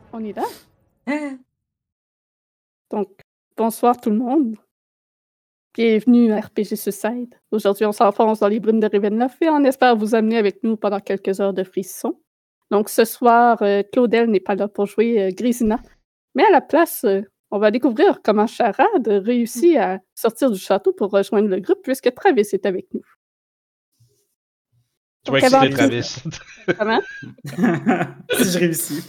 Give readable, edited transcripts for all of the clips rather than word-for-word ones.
On est là? Donc, bonsoir tout le monde. Bienvenue à RPG Suicide. Aujourd'hui, on s'enfonce dans les brumes de Ravenloft et on espère vous amener avec nous pendant quelques heures de frisson. Donc, ce soir, Claudel n'est pas là pour jouer Grisina, mais à la place, on va découvrir comment Charade réussit à sortir du château pour rejoindre le groupe puisque Travis est avec nous. Tu vas Donc, avant exciter tout- Travis. Comment? Si je réussis.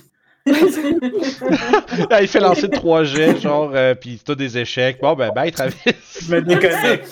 Il fait lancer 3 jets, genre, pis t'as des échecs. Bon, ben, bye, Travis. Je me déconnecte.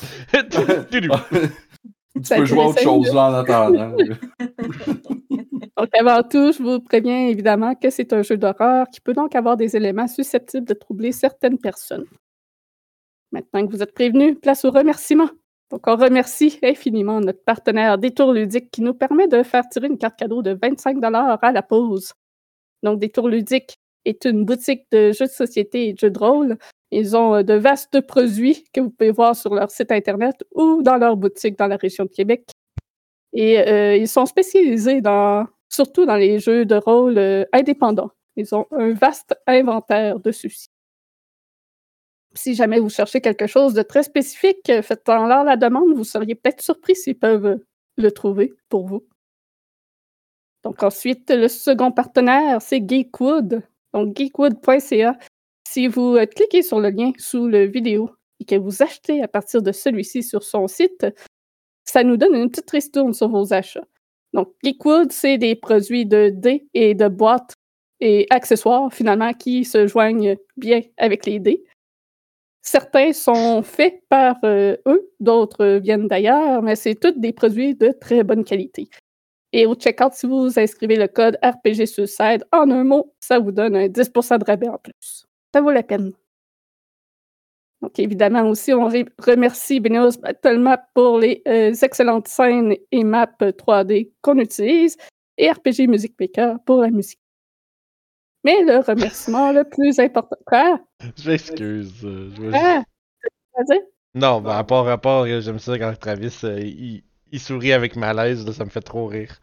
Tu peux jouer à autre chose là en attendant. Donc, avant tout, je vous préviens évidemment que c'est un jeu d'horreur qui peut donc avoir des éléments susceptibles de troubler certaines personnes. Maintenant que vous êtes prévenus, place aux remerciements. Donc, on remercie infiniment notre partenaire Détour Ludique qui nous permet de faire tirer une carte cadeau de 25$ à la pause. Donc, Détour Ludique est une boutique de jeux de société et de jeux de rôle. Ils ont de vastes produits que vous pouvez voir sur leur site Internet ou dans leur boutique dans la région de Québec. Et ils sont spécialisés surtout dans les jeux de rôle indépendants. Ils ont un vaste inventaire de ceux-ci. Si jamais vous cherchez quelque chose de très spécifique, faites-en-leur la demande. Vous seriez peut-être surpris s'ils peuvent le trouver pour vous. Donc ensuite, le second partenaire, c'est Geekwood. Donc geekwood.ca. Si vous cliquez sur le lien sous la vidéo et que vous achetez à partir de celui-ci sur son site, ça nous donne une petite ristourne sur vos achats. Donc, Geekwood, c'est des produits de dés et de boîtes et accessoires, finalement, qui se joignent bien avec les dés. Certains sont faits par eux, d'autres viennent d'ailleurs, mais c'est tous des produits de très bonne qualité. Et au checkout, si vous inscrivez le code RPG Suicide en un mot, ça vous donne un 10% de rabais en plus. Ça vaut la peine. Donc, évidemment, aussi, on remercie Beneos Battlemap pour les excellentes scènes et maps 3D qu'on utilise et RPG Music Maker pour la musique. Mais le remerciement le plus important... Quoi? Je m'excuse. Ah! Vas-y. Non, ben, à part, j'aime ça quand Travis, il sourit avec malaise, là, ça me fait trop rire.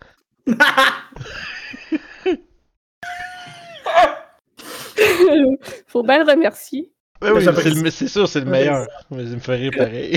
Faut bien le remercier. Ben oui, J'apprécie. c'est sûr, c'est le meilleur. Mais il me fait rire pareil.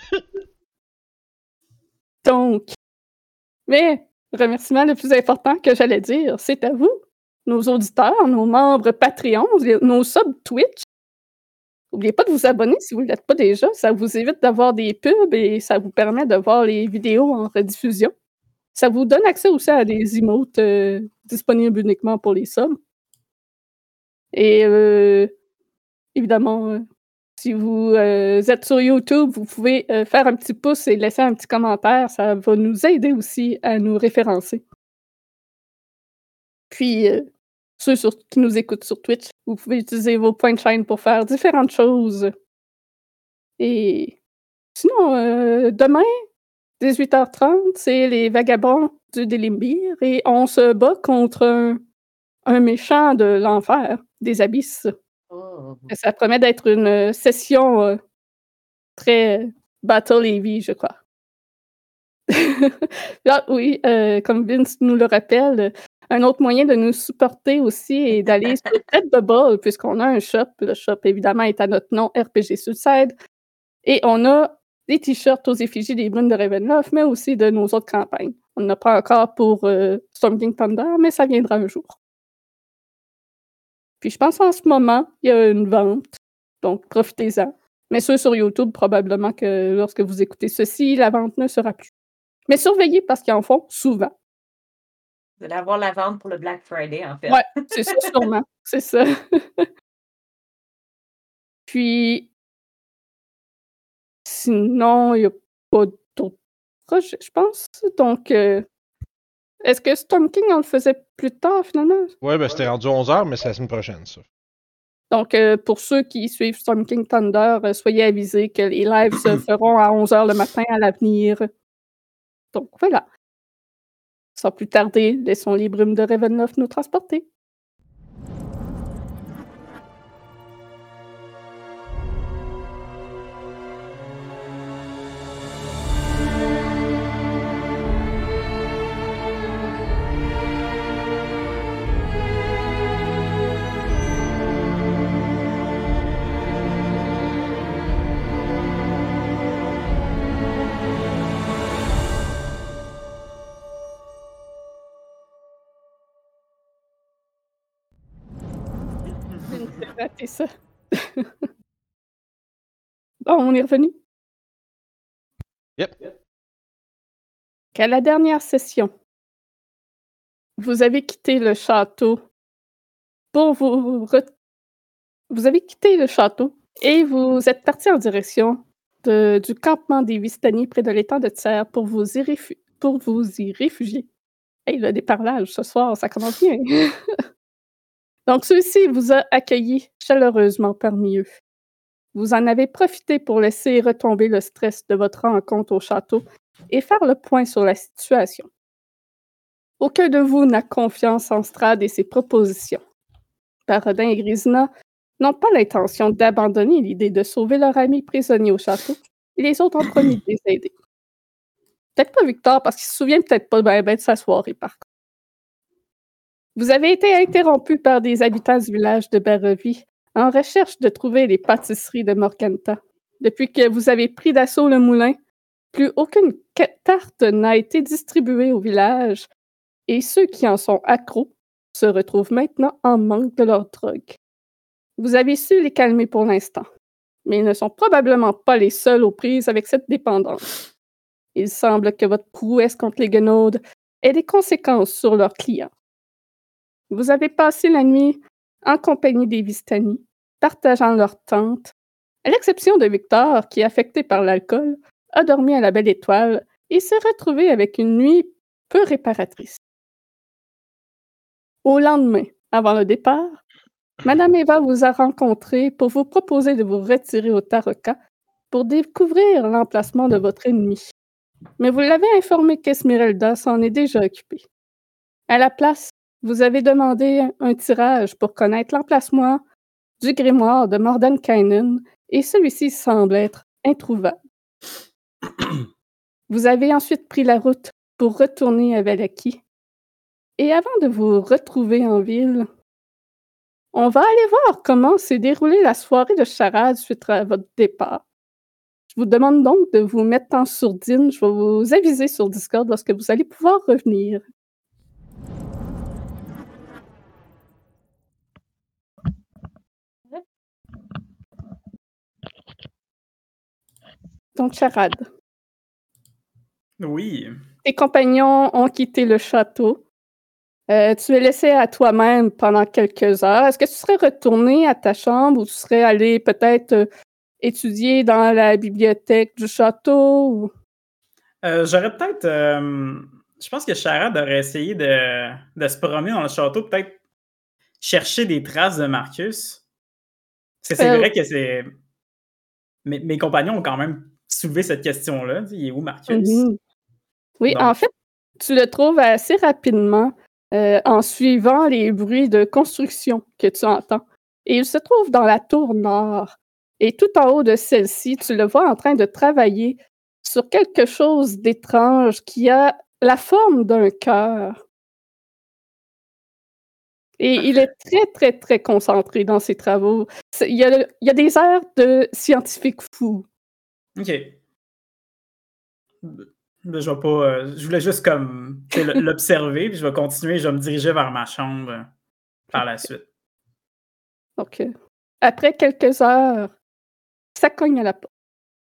Donc, mais le remerciement le plus important que j'allais dire, c'est à vous, nos auditeurs, nos membres Patreon, nos subs Twitch. N'oubliez pas de vous abonner si vous ne l'êtes pas déjà. Ça vous évite d'avoir des pubs et ça vous permet de voir les vidéos en rediffusion. Ça vous donne accès aussi à des emotes disponibles uniquement pour les subs. Et évidemment, si vous êtes sur YouTube, vous pouvez faire un petit pouce et laisser un petit commentaire. Ça va nous aider aussi à nous référencer. Puis, ceux qui nous écoutent sur Twitch, vous pouvez utiliser vos points de chaîne pour faire différentes choses. Et sinon, demain, 18h30, c'est les vagabonds du Délimbir et on se bat contre un méchant de l'enfer, des abysses. Oh. Ça promet d'être une session très battle heavy, je crois. Ah, oui, comme Vince nous le rappelle, un autre moyen de nous supporter aussi est d'aller sur Redbubble, puisqu'on a un shop. Le shop, évidemment, est à notre nom, RPG Suicide. Et on a des t-shirts aux effigies des brumes de Ravenloft, mais aussi de nos autres campagnes. On n'en a pas encore pour Storm King Thunder, mais ça viendra un jour. Puis je pense en ce moment, il y a une vente, donc profitez-en. Mais ceux sur YouTube, probablement que lorsque vous écoutez ceci, la vente ne sera plus. Mais surveillez parce qu'ils en font souvent. Vous allez avoir la vente pour le Black Friday, en fait. Ouais, c'est ça, sûrement. C'est ça. Puis, sinon, il n'y a pas d'autres projets, je pense. Donc, est-ce que Storm King, on le faisait plus tard, finalement? Ouais, ben c'était rendu 11h, mais c'est la semaine prochaine, ça. Donc, pour ceux qui suivent Storm King Thunder, soyez avisés que les lives se feront à 11h le matin à l'avenir. Donc, voilà. Sans plus tarder, laissons les brumes de Ravenloft nous transporter. J'ai raté ça. Bon, on est revenu? Yep. Qu'à la dernière session, vous avez quitté le château pour vous avez quitté le château et vous êtes partis en direction du campement des Vistani près de l'étang de Tsar pour vous y réfugier. Hey, le déparlage ce soir, ça commence bien. Donc, celui-ci vous a accueilli chaleureusement parmi eux. Vous en avez profité pour laisser retomber le stress de votre rencontre au château et faire le point sur la situation. Aucun de vous n'a confiance en Strad et ses propositions. Parodin et Grisina n'ont pas l'intention d'abandonner l'idée de sauver leur ami prisonnier au château, et les autres ont promis de les aider. Peut-être pas Victor, parce qu'il se souvient peut-être pas ben de sa soirée, par contre. Vous avez été interrompu par des habitants du village de Barovie en recherche de trouver les pâtisseries de Morganta. Depuis que vous avez pris d'assaut le moulin, plus aucune tarte n'a été distribuée au village, et ceux qui en sont accros se retrouvent maintenant en manque de leur drogue. Vous avez su les calmer pour l'instant, mais ils ne sont probablement pas les seuls aux prises avec cette dépendance. Il semble que votre prouesse contre les guenaudes ait des conséquences sur leurs clients. Vous avez passé la nuit en compagnie des Vistani, partageant leur tente, à l'exception de Victor, qui, affecté par l'alcool, a dormi à la belle étoile et s'est retrouvé avec une nuit peu réparatrice. Au lendemain, avant le départ, Madame Eva vous a rencontré pour vous proposer de vous retirer au Taroka pour découvrir l'emplacement de votre ennemi. Mais vous l'avez informé qu'Esmeralda s'en est déjà occupée. À la place, vous avez demandé un tirage pour connaître l'emplacement du grimoire de Mordenkainen et celui-ci semble être introuvable. Vous avez ensuite pris la route pour retourner à Valaki. Et avant de vous retrouver en ville, on va aller voir comment s'est déroulée la soirée de charade suite à votre départ. Je vous demande donc de vous mettre en sourdine. Je vais vous aviser sur Discord lorsque vous allez pouvoir revenir. Donc, charade. Oui. Tes compagnons ont quitté le château. Tu es laissé à toi-même pendant quelques heures. Est-ce que tu serais retourné à ta chambre ou tu serais allé peut-être étudier dans la bibliothèque du château? Ou... J'aurais peut-être... je pense que Charade aurait essayé de se promener dans le château, peut-être chercher des traces de Marcus. Parce que c'est vrai que c'est... Mes compagnons ont quand même soulevé cette question-là. Il est où Marcus? Oui, Donc... en fait, tu le trouves assez rapidement en suivant les bruits de construction que tu entends. Et il se trouve dans la tour nord. Et tout en haut de celle-ci, tu le vois en train de travailler sur quelque chose d'étrange qui a la forme d'un cœur. Et il est très, très, très concentré dans ses travaux. Il y a des airs de scientifique fou. OK. Je vais pas... je voulais juste comme l'observer, puis je vais continuer, je vais me diriger vers ma chambre par la suite. Donc, après quelques heures, ça cogne à la porte.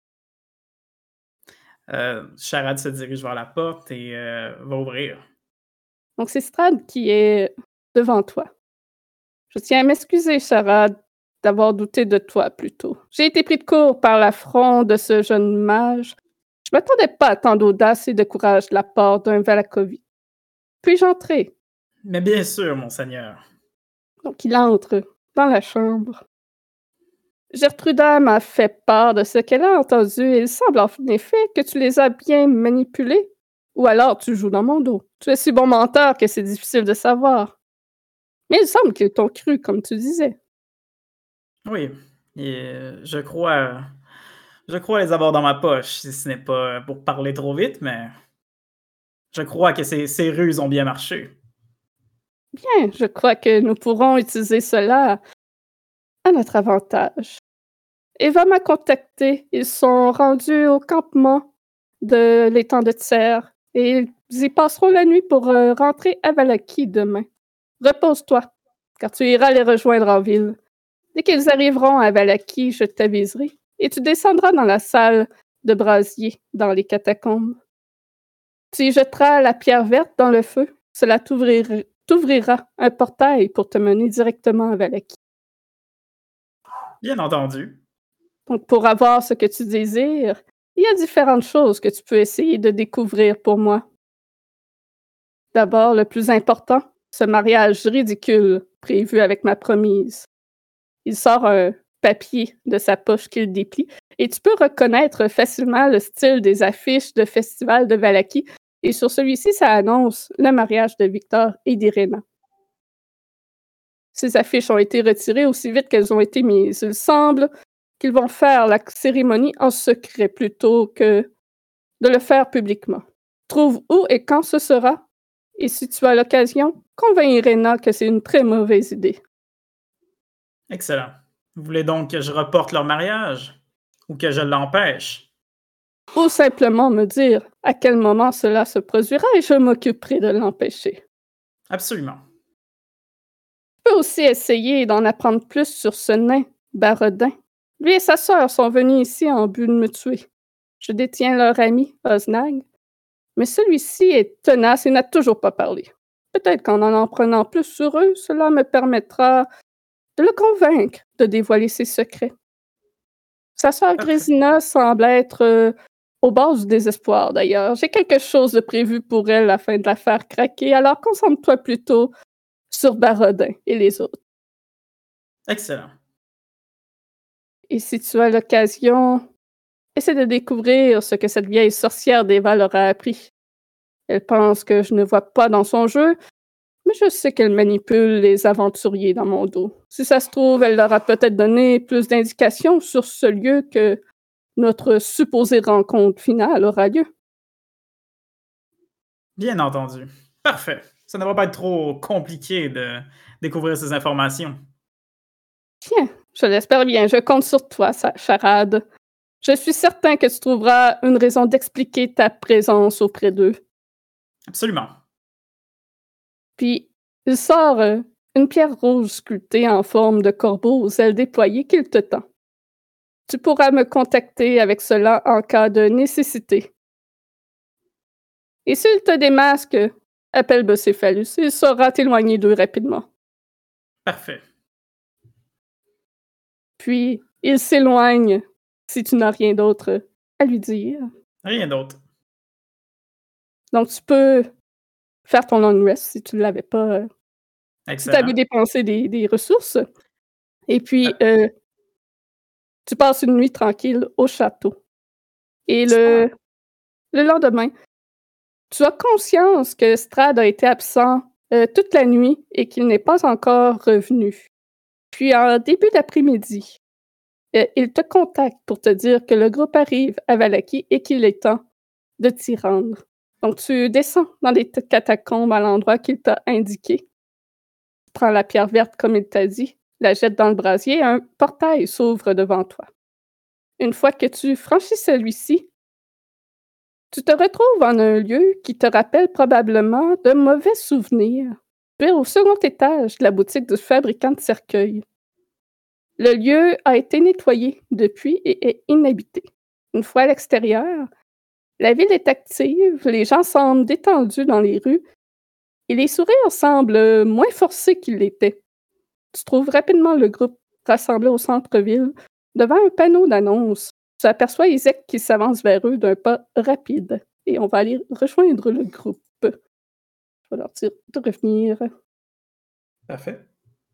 Charade se dirige vers la porte et va ouvrir. Donc, c'est Strad qui est devant toi. Je tiens à m'excuser, Charade, d'avoir douté de toi plus tôt. J'ai été pris de court par l'affront de ce jeune mage. Je m'attendais pas à tant d'audace et de courage de la part d'un Valakovi. Puis-je entrer? Mais bien sûr, monseigneur. Donc, il entre dans la chambre. Gertruda m'a fait part de ce qu'elle a entendu et il semble en effet que tu les as bien manipulés. Ou alors tu joues dans mon dos. Tu es si bon menteur que c'est difficile de savoir. Mais il semble qu'ils t'ont cru, comme tu disais. Oui, et je crois les avoir dans ma poche, si ce n'est pas pour parler trop vite, mais je crois que ces ruses ont bien marché. Bien, je crois que nous pourrons utiliser cela à notre avantage. Eva m'a contacté. Ils sont rendus au campement de l'étang de Tsar et ils y passeront la nuit pour rentrer à Valaki demain. Repose-toi, car tu iras les rejoindre en ville. Dès qu'ils arriveront à Valaki, je t'aviserai, et tu descendras dans la salle de brasier, dans les catacombes. Tu y jetteras la pierre verte dans le feu, cela t'ouvrira un portail pour te mener directement à Valaki. Bien entendu. Donc, pour avoir ce que tu désires, il y a différentes choses que tu peux essayer de découvrir pour moi. D'abord, le plus important, ce mariage ridicule prévu avec ma promise. Il sort un papier de sa poche qu'il déplie et tu peux reconnaître facilement le style des affiches de festival de Valaki. Et sur celui-ci, ça annonce le mariage de Victor et d'Irena. Ces affiches ont été retirées aussi vite qu'elles ont été mises. Il semble qu'ils vont faire la cérémonie en secret plutôt que de le faire publiquement. Trouve où et quand ce sera, et si tu as l'occasion, convainc Irena que c'est une très mauvaise idée. Excellent. Vous voulez donc que je reporte leur mariage? Ou que je l'empêche? Ou simplement me dire à quel moment cela se produira et je m'occuperai de l'empêcher. Absolument. Je peux aussi essayer d'en apprendre plus sur ce nain, Barodin. Lui et sa sœur sont venus ici en but de me tuer. Je détiens leur ami, Oznag, mais celui-ci est tenace et n'a toujours pas parlé. Peut-être qu'en en prenant plus sur eux, cela me permettra de le convaincre de dévoiler ses secrets. Sa sœur Parfait. Grésina semble être au bord du désespoir, d'ailleurs. J'ai quelque chose de prévu pour elle afin de la faire craquer, alors concentre-toi plutôt sur Barodin et les autres. Excellent. Et si tu as l'occasion, essaie de découvrir ce que cette vieille sorcière d'Eva leur a appris. Elle pense que je ne vois pas dans son jeu, mais je sais qu'elle manipule les aventuriers dans mon dos. Si ça se trouve, elle leur a peut-être donné plus d'indications sur ce lieu que notre supposée rencontre finale aura lieu. Bien entendu. Parfait. Ça ne va pas être trop compliqué de découvrir ces informations. Bien, je l'espère bien. Je compte sur toi, Charade. Je suis certain que tu trouveras une raison d'expliquer ta présence auprès d'eux. Absolument. Puis, il sort une pierre rouge sculptée en forme de corbeau aux ailes déployées qu'il te tend. Tu pourras me contacter avec cela en cas de nécessité. Et s'il te démasque, appelle Bucéphalus. Il saura t'éloigner d'eux rapidement. Parfait. Puis, il s'éloigne si tu n'as rien d'autre à lui dire. Rien d'autre. Donc, tu peux faire ton long rest si tu ne l'avais pas. Si tu Excellent. avais dépensé des ressources. Et puis, tu passes une nuit tranquille au château. Et le lendemain, tu as conscience que Strad a été absent toute la nuit et qu'il n'est pas encore revenu. Puis, en début d'après-midi, il te contacte pour te dire que le groupe arrive à Valaki et qu'il est temps de t'y rendre. Donc, tu descends dans les catacombes à l'endroit qu'il t'a indiqué. Tu prends la pierre verte comme il t'a dit, la jettes dans le brasier et un portail s'ouvre devant toi. Une fois que tu franchis celui-ci, tu te retrouves en un lieu qui te rappelle probablement de mauvais souvenirs. Tu es au second étage de la boutique du fabricant de cercueils. Le lieu a été nettoyé depuis et est inhabité. Une fois à l'extérieur, la ville est active, les gens semblent détendus dans les rues et les sourires semblent moins forcés qu'ils l'étaient. Tu trouves rapidement le groupe rassemblé au centre-ville devant un panneau d'annonce. Tu aperçois Isaac qui s'avance vers eux d'un pas rapide et on va aller rejoindre le groupe. Je vais leur dire de revenir. Parfait.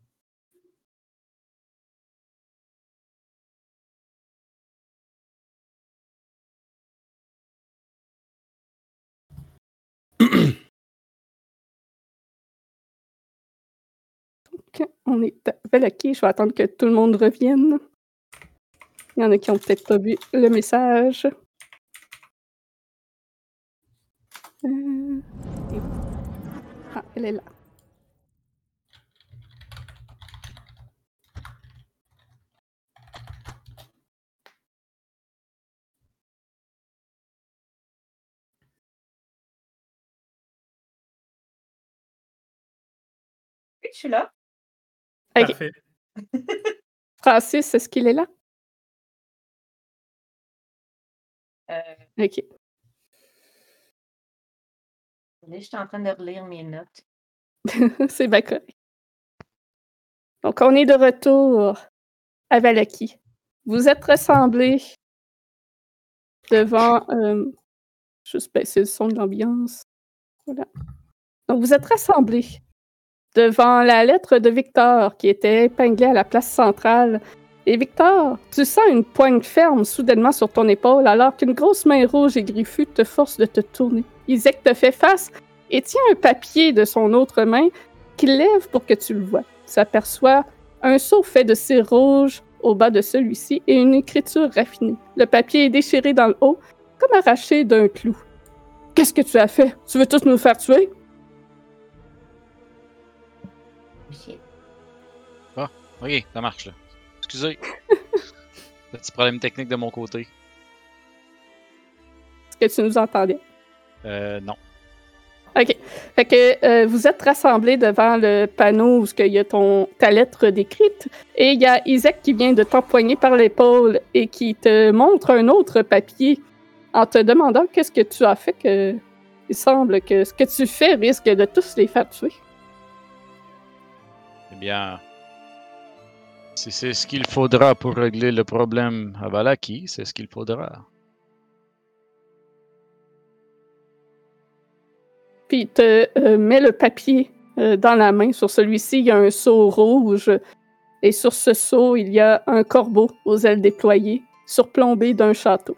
On est à Valaki, je vais attendre que tout le monde revienne. Il y en a qui ont peut-être pas vu le message. Ah, elle est là. Oui, je suis là. Ok. Parfait. Francis, est-ce qu'il est là? OK. Là, je suis en train de relire mes notes. C'est bien correct. Donc, on est de retour à Valaki. Vous êtes rassemblés devant... juste baisser le son de l'ambiance. Voilà. Donc, vous êtes rassemblés devant la lettre de Victor qui était épinglée à la place centrale. Et Victor, tu sens une poigne ferme soudainement sur ton épaule alors qu'une grosse main rouge et griffue te force de te tourner. Isaac te fait face et tient un papier de son autre main qu'il lève pour que tu le vois. Tu aperçois un seau fait de cire rouge au bas de celui-ci et une écriture raffinée. Le papier est déchiré dans le haut, comme arraché d'un clou. « Qu'est-ce que tu as fait? Tu veux tous nous faire tuer? » Shit. Ok, ça marche là. Excusez. Petit problème technique de mon côté. Est-ce que tu nous entendais? Non. OK. Fait que vous êtes rassemblés devant le panneau où il y a ta lettre décrite et il y a Isaac qui vient de t'empoigner par l'épaule et qui te montre un autre papier en te demandant qu'est-ce que tu as fait que il semble que ce que tu fais risque de tous les faire tuer. Eh bien, si c'est ce qu'il faudra pour régler le problème à Valaki, c'est ce qu'il faudra. Puis il te met le papier dans la main. Sur celui-ci, il y a un sceau rouge. Et sur ce sceau, il y a un corbeau aux ailes déployées, surplombé d'un château.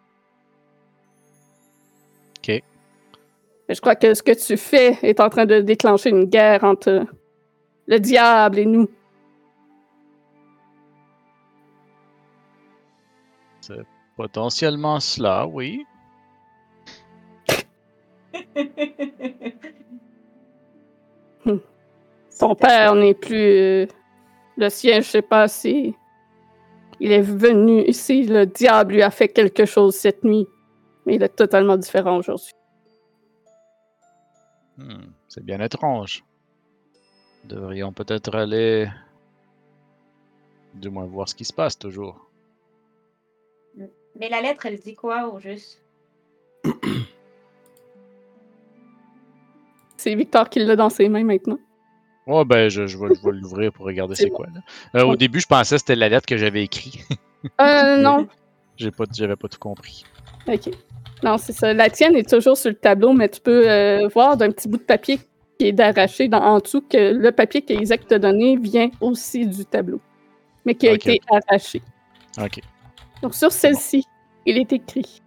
OK. Je crois que ce que tu fais est en train de déclencher une guerre entre le diable et nous. C'est potentiellement cela, oui. Ton père n'est plus le sien, je sais pas si il est venu ici, le diable lui a fait quelque chose cette nuit, mais il est totalement différent aujourd'hui. C'est bien étrange. Devrions peut-être aller... du moins voir ce qui se passe toujours. Mais la lettre, elle dit quoi au juste? C'est Victor qui l'a dans ses mains maintenant. Ouais, ben, je vais l'ouvrir pour regarder c'est quoi. Là. Au début, je pensais que c'était la lettre que j'avais écrite. Non. J'avais pas tout compris. OK. Non, c'est ça. La tienne est toujours sur le tableau, mais tu peux voir d'un petit bout de papier qui est d'arraché en dessous que le papier qu'Isaac t'a donné vient aussi du tableau, mais qui a été arraché. OK. Donc, sur celle-ci, il est écrit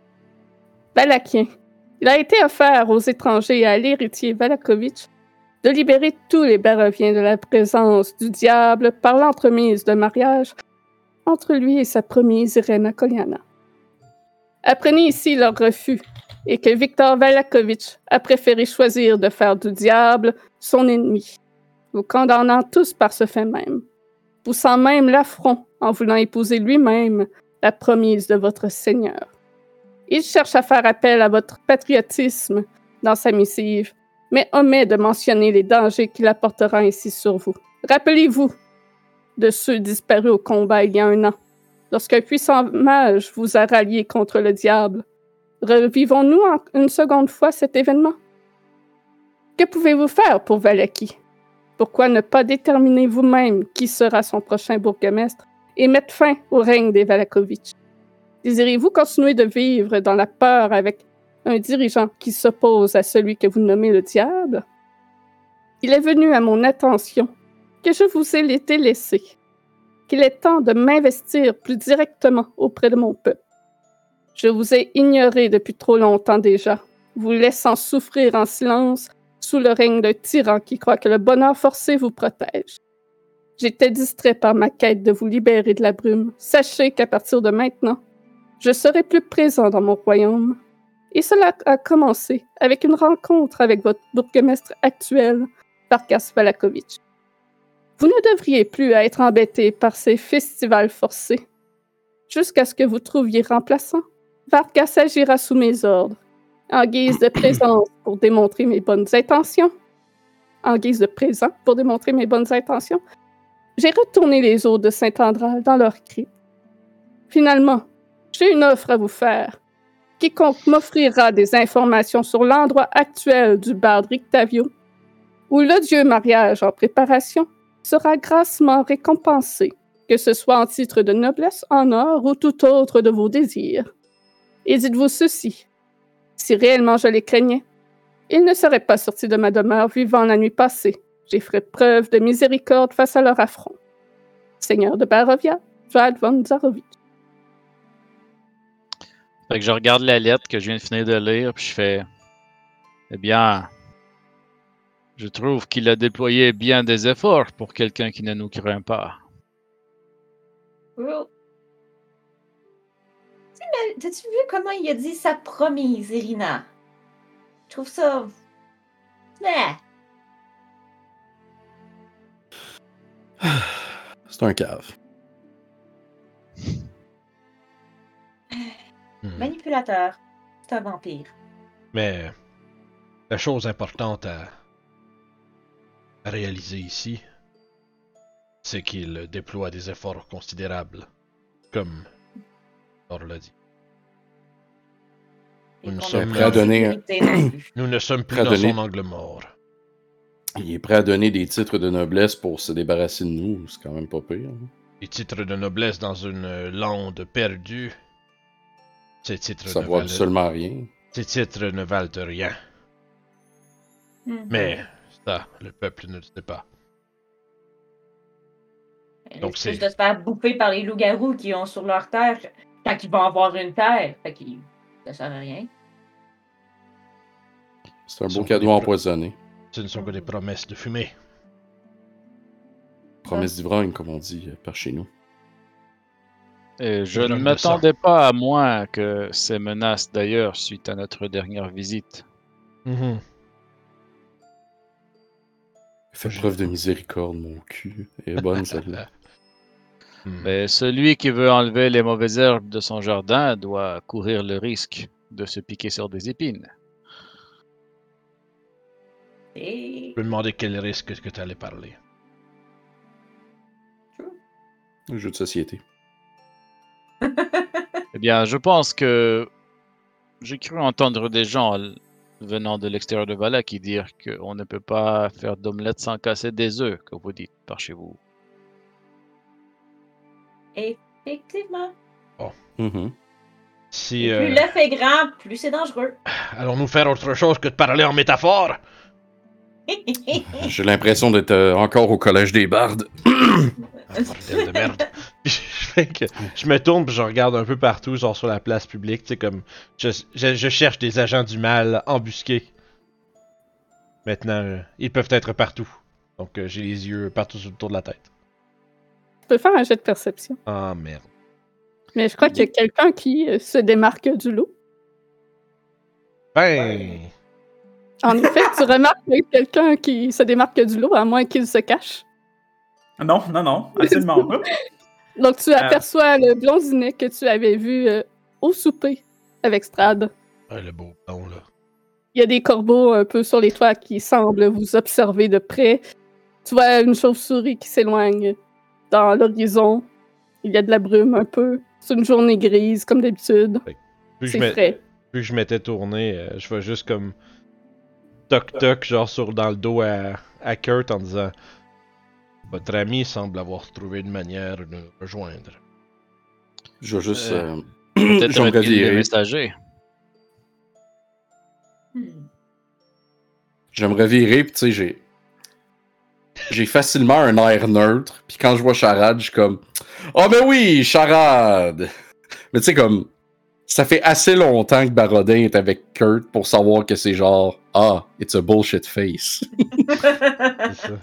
« Valakien, il a été offert aux étrangers et à l'héritier Valakovitch de libérer tous les Baroviens de la présence du diable par l'entremise de mariage entre lui et sa promise Irena Koliana. Apprenez ici leur refus et que Victor Valakovitch a préféré choisir de faire du diable son ennemi, vous condamnant tous par ce fait même, poussant même l'affront en voulant épouser lui-même la promise de votre Seigneur. Il cherche à faire appel à votre patriotisme dans sa missive, mais omet de mentionner les dangers qu'il apportera ainsi sur vous. Rappelez-vous de ceux disparus au combat il y a 1 an, lorsqu'un puissant mage vous a rallié contre le diable. Revivons-nous une seconde fois cet événement? Que pouvez-vous faire pour Valaki? Pourquoi ne pas déterminer vous-même qui sera son prochain bourgmestre et mettre fin au règne des Valakovitch? Désirez-vous continuer de vivre dans la peur avec un dirigeant qui s'oppose à celui que vous nommez le diable? Il est venu à mon attention que je vous ai été laissé, qu'il est temps de m'investir plus directement auprès de mon peuple. Je vous ai ignoré depuis trop longtemps déjà, vous laissant souffrir en silence sous le règne d'un tyran qui croit que le bonheur forcé vous protège. J'étais distrait par ma quête de vous libérer de la brume. Sachez qu'à partir de maintenant, je serai plus présent dans mon royaume. Et cela a commencé avec une rencontre avec votre bourgmestre actuel, Varkas Valakovitch. Vous ne devriez plus être embêté par ces festivals forcés. Jusqu'à ce que vous trouviez remplaçant, Varkas agira sous mes ordres, en guise de présence pour démontrer mes bonnes intentions. En guise de présent pour démontrer mes bonnes intentions. J'ai retourné les os de Saint-Andral dans leur crypte. Finalement, j'ai une offre à vous faire. Quiconque m'offrira des informations sur l'endroit actuel du barde Rictavio ou l'odieux mariage en préparation sera grassement récompensé, que ce soit en titre de noblesse, en or ou tout autre de vos désirs. Et dites-vous ceci, si réellement je les craignais, ils ne seraient pas sortis de ma demeure vivant la nuit passée. J'ai fait preuve de miséricorde face à leur affront. Seigneur de Barovia, Jad von Zarovich. Fait que je regarde la lettre que je viens de finir de lire, puis je fais... Eh bien... Je trouve qu'il a déployé bien des efforts pour quelqu'un qui ne nous craint pas. Oh. T'as-tu vu comment il a dit sa promise, Irina? Je trouve ça... C'est un cave. Manipulateur. C'est un vampire. Mais la chose importante à réaliser ici, c'est qu'il déploie des efforts considérables, comme Thor l'a dit. Et Nous qu'on sommes a prêts à pas de donner- sécurité non plus. Nous ne sommes plus Prêt à dans donner. son angle mort. Il est prêt à donner des titres de noblesse pour se débarrasser de nous. C'est quand même pas pire. Les titres de noblesse dans une lande perdue, ces titres, Ça ne vaut valent... absolument rien. ces titres ne valent rien. Mhm. Mais ça, le peuple ne le sait pas. Il donc risque c'est- de se faire bouffer par les loups-garous qui ont sur leur terre quand ils vont avoir une terre. Fait que ça sert à rien. C'est un Sont beau cadeau des pro- empoisonné. Ce ne sont que des promesses de fumée. Promesse d'ivrogne, comme on dit par chez nous. Et je Ivrogne ne de m'attendais pas à moins que ces menaces d'ailleurs suite à notre dernière visite. Fais J'ai- preuve de miséricorde, mon cul. Elle est bonne, celle-là. Mais celui qui veut enlever les mauvaises herbes de son jardin doit courir le risque de se piquer sur des épines. Et... Je me demandais quel risque que tu allais parler. Un jeu de société. Eh bien, je pense que j'ai cru entendre des gens venant de l'extérieur de Vala qui dire qu'on ne peut pas faire d'omelette sans casser des œufs, que vous dites par chez vous. Effectivement. Mhm. Si Et plus l'œuf est grand, plus c'est dangereux. allons-nous faire autre chose que de parler en métaphore? J'ai l'impression d'être encore au collège des bardes. Bordel de merde. Puis je me tourne puis je regarde un peu partout, genre sur la place publique, tu sais, comme je cherche des agents du mal embusqués. Maintenant, ils peuvent être partout. Donc j'ai les yeux partout sur le tour de la tête. Tu peux faire un jet de perception. Ah merde. Mais je crois qu'il y a quelqu'un qui se démarque du lot. Ben, En effet, tu remarques qu'il y a quelqu'un qui se démarque du lot, à moins qu'il se cache. Non, absolument pas. Donc, tu aperçois le blondinet que tu avais vu au souper avec Strad. le beau blond là. Il y a des corbeaux un peu sur les toits qui semblent vous observer de près. Tu vois une chauve-souris qui s'éloigne dans l'horizon. Il y a de la brume un peu. C'est une journée grise, comme d'habitude. Plus C'est frais. Plus je m'étais tourné, je vois juste comme toc-toc, genre dans le dos à Kurt en disant votre ami semble avoir trouvé une manière de nous rejoindre. Je vais juste. Peut-être J'aimerais être-il des virer. messagers. J'aimerais virer, pis tu sais, j'ai facilement un air neutre, puis quand je vois Charade, je suis comme oh ben oui, Charade! Mais tu sais, comme ça fait assez longtemps que Barodin est avec Kurt pour savoir que c'est genre ah, it's a bullshit face. C'est ça.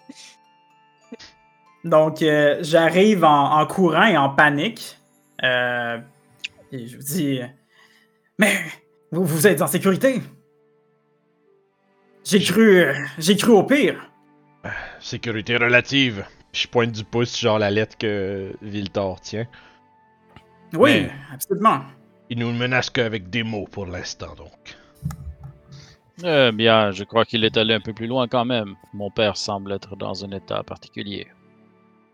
Donc, j'arrive en courant et en panique. Et je vous dis, mais vous êtes en sécurité. J'ai cru au pire. Sécurité relative. Je pointe du pouce, genre la lettre que Viltor tient. Oui, Mais- absolument. Il nous menace qu'avec des mots pour l'instant, donc. Eh bien, je crois qu'il est allé un peu plus loin quand même. Mon père semble être dans un état particulier.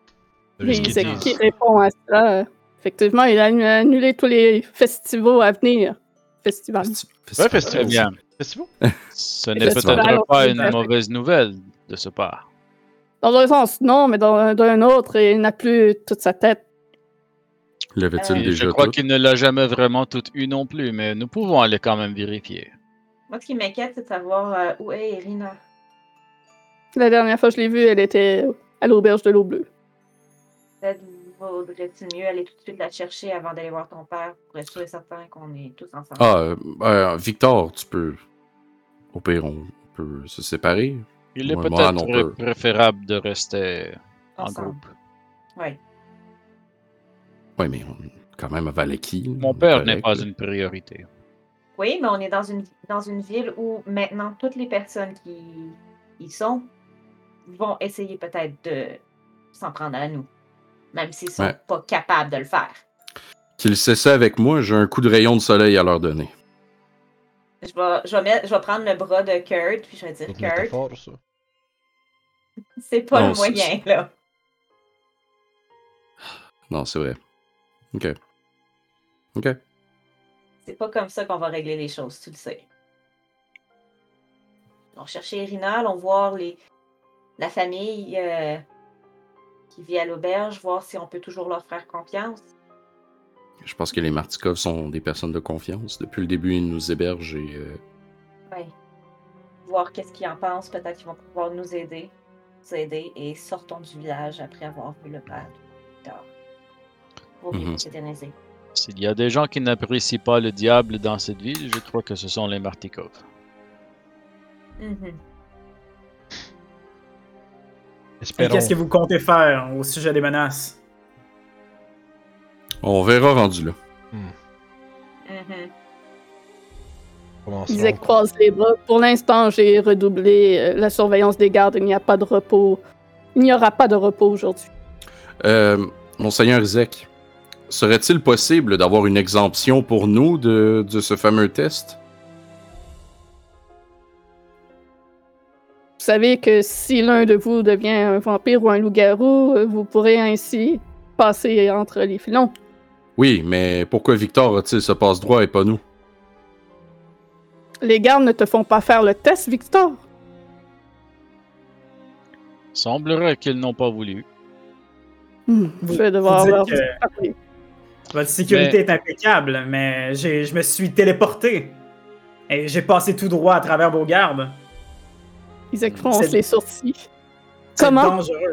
Isaac qui répond à ça. Effectivement, il a annulé tous les festivals à venir. Festival. Ouais, festival. Très bien. Festival? Ce n'est Festival. peut-être pas une Festival. mauvaise nouvelle de ce part. Dans un sens, non, mais dans un autre, il n'a plus toute sa tête. L'avait-il Et déjà je crois tout? qu'il ne l'a jamais vraiment toute eu non plus, mais nous pouvons aller quand même vérifier. Moi, ce qui m'inquiète, c'est de savoir où est Irina. La dernière fois que je l'ai vue, elle était à l'auberge de l'eau bleue. Peut-être vaudrait-il mieux aller tout de suite la chercher avant d'aller voir ton père pour être sûr et certain qu'on est tous ensemble. Victor, tu peux. Au pire, on peut se séparer. Il est Ouais, moi, non, peut-être peut. préférable de rester en Ensemble. groupe. Oui. Ouais, mais on est quand même à Valaki. Mon père n'est pas une priorité. Oui, mais on est dans une ville où maintenant toutes les personnes qui y sont vont essayer peut-être de s'en prendre à nous. Même s'ils sont pas capables de le faire. Qu'ils cessaient avec moi, j'ai un coup de rayon de soleil à leur donner. Je vais prendre le bras de Kurt, puis je vais dire, C'est une Kurt, métaphore, ça. c'est pas Non, le moyen, là. Non, c'est vrai. Ok. C'est pas comme ça qu'on va régler les choses, tu le sais. On chercher Irina, on voir la famille qui vit à l'auberge, voir si on peut toujours leur faire confiance. Je pense que les Martikov sont des personnes de confiance. Depuis le début, ils nous hébergent et... Oui. Voir qu'est-ce qu'ils en pensent, peut-être qu'ils vont pouvoir nous aider et sortons du village après avoir vu le père de Victor. Vaut mieux s'éterniser. S'il y a des gens qui n'apprécient pas le diable dans cette ville, je crois que ce sont les Martikov. Mhm. Et Espérons. qu'est-ce que vous comptez faire au sujet des menaces? On verra rendu là. Mhm. Commencerons. Isaac croise les bras. Pour l'instant, j'ai redoublé la surveillance des gardes. Il n'y a pas de repos. Il n'y aura pas de repos aujourd'hui. Monseigneur Isaac, serait-il possible d'avoir une exemption pour nous de ce fameux test? Vous savez que si l'un de vous devient un vampire ou un loup-garou, vous pourrez ainsi passer entre les filons. Oui, mais pourquoi Victor a-t-il ce passe-droit et pas nous? Les gardes ne te font pas faire le test, Victor. Semblerait qu'ils n'ont pas voulu. Je vais devoir Vous leur dites que parler. votre sécurité est impeccable, mais je me suis téléporté. Et j'ai passé tout droit à travers vos gardes. Isaac fronce C'est- les sourcils. C'est Comment? dangereux.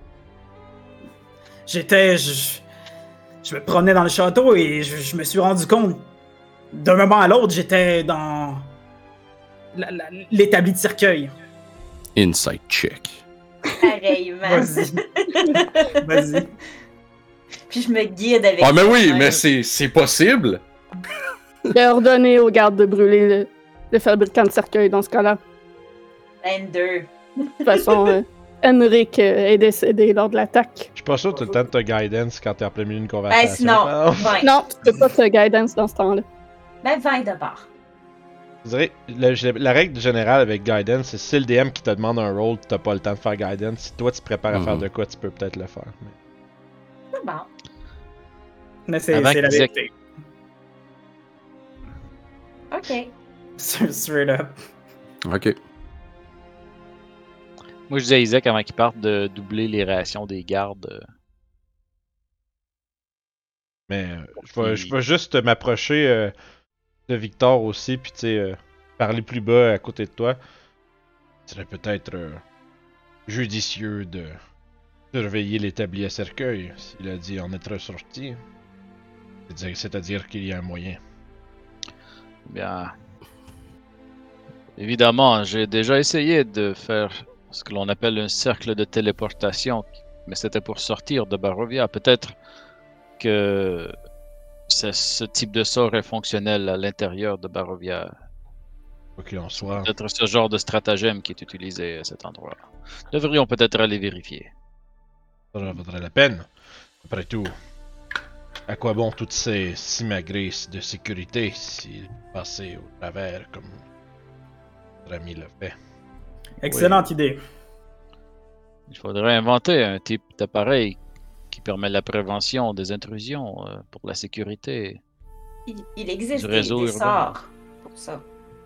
Je me promenais dans le château et je me suis rendu compte, d'un moment à l'autre, j'étais dans l'établi de cercueil. Insight check. Pareillement. Vas-y. Vas-y. Puis je me guide avec. Ah, mais oui, moi-même. mais c'est possible! J'ai ordonné aux gardes de brûler le fabricant de cercueil dans ce cas-là. 22. De toute façon, Henrik est décédé lors de l'attaque. Je suis pas sûr que tu as le temps de te guidance quand t'es en plein milieu d'une conversation. Ben sinon, Ah, 20. Non, tu peux pas te guidance dans ce temps-là. Ben 20 d'abord. Je dirais, la règle générale avec guidance, c'est si le DM qui te demande un rôle, t'as pas le temps de faire guidance. Si toi tu te prépares à faire de quoi, tu peux peut-être le faire. Mais... C'est bon. Mais c'est Avant la qu'Isaac- vérité. OK. Straight up. Ok. Moi, je disais à Isaac avant qu'il parte de doubler les rations des gardes. Mais je vais juste m'approcher de Victor aussi, puis tu sais, parler plus bas à côté de toi. Ce serait peut-être judicieux de surveiller l'établi à cercueil, s'il a dit en être sorti. C'est-à-dire qu'il y a un moyen. Bien. Évidemment, j'ai déjà essayé de faire ce que l'on appelle un cercle de téléportation, mais c'était pour sortir de Barovia. Peut-être que ce type de sort est fonctionnel à l'intérieur de Barovia. Quoi qu'il en soit. Peut-être ce genre de stratagème qui est utilisé à cet endroit. Devrions peut-être aller vérifier. Ça vaudrait la peine. Après tout, à quoi bon toutes ces simagrées de sécurité s'il passait au travers comme notre ami le fait? Excellente idée. Il faudrait inventer un type d'appareil qui permet la prévention des intrusions pour la sécurité. Il existe Du réseau des urbain. sorts pour ça.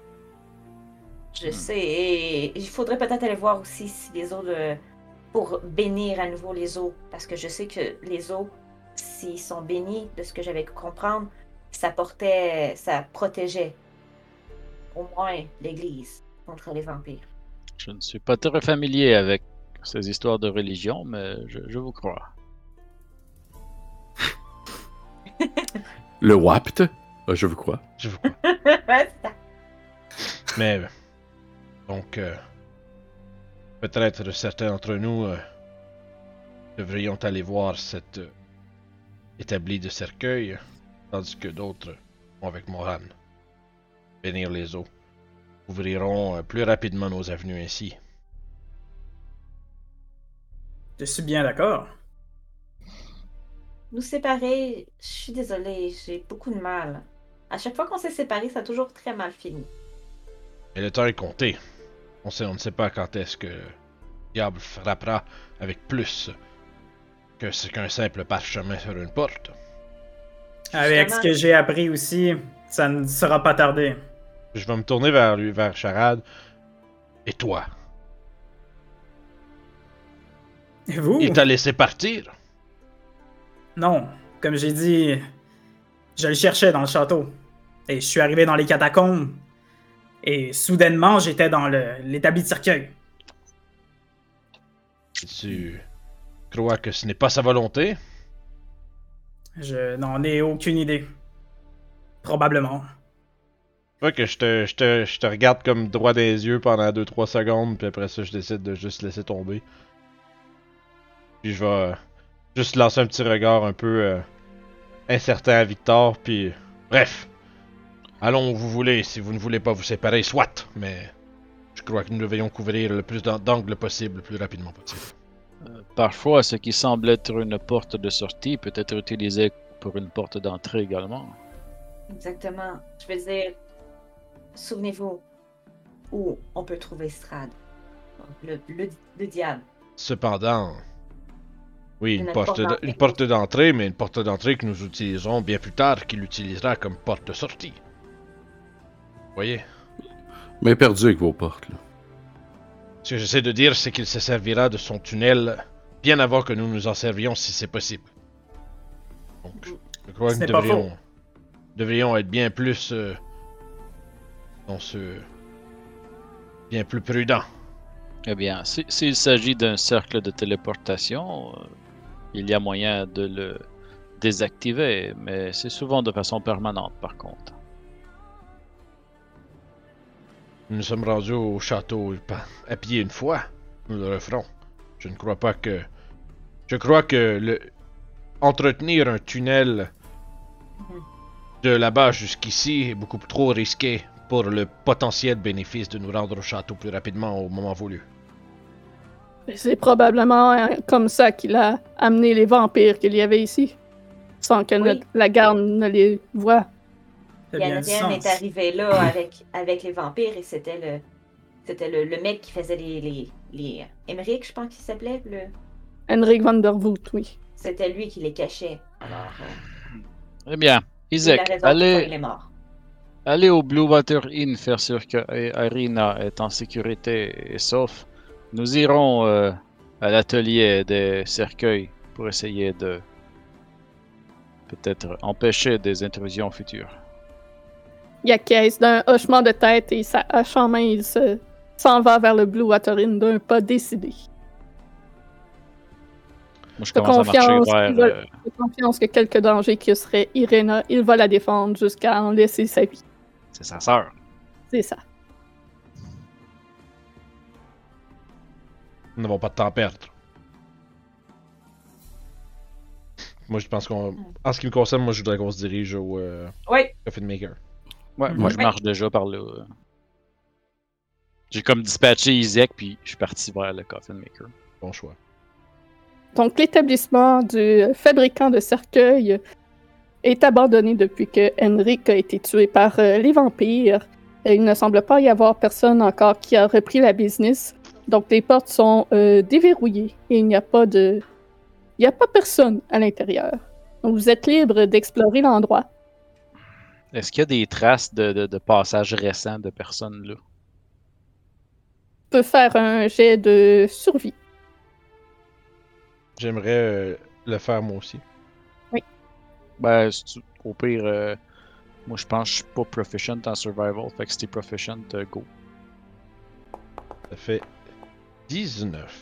Je sais. Et il faudrait peut-être aller voir aussi si les eaux pour bénir à nouveau les eaux. Parce que je sais que les eaux, s'ils sont bénis, de ce que j'avais pu comprendre, ça protégeait au moins l'église contre les vampires. Je ne suis pas très familier avec ces histoires de religion, mais je vous crois. Le WAPT, je vous crois. Je vous crois. Ouais, c'est ça. Mais, donc, peut-être certains d'entre nous devrions aller voir cette établie de cercueil, tandis que d'autres vont avec Moran. Bénir les eaux. Ouvriront plus rapidement nos avenues ainsi. Je suis bien d'accord. Nous séparer, je suis désolée, j'ai beaucoup de mal. À chaque fois qu'on s'est séparés, ça a toujours très mal fini. Mais le temps est compté. On ne sait pas quand est-ce que le diable frappera avec plus que ce qu'un simple parchemin sur une porte. Avec ce que j'ai appris aussi, ça ne sera pas tardé. Je vais me tourner vers Charade. Et toi? Et vous? Il t'a laissé partir? Non, comme j'ai dit, je le cherchais dans le château. Et je suis arrivé dans les catacombes. Et soudainement, j'étais dans l'établi de cercueil. Tu crois que ce n'est pas sa volonté? Je n'en ai aucune idée. Probablement. Tu vois que je te regarde comme droit dans les yeux pendant 2-3 secondes, puis après ça, je décide de juste laisser tomber. Puis je vais juste lancer un petit regard un peu incertain à Victor, puis... Bref. Allons où vous voulez, si vous ne voulez pas vous séparer, soit, mais... Je crois que nous devrions couvrir le plus d'angles possible, le plus rapidement possible. Parfois, ce qui semble être une porte de sortie peut être utilisé pour une porte d'entrée également. Exactement. Je veux dire, souvenez-vous où on peut trouver Strad. Le diable. Cependant... Oui, Une une porte d'entrée, mais une porte d'entrée que nous utiliserons bien plus tard, qu'il utilisera comme porte de sortie. Vous voyez? Mais perdu avec vos portes, là. Ce que j'essaie de dire, c'est qu'il se servira de son tunnel bien avant que nous nous en servions, si c'est possible. Donc, je crois que nous devrions être bien plus... bien plus prudents. Eh bien, s'il s'agit d'un cercle de téléportation, il y a moyen de le désactiver, mais c'est souvent de façon permanente par contre. Nous sommes rendus au château à pied une fois. Nous le referons. Je ne crois pas que... Je crois que entretenir un tunnel de là-bas jusqu'ici est beaucoup trop risqué pour le potentiel bénéfice de nous rendre au château plus rapidement au moment voulu. C'est probablement comme ça qu'il a amené les vampires qu'il y avait ici, sans que la garde ne les voie. Yann est arrivé là avec les vampires et c'était le mec qui faisait les Emmerich, je pense qu'il s'appelait. Henrik van der Voort, oui. C'était lui qui les cachait. Alors, eh bien, Isaac, allez au Blue Water Inn faire sûr que Irina est en sécurité et sauf. Nous irons à l'atelier des cercueils pour essayer de peut-être empêcher des intrusions futures. Yakies, d'un hochement de tête et sa hache en main, il s'en va vers le Blue Water Inn d'un pas décidé. Moi, je commence à marcher vers... J'ai confiance que quelque danger qui serait Irina, il va la défendre jusqu'à en laisser sa vie. C'est sa sœur. C'est ça. Nous n'avons pas de temps à perdre. Moi, je pense qu'on... En ce qui me concerne, moi, je voudrais qu'on se dirige au Coffin Maker. Ouais, moi, je marche déjà par là. J'ai comme dispatché Isaac, puis je suis parti vers le Coffin Maker. Bon choix. Donc, l'établissement du fabricant de cercueils est abandonné depuis que Henrik a été tué par les vampires. Il ne semble pas y avoir personne encore qui a repris la business. Donc, les portes sont déverrouillées et il n'y a pas de Il n'y a pas personne à l'intérieur. Donc, vous êtes libre d'explorer l'endroit. Est-ce qu'il y a des traces de passages récents de personnes là? On peut faire un jet de survie. J'aimerais le faire moi aussi. Ben, au pire, moi je pense que je suis pas proficient en survival. Fait que si t'es proficient, go. Ça fait 19.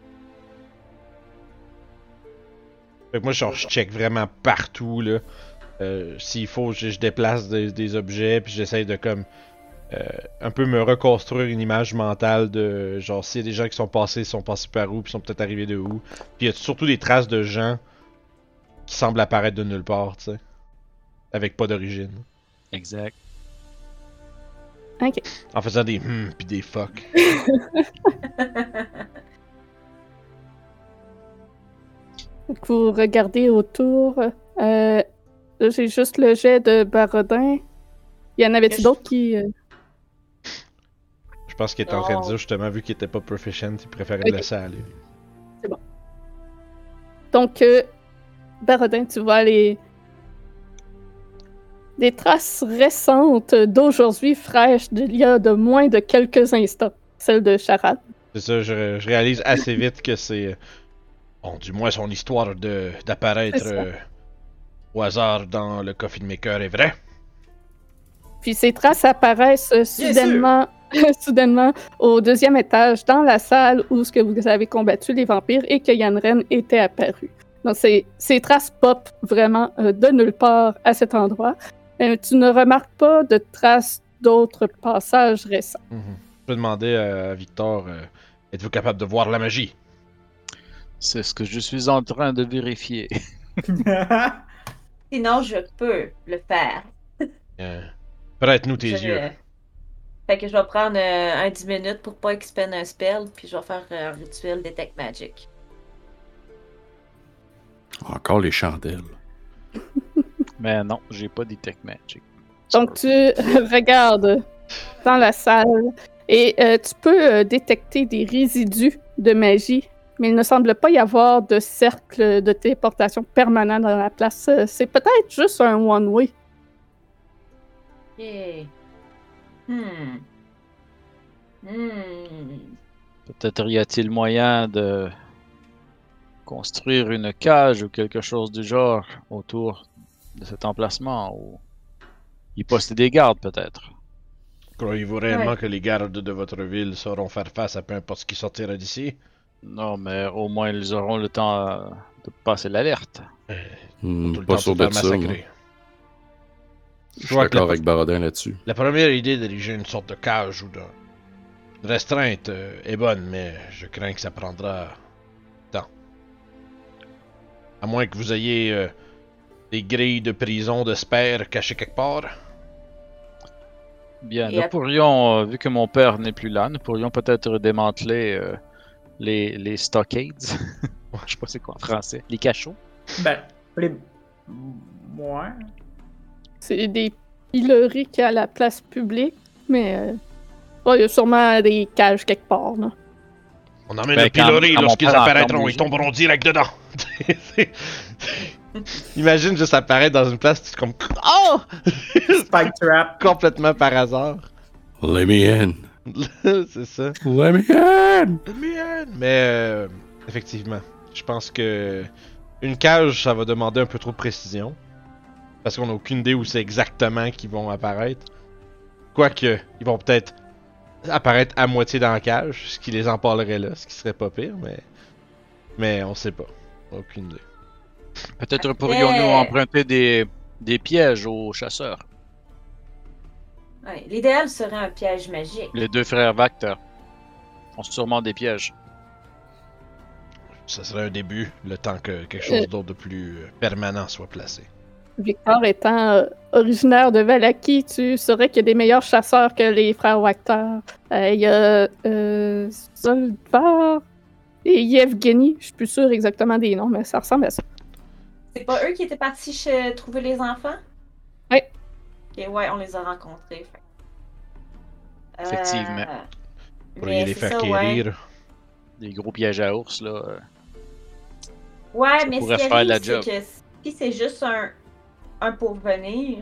Fait que moi, genre, je check vraiment partout, là. S'il faut, je déplace des objets, puis j'essaye de, comme, un peu me reconstruire une image mentale de, genre, s'il y a des gens qui sont passés par où, puis sont peut-être arrivés de où. Puis il y a surtout des traces de gens qui semblent apparaître de nulle part, tu sais. Avec pas d'origine. Exact. OK. En faisant des puis des fuck. Donc, vous regardez autour. J'ai juste le jet de Barodin. Il y en avait-tu d'autres qui... Je pense qu'il était en train de dire, justement, vu qu'il était pas proficient, il préférait le laisser aller. C'est bon. Donc, Barodin, tu vois des traces récentes d'aujourd'hui, fraîches, d'il y a de moins de quelques instants. Celle de Charade. C'est ça, je réalise assez vite que c'est... Bon, du moins son histoire d'apparaître au hasard dans le Coffin Maker est vraie. Puis ces traces apparaissent soudainement au deuxième étage, dans la salle où ce que vous avez combattu les vampires et que Yann-Ren était apparu. Donc ces traces pop vraiment de nulle part à cet endroit. Tu ne remarques pas de traces d'autres passages récents. Je peux demander à Victor, êtes-vous capable de voir la magie? C'est ce que je suis en train de vérifier. Sinon, je peux le faire. Prête-nous tes yeux. Fait que je vais prendre un 10 minutes pour pas expend un spell, puis je vais faire un rituel Detect Magic. Encore les chandelles. Mais non, j'ai pas Detect Magic. Donc tu regardes dans la salle et tu peux détecter des résidus de magie, mais il ne semble pas y avoir de cercle de téléportation permanent dans la place. C'est peut-être juste un one-way. Yeah. Peut-être y a-t-il moyen de construire une cage ou quelque chose du genre autour de cet emplacement ou y poster des gardes peut-être. Croyez-vous réellement que les gardes de votre ville sauront faire face à peu importe ce qui sortira d'ici? Non, mais au moins ils auront le temps de passer l'alerte. Pas sûr de ça. Je suis d'accord avec Barodin là-dessus. La première idée d'ériger une sorte de cage ou de restreinte est bonne, mais je crains que ça prendra temps. À moins que vous ayez des grilles de prison de spare cachées quelque part. Bien, nous pourrions, vu que mon père n'est plus là, nous pourrions peut-être démanteler les stockades. Je sais pas c'est quoi en français. Les cachots. Ben, les... Ouais. C'est des pileries qu'il y a à la place publique, mais il y a sûrement des cages quelque part. Là. On emmène le pilori, lorsqu'ils apparaîtront, ils tomberont direct dedans. Imagine juste apparaître dans une place, tu es comme... Oh! Spike trap. Complètement par hasard. Let me in. C'est ça. Let me in! Let me in! Mais, effectivement, je pense que une cage, ça va demander un peu trop de précision. Parce qu'on n'a aucune idée où c'est exactement qu'ils vont apparaître. Quoique, ils vont peut-être apparaître à moitié dans la cage, ce qui les empalerait là, ce qui serait pas pire, mais on sait pas. Aucune idée. Peut-être pourrions-nous emprunter des pièges aux chasseurs. Ouais, l'idéal serait un piège magique. Les deux frères Vactor ont sûrement des pièges. Ça serait un début, le temps que quelque chose d'autre de plus permanent soit placé. Victor étant originaire de Vallaki, tu saurais qu'il y a des meilleurs chasseurs que les frères Vactor. Il y a Zolvar et Yevgeny. Je suis plus sûre exactement des noms, mais ça ressemble à ça. C'est pas eux qui étaient partis trouver les enfants? Oui. Ok, ouais, on les a rencontrés. Effectivement. Pourriez les faire quérir. Des gros pièges à ours, là. Ouais, Ça mais ce pourrait qui faire arrive, la c'est job. que si c'est juste un pourvenir,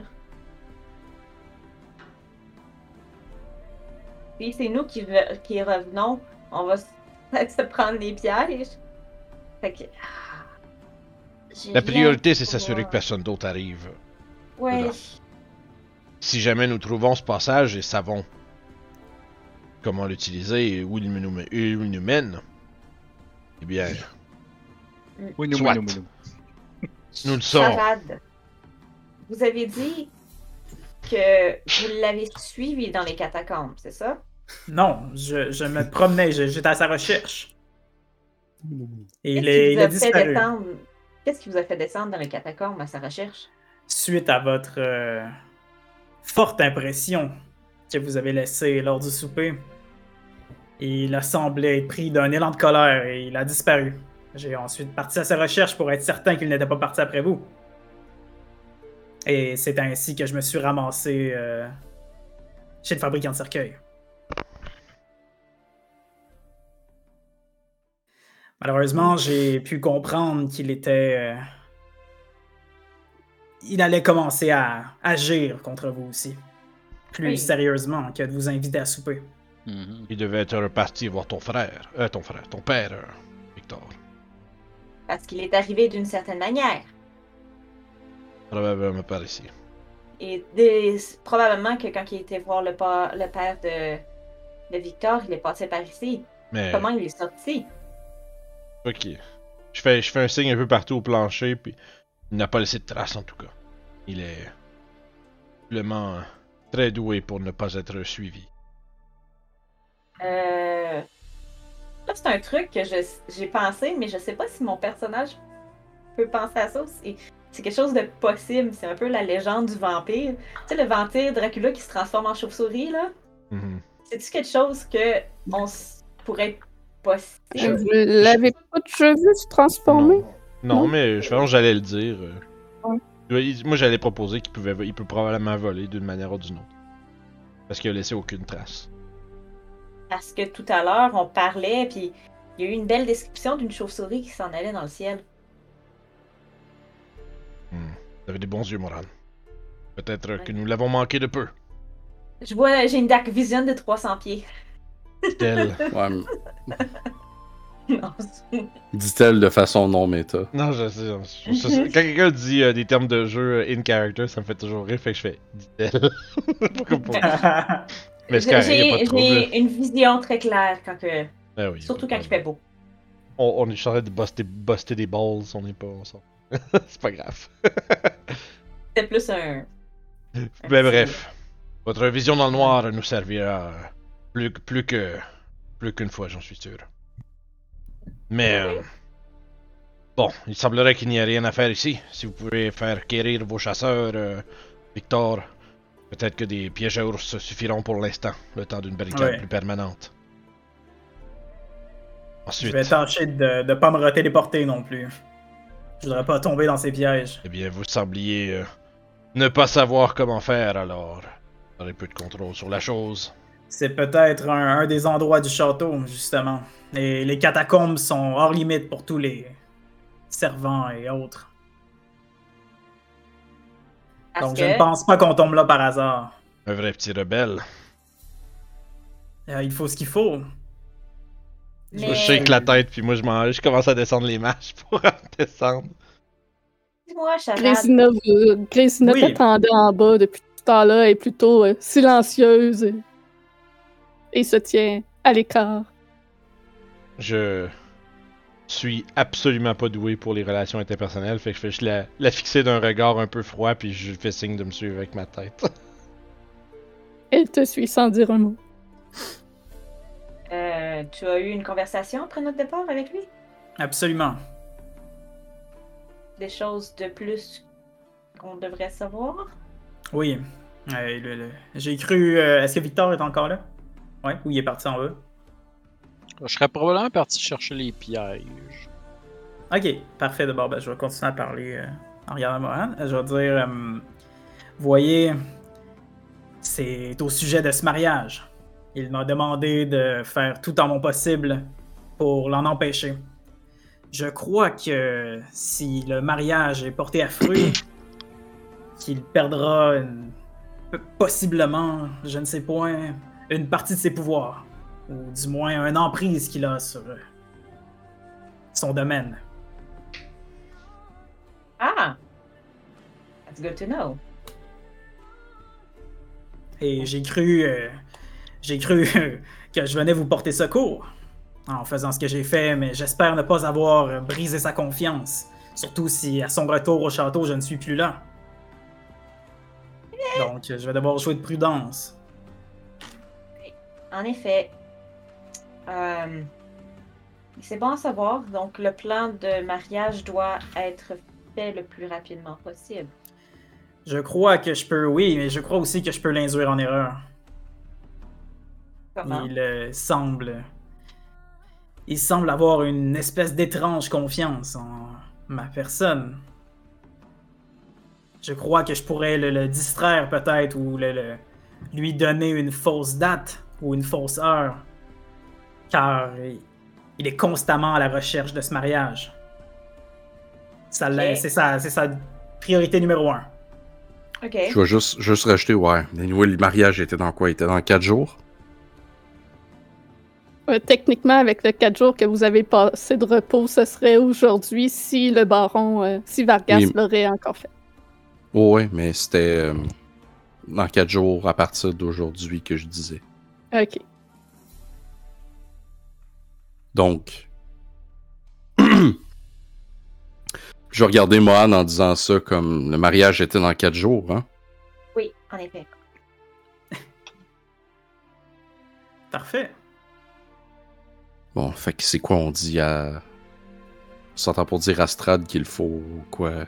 puis c'est nous qui revenons, on va peut-être se prendre les pièges. Fait que. J'ai La rien priorité, c'est pour s'assurer que voir. personne d'autre arrive. Ouais. dedans. Si jamais nous trouvons ce passage et savons comment l'utiliser et où il nous mène, eh bien, Oui, Soit. nous. nous le saurons. Charade, vous avez dit que vous l'avez suivi dans les catacombes, c'est ça? Non, je me promenais, j'étais à sa recherche. Et Qu'est-ce qui il vous a a fait disparu. descendre? Qu'est-ce qui vous a fait descendre dans les catacombes à sa recherche? Suite à votre forte impression que vous avez laissée lors du souper, il a semblé être pris d'un élan de colère et il a disparu. J'ai ensuite parti à sa recherche pour être certain qu'il n'était pas parti après vous. Et c'est ainsi que je me suis ramassé chez le fabricant de cercueils. Malheureusement, j'ai pu comprendre qu'il était... il allait commencer à agir contre vous aussi. Plus Oui. sérieusement que de vous inviter à souper. Mhm. Il devait être reparti voir ton père, Victor. Parce qu'il est arrivé d'une certaine manière. Probablement par ici. Et probablement que quand il était voir le père de Victor, il est passé par ici. Mais, Comment il est sorti? ok. Je fais un signe un peu partout au plancher, puis il n'a pas laissé de traces en tout cas. Il est vraiment très doué pour ne pas être suivi. Là, c'est un truc que j'ai pensé, mais je sais pas si mon personnage peut penser à ça aussi. C'est quelque chose de possible. C'est un peu la légende du vampire. Tu sais, le vampire Dracula qui se transforme en chauve-souris, là? Mhm. C'est-tu quelque chose que pourrait être possible? Vous l'avez pas déjà vu se transformer? Non, Non. mais je pense que j'allais le dire. Ouais. Moi, j'allais proposer qu'il peut probablement voler d'une manière ou d'une autre. Parce qu'il a laissé aucune trace. Parce que tout à l'heure, on parlait, puis il y a eu une belle description d'une chauve-souris qui s'en allait dans le ciel. Vous avez des bons yeux, Moran. Peut-être que nous l'avons manqué de peu. J'ai une dark vision de 300 pieds. Tel. Ouais, Non, dit-elle de façon non méta. Non, je sais. Quand quelqu'un dit des termes de jeu in character, ça me fait toujours rire, fait que je fais dit-elle. Pourquoi pas? Mais c'est correct, y a pas de trouble. J'ai une vision très claire Ah oui, surtout pas quand de il fait beau. On est en train de buster des balls, on n'est pas. C'est pas grave. C'est plus un. Mais bref, votre vision dans le noir nous servira plus qu'une fois, j'en suis sûr. Mais bon, il semblerait qu'il n'y ait rien à faire ici. Si vous pouvez faire quérir vos chasseurs, Victor, peut-être que des pièges à ours suffiront pour l'instant, le temps d'une barricade Ouais. plus permanente. Je Ensuite, vais tâcher de ne pas me retéléporter non plus. Je voudrais pas tomber dans ces pièges. eh bien, vous sembliez ne pas savoir comment faire, alors vous aurez peu de contrôle sur la chose. C'est peut-être un des endroits du château, justement. Et les catacombes sont hors limite pour tous les servants et autres. Parce Donc que je ne pense pas qu'on tombe là par hasard. Un vrai petit rebelle. Il faut ce qu'il faut. Mais- Je shake la tête, puis moi je commence à descendre les marches pour descendre. dis-moi, Charade, Grésina Oui. t'attendait en bas depuis tout ce temps-là, elle est plutôt silencieuse et se tient à l'écart. Je suis absolument pas doué pour les relations interpersonnelles, fait que je fais juste la fixer d'un regard un peu froid, puis je fais signe de me suivre avec ma tête. Elle te suit sans dire un mot. tu as eu une conversation après notre départ avec lui? Absolument. Des choses de plus qu'on devrait savoir? Oui. J'ai cru... Est-ce que Victor est encore là? Ouais, ou il est parti en bas? Je serais probablement parti chercher les pièges. Ok, parfait. D'abord, je vais continuer à parler en regardant Mohan. Je vais dire... vous voyez, c'est au sujet de ce mariage. Il m'a demandé de faire tout en mon possible pour l'en empêcher. Je crois que si le mariage est porté à fruit, qu'il perdra possiblement, je ne sais point, une partie de ses pouvoirs. Ou du moins une emprise qu'il a sur son domaine. Ah! That's good to know. Et j'ai cru que je venais vous porter secours en faisant ce que j'ai fait, mais j'espère ne pas avoir brisé sa confiance. Surtout si à son retour au château, je ne suis plus là. Donc, je vais devoir jouer de prudence. En effet. C'est bon à savoir. Donc, le plan de mariage doit être fait le plus rapidement possible. Je crois que je peux, oui, mais je crois aussi que je peux l'induire en erreur. Comment? Il semble avoir une espèce d'étrange confiance en ma personne. Je crois que je pourrais le distraire peut-être ou lui donner une fausse date ou une fausse heure. Car il est constamment à la recherche de ce mariage. C'est sa priorité numéro 1. OK. Je vais juste rajouter, ouais. Anyway, le mariage était dans quoi? Il était dans 4 jours? Techniquement, avec le 4 jours que vous avez passé de repos, ce serait aujourd'hui si le baron, si Vargas l'aurait encore fait. Oh, ouais, mais c'était dans 4 jours à partir d'aujourd'hui que je disais. OK. Donc, je regardais Mohan en disant ça comme le mariage était dans 4 jours, hein? Oui, en effet. Parfait. Bon, fait que c'est quoi on dit à... On s'entend pour dire à Strad qu'il faut quoi?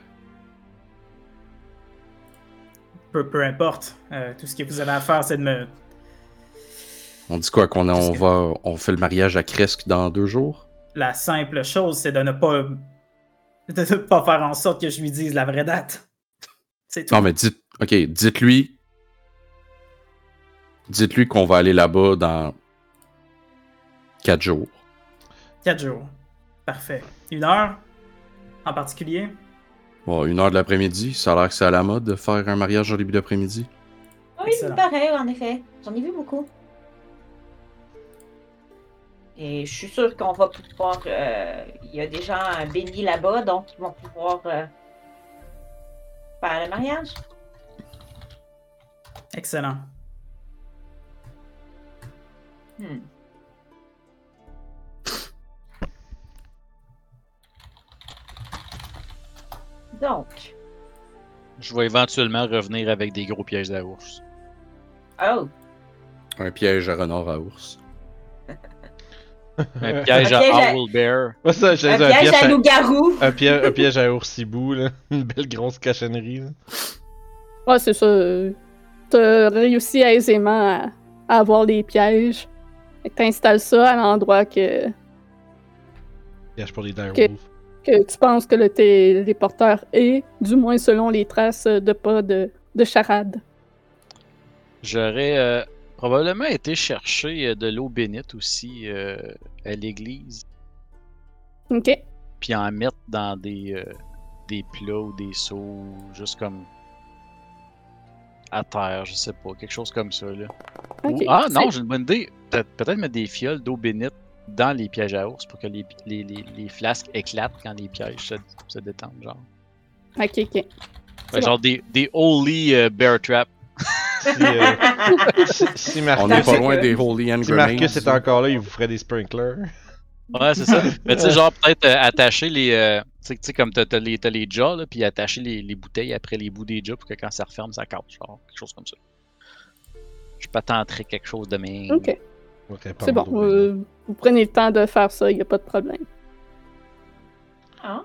Peu importe. Tout ce que vous avez à faire, c'est de me... On dit quoi? On fait le mariage à Kresk dans 2 jours? La simple chose, c'est de ne pas faire en sorte que je lui dise la vraie date. C'est tout. Non, mais dites-lui qu'on va aller là-bas dans 4 jours. 4 jours. Parfait. 1 heure en particulier? Bon, 1h de l'après-midi, ça a l'air que c'est à la mode de faire un mariage au début d'après-midi. Oui, Excellent. il paraît, en effet. J'en ai vu beaucoup. Et je suis sûre qu'on va pouvoir... Il y a des gens bénis là-bas, donc ils vont pouvoir faire le mariage. Excellent. Donc... Je vais éventuellement revenir avec des gros pièges à ours. Oh! Un piège à renard à ours. Un piège à Owl Bear. Ouais, ça, Un piège à loup-garou! un piège à oursibou, là. Une belle grosse cochonnerie, là. Ouais, c'est ça. T'as réussi aisément à avoir les pièges. Fait que t'installes ça à l'endroit que Piège pour les direwolves. que tu penses que le téléporteur est, du moins selon les traces de pas de charade. J'aurais probablement été chercher de l'eau bénite aussi à l'église. OK. Puis en mettre dans des plats ou des seaux, juste comme à terre, je sais pas, quelque chose comme ça, là. OK. Non, j'ai une bonne idée. Peut-être mettre des fioles d'eau bénite dans les pièges à ours pour que les flasques éclatent quand les pièges se détendent, genre. OK. Fait genre des holy bear traps. Si Marcus, On n'est pas loin des Holy Hand si Grenades. Marcus est encore là, il vous ferait des sprinklers. Ouais, c'est ça. Mais tu sais, genre, peut-être attacher les. Tu sais, comme t'as les jaws, là, puis attacher les bouteilles après les bouts des jaws pour que quand ça referme, ça casse. Genre, quelque chose comme ça. Je patenterais quelque chose de même. OK. C'est bon. Vous prenez le temps de faire ça, il n'y a pas de problème. Ah.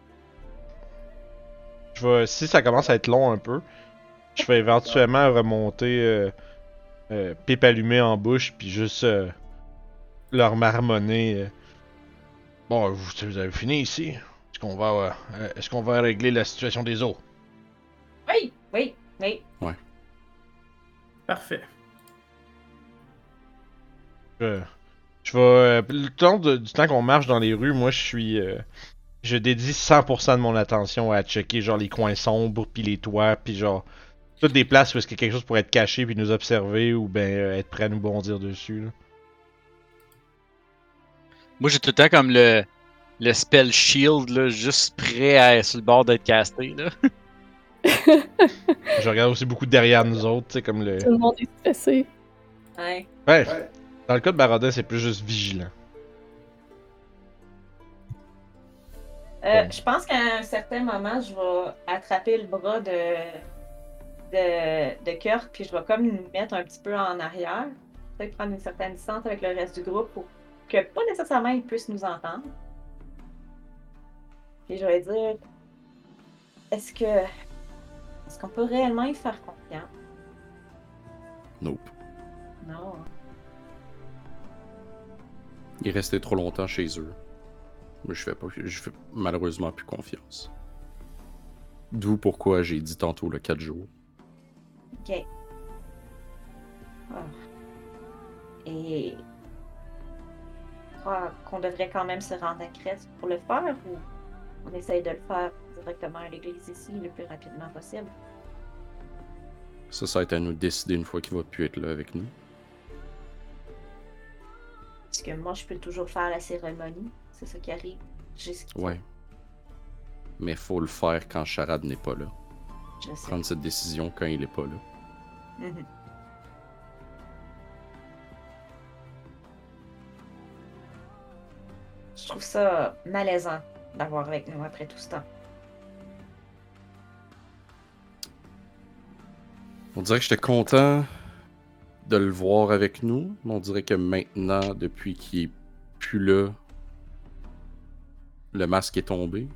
Si ça commence à être long un peu, je vais éventuellement remonter pipe allumée en bouche, puis juste leur marmonner. Bon, vous avez fini ici. Est-ce qu'on va régler la situation des eaux? Oui. Parfait. Je Je vais. Le temps du temps qu'on marche dans les rues, moi, je dédie 100% de mon attention à checker, genre, les coins sombres, puis les toits, puis genre. Toutes des places où est-ce qu'il y a quelque chose pour être caché, puis nous observer, ou ben être prêt à nous bondir dessus, là. Moi, j'ai tout le temps comme le spell shield, là, juste prêt à être sur le bord d'être casté, là. Je regarde aussi beaucoup derrière nous autres, tu sais, comme le. Tout le monde est stressé. Ouais. Ouais. Dans le cas de Baradin, c'est plus juste vigilant. Je pense qu'à un certain moment, je vais attraper le bras de Kurt, puis je vais comme nous mettre un petit peu en arrière. Peut-être prendre une certaine distance avec le reste du groupe pour que pas nécessairement ils puissent nous entendre. Puis je vais dire, est-ce qu'on peut réellement y faire confiance? Nope. Non. Il est resté trop longtemps chez eux. Mais je fais malheureusement plus confiance. D'où pourquoi j'ai dit tantôt le 4 jours. Ok. Oh. Et je crois qu'on devrait quand même se rendre à Crest pour le faire, ou on essaye de le faire directement à l'église ici le plus rapidement possible? Ça va être à nous de décider une fois qu'il va plus être là avec nous. Parce que moi, je peux toujours faire la cérémonie. C'est ça qui arrive. Ouais. Mais faut le faire quand Charade n'est pas là. Je sais. Prendre cette décision quand il est pas là. Mhm. Je trouve ça malaisant d'avoir avec nous après tout ce temps. On dirait que j'étais content de le voir avec nous, mais on dirait que maintenant, depuis qu'il est plus là, le masque est tombé.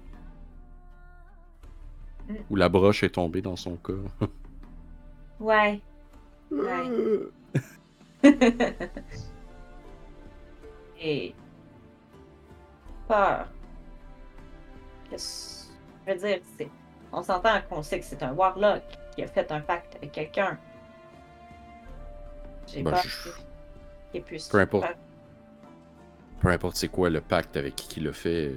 Ou la broche est tombée dans son cas. Ouais. Ouais. Et peur. Je veux dire, on s'entend qu'on sait que c'est un warlock qui a fait un pacte avec quelqu'un. J'ai peur qu'il puisse. Peu importe. Peu importe c'est quoi le pacte avec qui il l'a fait.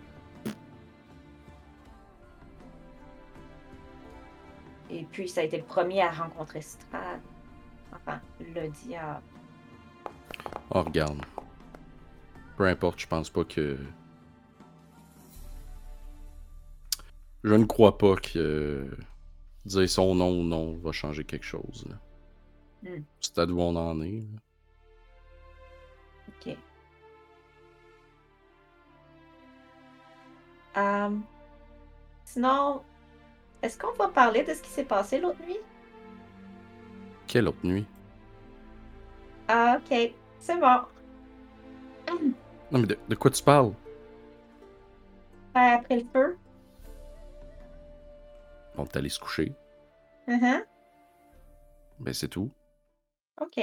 Et puis ça a été le premier à rencontrer Strahd. Enfin, le diable. Oh, regarde. Peu importe, je pense pas que... Je ne crois pas que dire son nom ou non va changer quelque chose. Là. C'est à d'où on en est. Là. Ok. Sinon, est-ce qu'on va parler de ce qui s'est passé l'autre nuit? Quelle autre nuit? Ah, ok. C'est bon. Non, mais de quoi tu parles? Après le feu. Bon, t'es allé se coucher. Ben, c'est tout. Ok.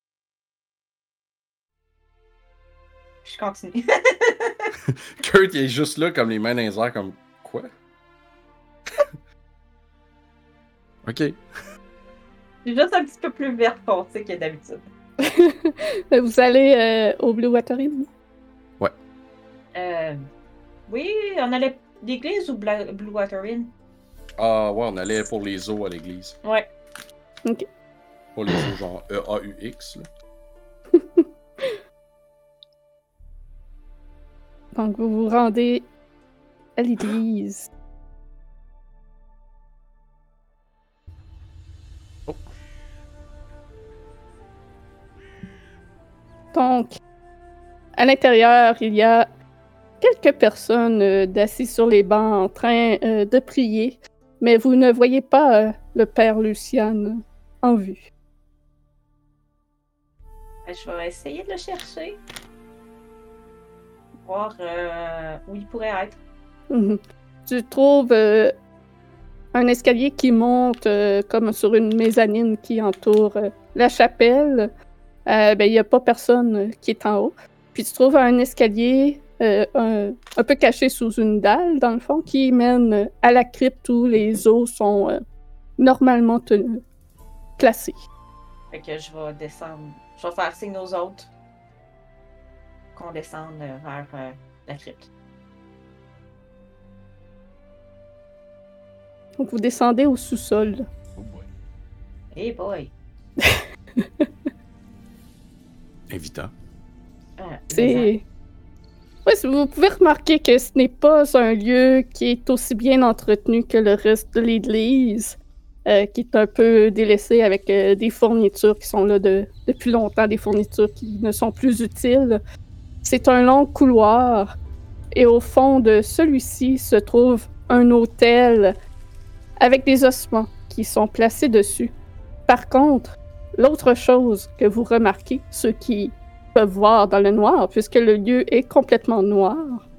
Je continue. Kurt, il est juste là, comme les mains dans les airs, comme... Quoi? Ok. Je suis juste un petit peu plus vert foncé que d'habitude. Vous allez au Blue Water Inn? Ouais. Oui, on allait l'église ou Blue Water Inn? Ah ouais, on allait pour les eaux à l'église. Ouais. Ok. Pour les eaux genre EAUX, là. Donc, vous vous rendez à l'église. Oh. Donc, à l'intérieur, il y a quelques personnes d'assises sur les bancs en train de prier, mais vous ne voyez pas le père Lucian en vue. Je vais essayer de le chercher. Voir où il pourrait être. Tu trouves un escalier qui monte comme sur une mezzanine qui entoure la chapelle. Il n'y a pas personne qui est en haut. Puis tu trouves un escalier un peu caché sous une dalle, dans le fond, qui mène à la crypte où les os sont normalement placés. Fait que je vais descendre. Je vais faire signe aux autres qu'on descende vers la crypte. Donc, vous descendez au sous-sol. Oh boy. Hey boy! Invitant. C'est... Ouais, vous pouvez remarquer que ce n'est pas un lieu qui est aussi bien entretenu que le reste de l'église, qui est un peu délaissé avec des fournitures qui sont là depuis longtemps, des fournitures qui ne sont plus utiles. C'est un long couloir, et au fond de celui-ci se trouve un autel avec des ossements qui sont placés dessus. Par contre, l'autre chose que vous remarquez, ceux qui peuvent voir dans le noir, puisque le lieu est complètement noir,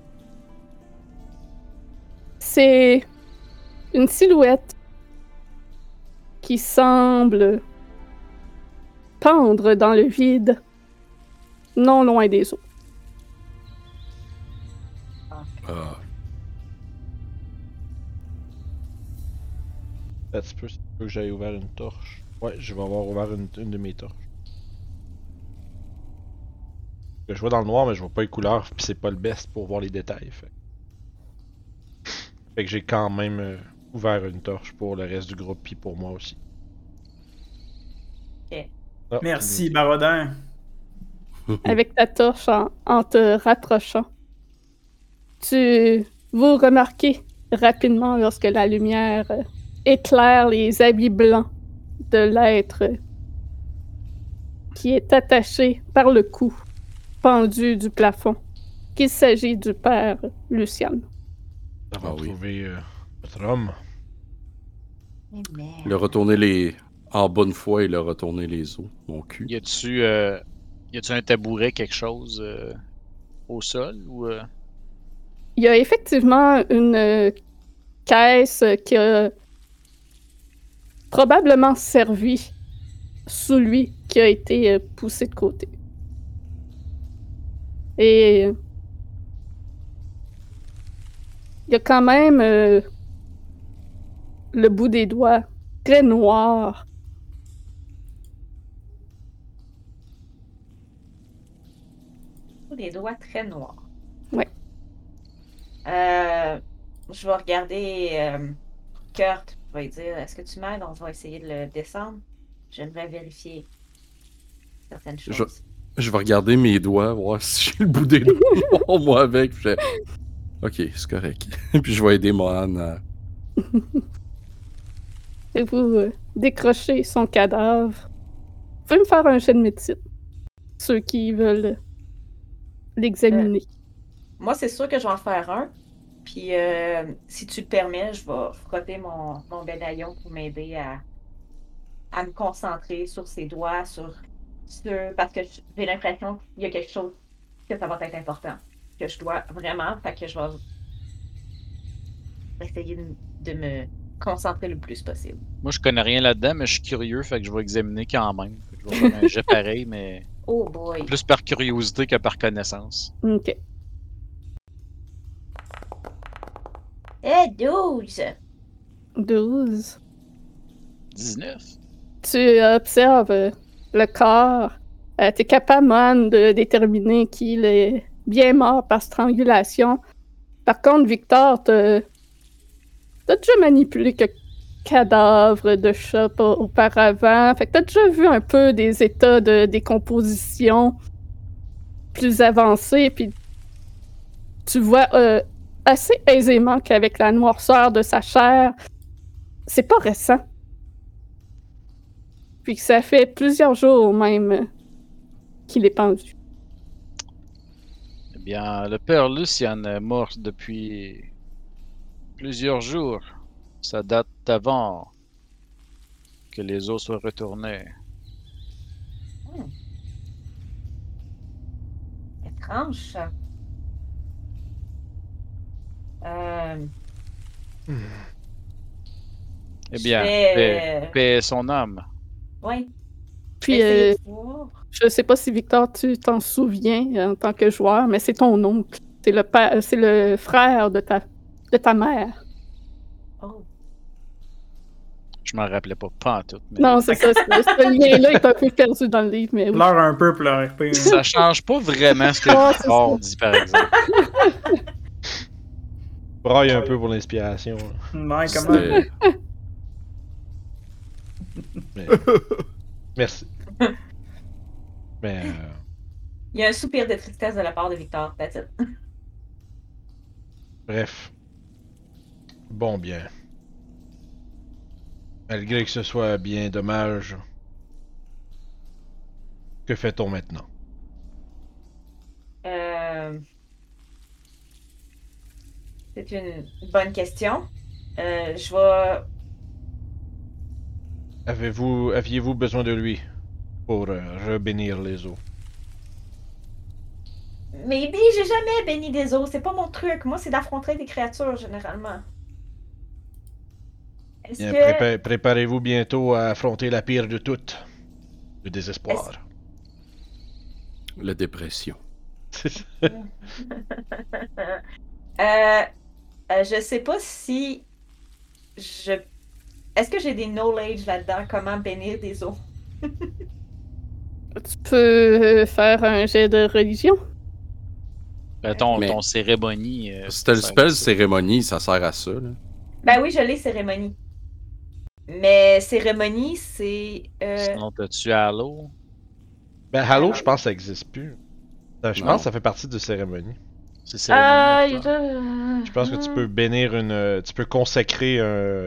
c'est une silhouette qui semble pendre dans le vide, non loin des eaux. Ah. Ça se peut que j'aille ouvert une torche. Ouais, je vais avoir ouvert une de mes torches. Je vois dans le noir, mais je vois pas les couleurs, puis c'est pas le best pour voir les détails. Fait que j'ai quand même ouvert une torche pour le reste du groupe, puis pour moi aussi. Ok. Ah, Merci, Barodin. Avec ta torche en te rapprochant. Vous remarquez rapidement lorsque la lumière éclaire les habits blancs de l'être qui est attaché par le cou, pendu du plafond, qu'il s'agit du père Lucian. Ça va Ah oui. trouver notre homme. Mais merde. Le retourner en bonne foi et le retourner les os, mon cul. Y a-tu un tabouret, quelque chose au sol ou Il y a effectivement une caisse qui a probablement servi sous lui, qui a été poussée de côté. Et il y a quand même le bout des doigts très noir. Des doigts très noirs. Ouais. Je vais regarder Kurt. Je vais lui dire, est-ce que tu m'aides? On va essayer de le descendre. J'aimerais vérifier certaines choses. Je vais regarder mes doigts, voir si j'ai le bout des doigts, moi avec. Puis ok, c'est correct. Puis je vais aider Mohan à... Et vous décrochez son cadavre. Vous pouvez me faire un jet de médecine. Ceux qui veulent l'examiner. Moi, c'est sûr que je vais en faire un. Puis, si tu le permets, je vais frotter mon médaillon pour m'aider à me concentrer sur ses doigts, parce que j'ai l'impression qu'il y a quelque chose que ça va être important, que je dois vraiment, fait que je vais essayer de me concentrer le plus possible. Moi, je connais rien là-dedans, mais je suis curieux, fait que je vais examiner quand même. Fait que je vais faire un jet pareil, mais Oh boy! plus par curiosité que par connaissance. OK. 12! 12. 19. Tu observes le corps. Tu es capable, Man, de déterminer qu'il est bien mort par strangulation. Par contre, Victor, t'as déjà manipulé quelques cadavres de chats auparavant. Fait que t'as déjà vu un peu des états de décomposition plus avancés, puis tu vois assez aisément qu'avec la noirceur de sa chair, c'est pas récent. Puis que ça fait plusieurs jours même qu'il est pendu. Eh bien, le père Lucian est mort depuis plusieurs jours. Ça date d'avant que les os soient retournés. Étrange, ça. Eh bien, paix son âme. Oui. Puis, je sais pas si Victor, tu t'en souviens en tant que joueur, mais c'est ton oncle. C'est le frère de ta mère. Oh. Je m'en rappelais pas en tout. Mais... Non, c'est ça. Ce lien-là est un peu perdu dans le livre, mais oui. Pleure un peu pour le RP. Ça change pas vraiment ce que Victor dit, par exemple. Braille un peu pour l'inspiration. Ouais, comment? Mais... Merci. Mais... Il y a un soupir de tristesse de la part de Victor, that's it. Bref. Bon, bien. Malgré que ce soit bien dommage, que fait-on maintenant? C'est une bonne question. Je vais... Aviez-vous besoin de lui pour rebénir les eaux? Maybe, j'ai jamais béni des eaux. C'est pas mon truc. Moi, c'est d'affronter des créatures, généralement. Est-ce Bien, que... préparez-vous bientôt à affronter la pire de toutes. Le désespoir. La dépression. Je sais pas si... Est-ce que j'ai des knowledge là-dedans? Comment bénir des eaux? Tu peux faire un jet de religion? Ton cérémonie. C'était le spell cérémonie, ça sert à ça. Là. Ben oui, je l'ai, cérémonie. Mais cérémonie, c'est... Sinon, t'as-tu Halo? Ben, Halo, je pense que ça existe plus. Je pense que ça fait partie de cérémonie. C'est cérémonie. Je pense que tu peux bénir une... Tu peux consacrer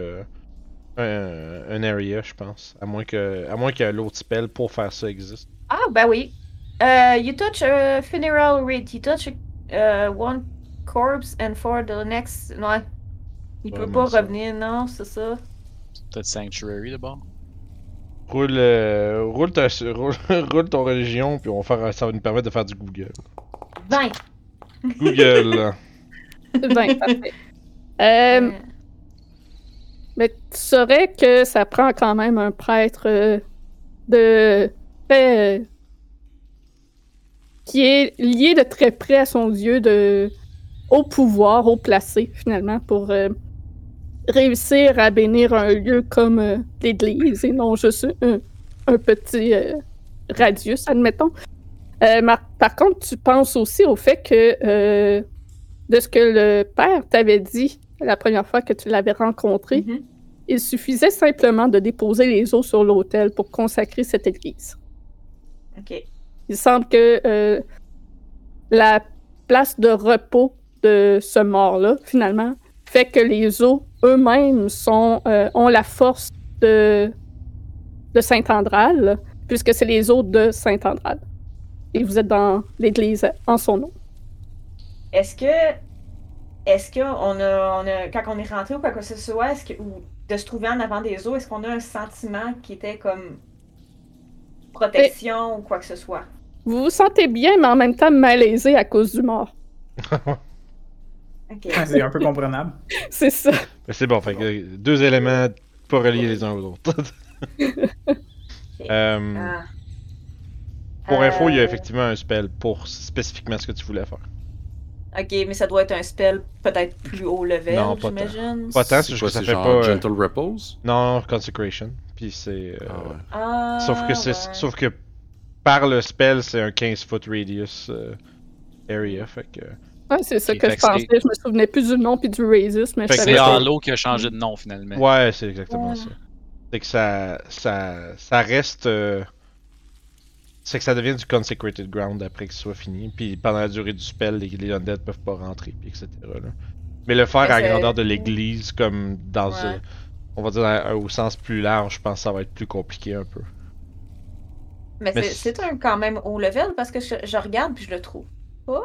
un area, je pense. À moins que l'autre spell pour faire ça existe. Ah, ben oui. You touch a funeral rite. You touch one corpse and for the next... Non, il peut pas revenir, non, c'est ça. C'est peut-être Sanctuary d'abord. Roule ton religion, puis ça va nous permettre de faire du Google. 20. Google. 20, parfait. Mais tu saurais que ça prend quand même un prêtre qui est lié de très près à son dieu, au pouvoir, au placé, finalement, pour réussir à bénir un lieu comme l'église et non juste un petit radius, admettons. Par contre, tu penses aussi au fait que de ce que le père t'avait dit la première fois que tu l'avais rencontré, il suffisait simplement de déposer les os sur l'autel pour consacrer cette église. OK. Il semble que la place de repos de ce mort-là, finalement, fait que les os eux-mêmes ont la force de Saint-Andral, puisque c'est les os de Saint-Andral. Et vous êtes dans l'église en son nom. Est-ce que on a quand on est rentré ou quoi que ce soit, ou de se trouver en avant des eaux, est-ce qu'on a un sentiment qui était comme protection ou quoi que ce soit? Vous vous sentez bien, mais en même temps malaisé à cause du mort. Okay. C'est un peu comprenable. C'est ça. Mais c'est bon, fait que 2 éléments pas reliés les uns aux autres. Pour info, il y a effectivement un spell pour spécifiquement ce que tu voulais faire. Ok, mais ça doit être un spell peut-être plus haut level, Non, pas j'imagine. Pas tant, C'est c'est quoi, que ça c'est fait genre pas... Gentle Repose? Non, Consecration. Puis c'est... Ah, Sauf que par le spell, c'est un 15-foot radius area, fait que... Ouais, c'est ça Ok, que fait je que pensais. Je me souvenais plus du nom puis du Raisus, mais je Fait que savais C'est pas. Halo qui a changé de nom finalement. Ouais, c'est exactement ça. C'est que ça reste... C'est que ça devient du Consecrated Ground après que ce soit fini. Puis pendant la durée du spell, les undead peuvent pas rentrer, puis etc. Là. Mais le faire à la grandeur de l'église, comme dans on va dire au sens plus large, je pense que ça va être plus compliqué un peu. Mais c'est quand même haut level parce que je regarde puis je le trouve pas.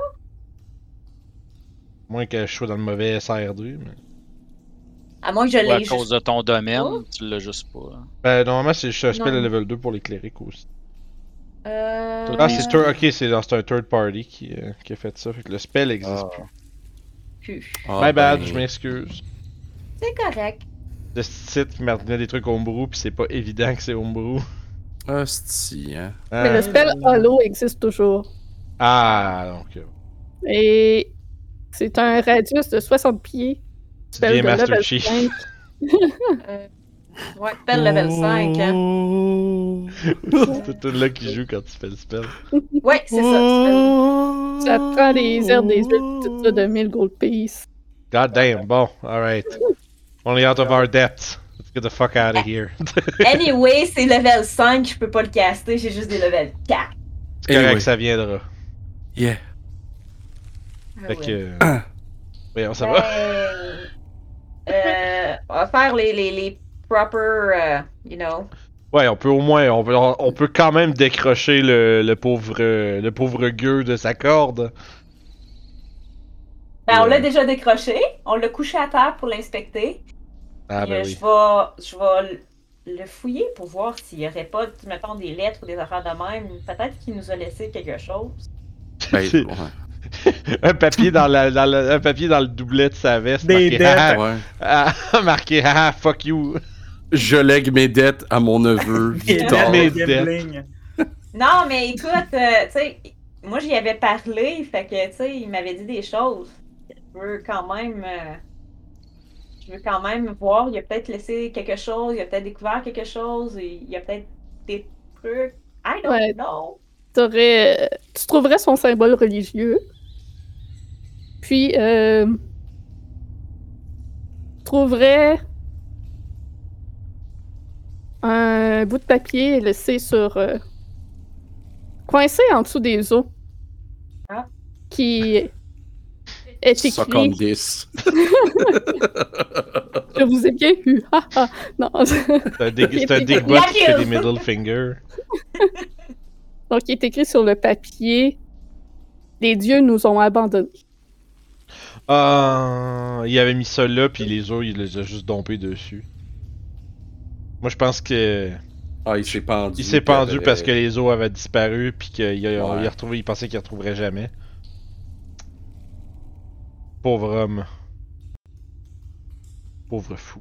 Moins que je sois dans le mauvais SR2, mais... À moins que je Ou à l'ai cause de ton domaine, Oh. tu l'as juste pas. Hein. Normalement, c'est un spell Non. à level 2 pour les clérics aussi. Ah, c'est un third party qui a fait ça, fait que le spell existe plus. My bad, je m'excuse. C'est correct. Le site qui m'a donné des trucs homebrew, puis c'est pas évident que c'est homebrew. Hostie, hein. Mais le spell Halo existe toujours. Ah, donc... Et c'est un radius de 60 pieds. Tu deviens de Master level Chief. 5. Ouais, spell level 5. Hein. C'est tout là qui joue quand tu fais le spell. Ouais, c'est ça. Ça te prend des herbes, des huiles, tout ça de 1000 gold piece. God damn, bon, alright. Only out of our depths. Let's get the fuck out of here. Anyway, c'est level 5, je peux pas le caster, j'ai juste des level 4. C'est correct, Anyway. ça viendra. Yeah. Fait que. Voyons, ça Ben, va? on va faire les proper, you know. Ouais, on peut au moins. On peut quand même décrocher le pauvre gueux de sa corde. Ben, on l'a Ouais. déjà décroché, on l'a couché à terre pour l'inspecter. Ah, Puis, ben oui. je vais le fouiller pour voir s'il n'y aurait pas, mettons, des lettres ou des affaires de même. Peut-être qu'il nous a laissé quelque chose. Ben, C'est- ouais. un papier un papier dans le doublet de sa veste. Des Marqué, dettes. Ouais. marqué, haha, fuck you. Je lègue mes dettes à mon neveu, Et Victor. mes de dettes. gambling. Non, mais écoute, tu sais, moi j'y avais parlé, fait que, tu sais, il m'avait dit des choses. Je veux quand même voir, il a peut-être laissé quelque chose, il a peut-être découvert quelque chose, il y a peut-être des trucs. I don't Ouais. know. Tu trouverais son symbole religieux. Puis, tu trouverais un bout de papier laissé sur. Coincé en dessous des os. Ah. Qui est Suck on écrit. this. Je vous ai bien eu. Ha, ha. Non. C'est un digbot qui fait des middle fingers. Donc, il est écrit sur le papier. Les dieux nous ont abandonnés. Il avait mis ça là, puis les autres, il les a juste dompés dessus. Moi, je pense que. Ah, il s'est pendu. Il s'est pendu puis, parce que les os avaient disparu, puis Ouais. il pensait qu'il ne retrouverait jamais. Pauvre homme. Pauvre fou.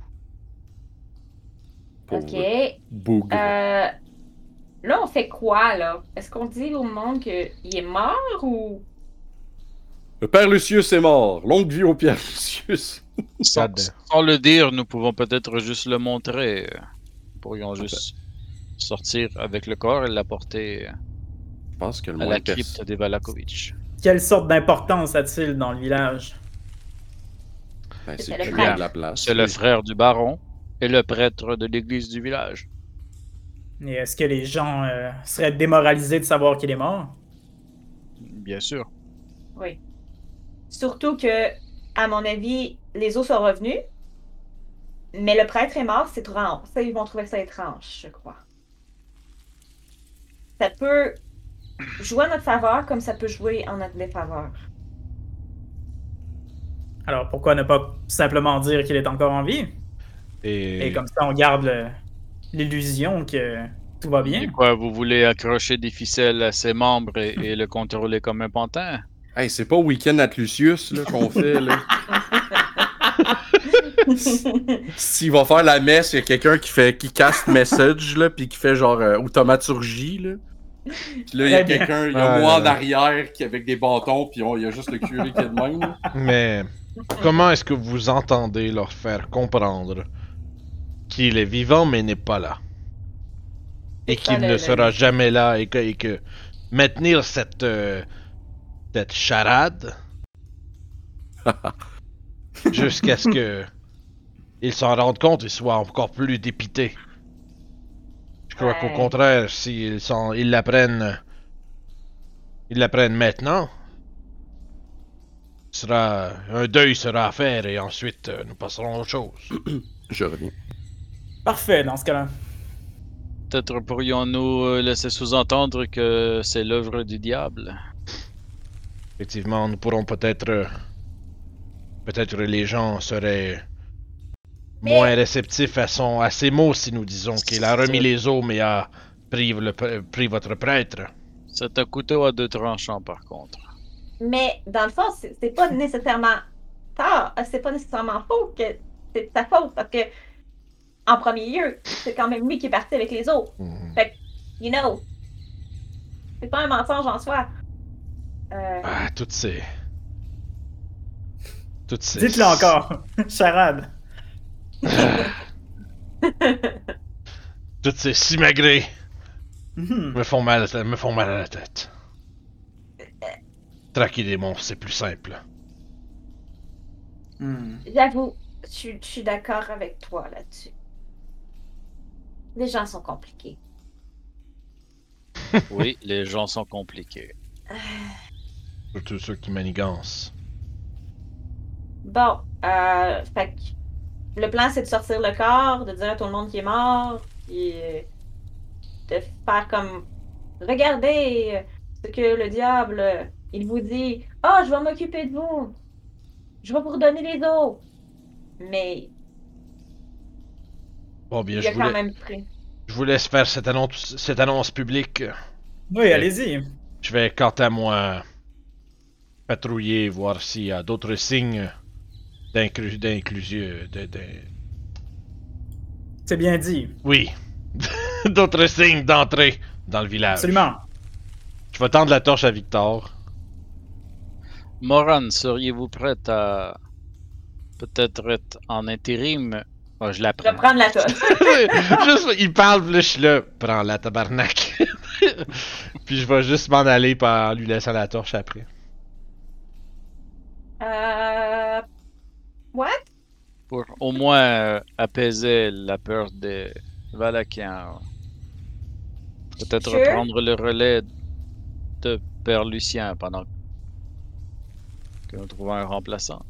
pauvre Ok. bougre. Là, on fait quoi, là? Est-ce qu'on dit au monde qu'il est mort ou. Le père Lucius est mort. Longue vie au père Lucius. Sans, God. sans le dire, nous pouvons peut-être juste le montrer. Nous pourrions juste sortir avec le corps et l'apporter Je pense que le à moins la crypte des Valakovitch. Quelle sorte d'importance a-t-il dans le village? Ben, C'est c'est le qu'il y frère. a de la place. C'est le frère du baron et le prêtre de l'église du village. Et est-ce que les gens seraient démoralisés de savoir qu'il est mort? Bien sûr. Oui. Surtout que, à mon avis, les os sont revenus, mais le prêtre est mort, c'est étrange. Ça, ils vont trouver ça étrange, je crois. Ça peut jouer en notre faveur comme ça peut jouer en notre défaveur. Alors pourquoi ne pas simplement dire qu'il est encore en vie? Et comme ça, on garde l'illusion que tout va Et bien. quoi, vous voulez accrocher des ficelles à ses membres et le contrôler comme un pantin? Hey, c'est pas Weekend at Lucius là, qu'on fait. Là. S'il va faire la messe, il y a quelqu'un qui cast message, là, puis qui fait genre automaturgie. Là. Puis là, il y a Très bien. quelqu'un, il y a Ouais, moi ouais. en arrière qui avec des bâtons, puis il y a juste le curé qui est de même. là. Mais comment est-ce que vous entendez leur faire comprendre qu'il est vivant mais n'est pas là? Et C'est ça, qu'il ne sera jamais là et que maintenir cette charade jusqu'à ce que ils s'en rendent compte et soient encore plus dépités. Je crois qu'au Ouais. contraire, ils l'apprennent maintenant, un deuil sera à faire et ensuite nous passerons à autre chose. Je reviens. Parfait, dans ce cas-là. Peut-être pourrions-nous laisser sous-entendre que c'est l'œuvre du diable. Effectivement, nous pourrons peut-être les gens seraient moins réceptifs à ses mots si nous disons qu'il a remis les os mais a pris votre prêtre. C'est un couteau à deux tranchants, par contre. Mais dans le fond, c'est pas nécessairement tard, c'est pas nécessairement faux que c'est de sa faute, parce que en premier lieu, c'est quand même lui qui est parti avec les autres. Mhm. Fait que, you know, c'est pas un mensonge en soi. Ah, toutes ces... Dites-le encore, charade. Toutes ces simagrées Mhm. me font mal à la tête. Traquer des monstres, c'est plus simple. Hmm. J'avoue, je suis d'accord avec toi là-dessus. Les gens sont compliqués. Oui, les gens sont compliqués. Surtout ceux qui manigancent. Bon, fait que le plan, c'est de sortir le corps, de dire à tout le monde qu'il est mort, puis de faire comme regardez ce que le diable, il vous dit. Ah, je vais m'occuper de vous. Je vais vous redonner les os. Mais Bon, bien, il a quand même pris. je vous laisse faire cette annonce publique. Oui, allez-y. Je vais, quant à moi, patrouiller, voir s'il y a d'autres signes d'inclusion. C'est bien dit. Oui, d'autres signes d'entrée dans le village. Absolument. Je vais tendre la torche à Victor. Moran, seriez-vous prête à peut-être être en intérim? Oh, je la Je vais prends. prendre la torche. Juste, il parle, puis là, je suis là, prends la tabarnak. Puis je vais juste m'en aller en lui laissant la torche après. What? Pour au moins apaiser la peur des Valakiens. Peut-être Sure. prendre le relais de Père Lucien pendant que nous trouvons un remplaçant.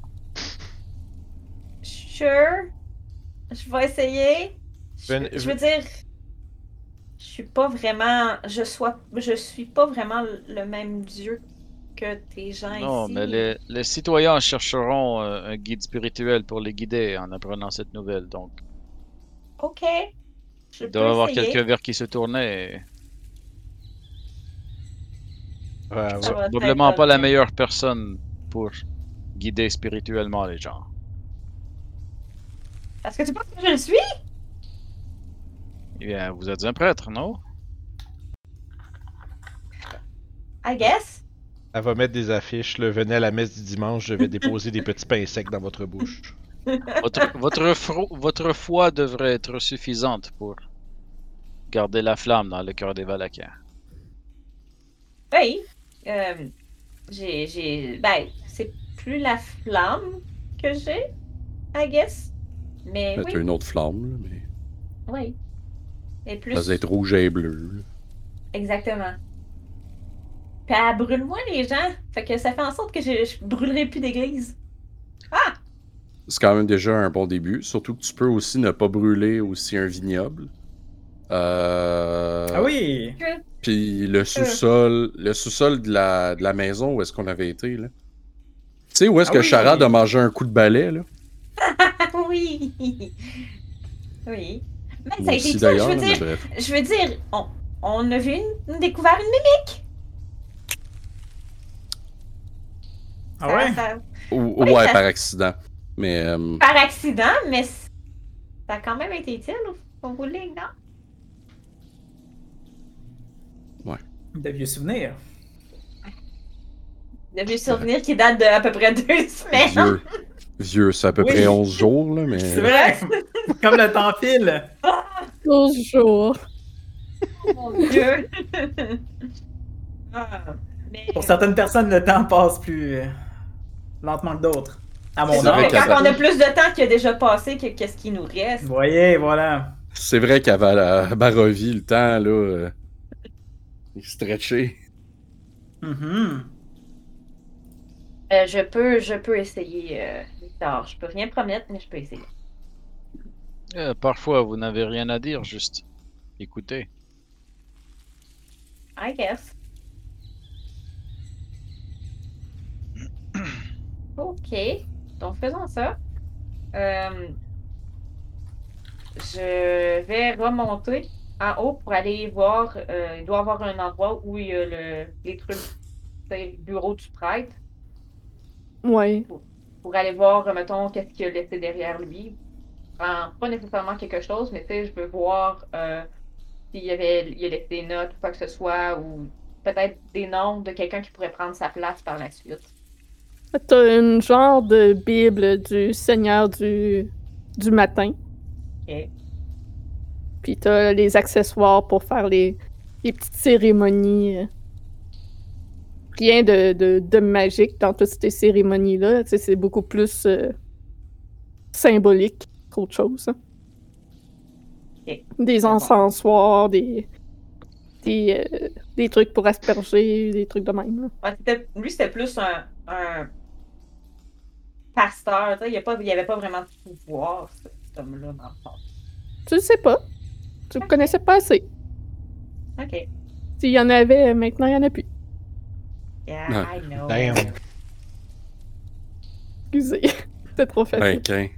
Sure. Je vais essayer. Je veux dire, je suis pas vraiment, je suis pas vraiment le même dieu que tes gens Non, ici. mais les citoyens chercheront un guide spirituel pour les guider en apprenant cette nouvelle. Donc, Ok. Je il peux doit y avoir essayer. quelqu'un vers qui se tourner. Et Ça va probablement être pas la ok. meilleure personne pour guider spirituellement les gens. Est-ce que tu penses que je le suis? Eh bien, vous êtes un prêtre, non? I guess. Elle va mettre des affiches, là, venez à la messe du dimanche, je vais déposer des petits pains secs dans votre bouche. Votre foi devrait être suffisante pour garder la flamme dans le cœur des Valakiens. Oui. Ben, c'est plus la flamme que j'ai, I guess. Mais Peut-être oui, une autre flamme, là, mais oui. Et plus. ça doit être rouge et bleu. là. Exactement. Puis elle brûle moins les gens. Fait que ça fait en sorte que je brûlerai plus d'église. C'est quand même déjà un bon début. Surtout que tu peux aussi ne pas brûler aussi un vignoble. Ah oui! Puis le sous-sol de la maison où est-ce qu'on avait été, là. Tu sais, où est-ce Ah que oui! Charade a mangé un coup de balai, là? Oui. Oui. Mais ça Moi a été aussi, utile, d'ailleurs, là, mais bref. je veux dire, on a vu découvert une mimique. Ah Ça- ouais? ça- Ouais, Oui, ça- par accident. Mais par accident, mais ça a quand même été utile au bout de ligne, non? De vieux souvenirs. De vieux souvenirs qui datent de à peu près 2 semaines. vieux, c'est à peu Oui. près 11 jours, là, mais... C'est vrai! Comme le temps file! 12 jours. Oh mon Dieu! Ah, mais Pour certaines personnes, le temps passe plus lentement que d'autres. À mon c'est C'est sûr vrai que âge. quand on a plus de temps qui a déjà passé que qu'est-ce qui nous reste. Vous voyez, voilà. C'est vrai qu'avant la Barovie, le temps, là, il stretché. Mhm. Je peux essayer, Victor. Je peux rien promettre, mais je peux essayer. Parfois, vous n'avez rien à dire, juste écoutez. I guess. Ok, donc faisons ça. Je vais remonter en haut pour aller voir. Il doit y avoir un endroit où il y a les trucs, c'est le bureau du prêtre, Ouais. pour aller voir, mettons, qu'est-ce qu'il a laissé derrière lui. Pas nécessairement quelque chose, mais tu sais, je veux voir s'il il a laissé des notes ou quoi que ce soit, ou peut-être des noms de quelqu'un qui pourrait prendre sa place par la suite. T'as une genre de Bible du Seigneur du matin. Ok. Puis t'as les accessoires pour faire les petites cérémonies. Rien de magique dans toutes ces cérémonies-là. Tu sais, c'est beaucoup plus symbolique qu'autre chose. Hein. Ok. Des encensoirs, des trucs pour asperger, des trucs de même. Là. Ouais, lui, c'était plus un pasteur. Il n'y avait pas vraiment de pouvoir, cet homme-là, dans le fond. Tu le sais pas. Tu le connaissais pas assez. OK. S'il y en avait, maintenant, il y en a plus. Yeah, I know. Damn. Excusez. C'est trop facile. Ok.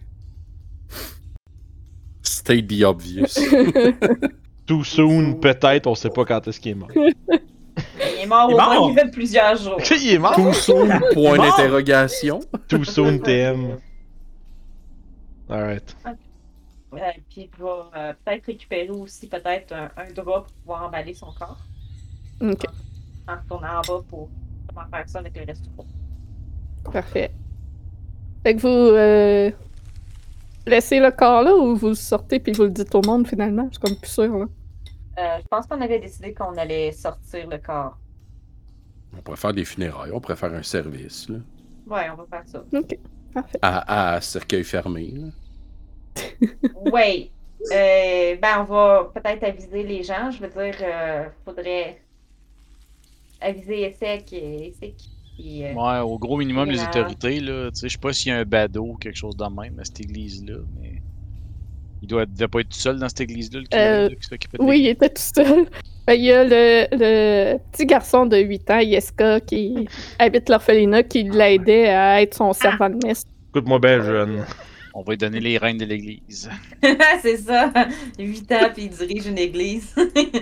State the obvious. Too soon, peut-être, on sait pas quand est-ce qu'il est mort. Il est mort au moins il y a plusieurs jours. Il est mort? Too soon, point d'interrogation. Too soon, TM. Alright. Puis il va peut-être récupérer aussi peut-être un drap pour pouvoir emballer son corps. Ok, En retournant en bas pour comment faire ça avec le reste du groupe. parfait. Fait que vous laissez le corps là ou vous le sortez puis vous le dites au monde finalement? Je suis comme plus sûre là. Je pense qu'on avait décidé qu'on allait sortir le corps. On pourrait faire des funérailles, on pourrait faire un service, là. Ouais, on va faire ça. Ok, parfait. À cercueil fermé, là. Ouais. Ben, on va peut-être aviser les gens. Je veux dire, faudrait aviser Essek puis, Ouais, au gros minimum, les Voilà. autorités, là. Tu sais, je sais pas s'il y a un badaud ou quelque chose de même à cette église-là, mais. Il devait pas être tout seul dans cette église-là, le curé, là, qui s'occupait de Oui, il était tout seul. Ben, il y a le petit garçon de 8 ans, Yeska, qui habite l'orphelinat, qui l'aidait à être son servant de messe. Écoute-moi bien, jeune. On va lui donner les rênes de l'église. c'est ça. 8 ans, puis il dirige une église.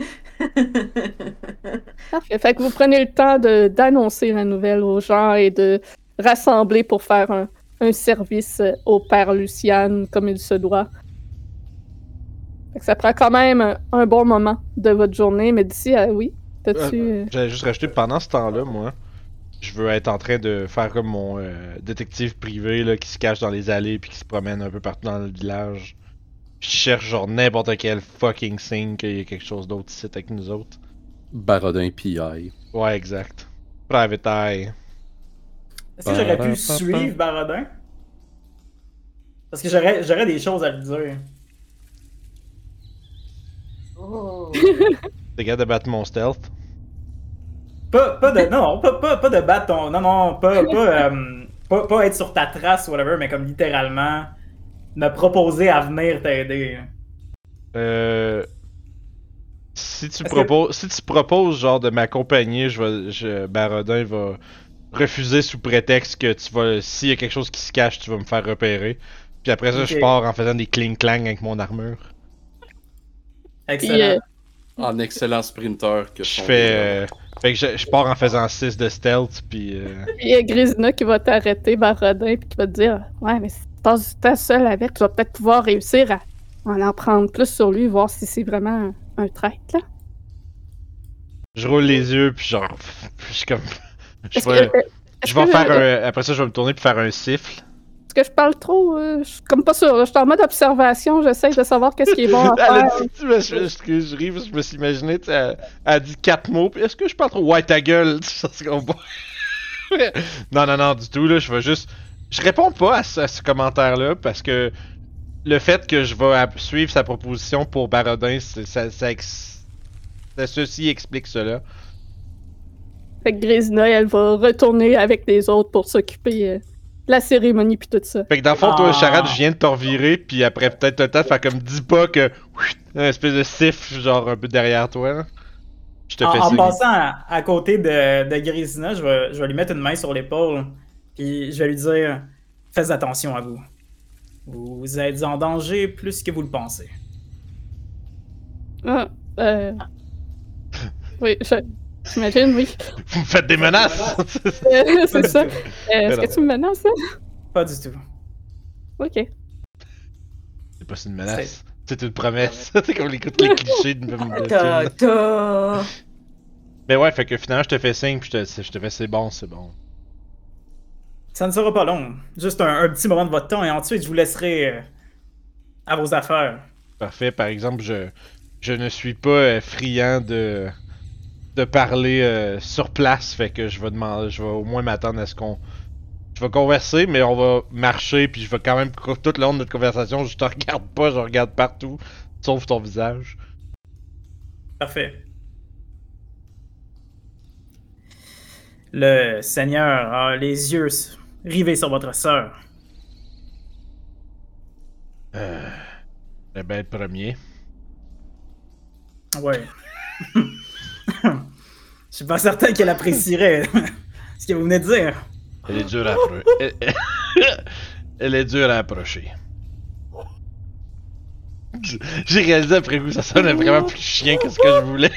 Parfait. Fait que vous prenez le temps d'annoncer la nouvelle aux gens et de rassembler pour faire un service au père Luciane comme il se doit. Fait que ça prend quand même un bon moment de votre journée, mais d'ici à oui. T'as-tu. J'allais juste rajouter, pendant ce temps-là, moi, je veux être en train de faire comme mon détective privé là, qui se cache dans les allées puis qui se promène un peu partout dans le village. Puis je cherche genre n'importe quel fucking signe qu'il y a quelque chose d'autre ici avec nous autres. Barodin PI. Ouais, exact. Private Eye. Est-ce que j'aurais pu suivre Barodin? Parce que j'aurais des choses à lui dire. Oh. T'es capable de battre mon stealth? Pas de battre ton. Non, pas être sur ta trace ou whatever, mais comme littéralement me proposer à venir t'aider. Si tu proposes genre de m'accompagner, Barodin va refuser sous prétexte que s'il y a quelque chose qui se cache, tu vas me faire repérer. Puis après ça, Ok. je pars en faisant des cling-clang avec mon armure. Excellent. En excellent sprinter que Je fais. Fait que je pars en faisant 6 de stealth, puis. Il y a Grisina qui va t'arrêter, Barodin, puis qui va te dire ouais, mais si tu passes du temps seul avec, tu vas peut-être pouvoir réussir à en prendre plus sur lui, voir si c'est vraiment un traître, là. Je roule les yeux, puis genre. Je suis comme. Je Est-ce vais, que- je vais faire un. Après ça, je vais me tourner puis faire un siffle. Est-ce que je parle trop? Je suis comme pas sûre. Je suis en mode observation, j'essaie de savoir qu'est-ce qui est bon à Elle a faire. dit, je ris parce que je me suis imaginé, tu sais, elle a dit 4 mots, puis est-ce que je parle trop? Ouais, ta gueule, tu sais, c'est qu'on non, du tout, là, je vais juste. Je réponds pas à ce commentaire-là parce que le fait que je vais suivre sa proposition pour Barodin, ceci explique cela. Fait que Grisina, elle va retourner avec les autres pour s'occuper de la cérémonie puis tout ça. Fait que dans le fond, toi, Ah. Charade, je viens de te revirer, puis après peut-être le temps de faire comme 10 pas que. Un espèce de siffle, genre un peu derrière toi. Là. Je te fais En ça. passant à côté de Grisina, je vais lui mettre une main sur l'épaule. Puis je vais lui dire faites attention à vous. Vous êtes en danger plus que vous le pensez. Ah, oui, j'imagine, oui. Vous me faites des menaces! C'est ça. du tout. Est-ce que tu me menaces, là? Pas du tout. Ok. C'est pas une menace. C'est une promesse. C'est comme les clichés de Ta-ta! Mais ouais, fait que finalement, je te fais signe, puis je te fais c'est bon. Ça ne sera pas long. Juste un petit moment de votre temps et ensuite je vous laisserai à vos affaires. Parfait. Par exemple, je ne suis pas friand de parler sur place, fait que je vais au moins m'attendre à ce qu'on... Je vais converser, mais on va marcher, puis je vais quand même, tout le long de notre conversation, je te regarde pas, je regarde partout, sauf ton visage. Parfait. Le Seigneur a les yeux rivés sur votre sœur. Je vais être premier. Ouais. Je suis pas certain qu'elle apprécierait ce que vous venez de dire. Elle est dure à Elle est dure à approcher. J'ai réalisé après coup, ça sonnait vraiment plus chien que ce que je voulais.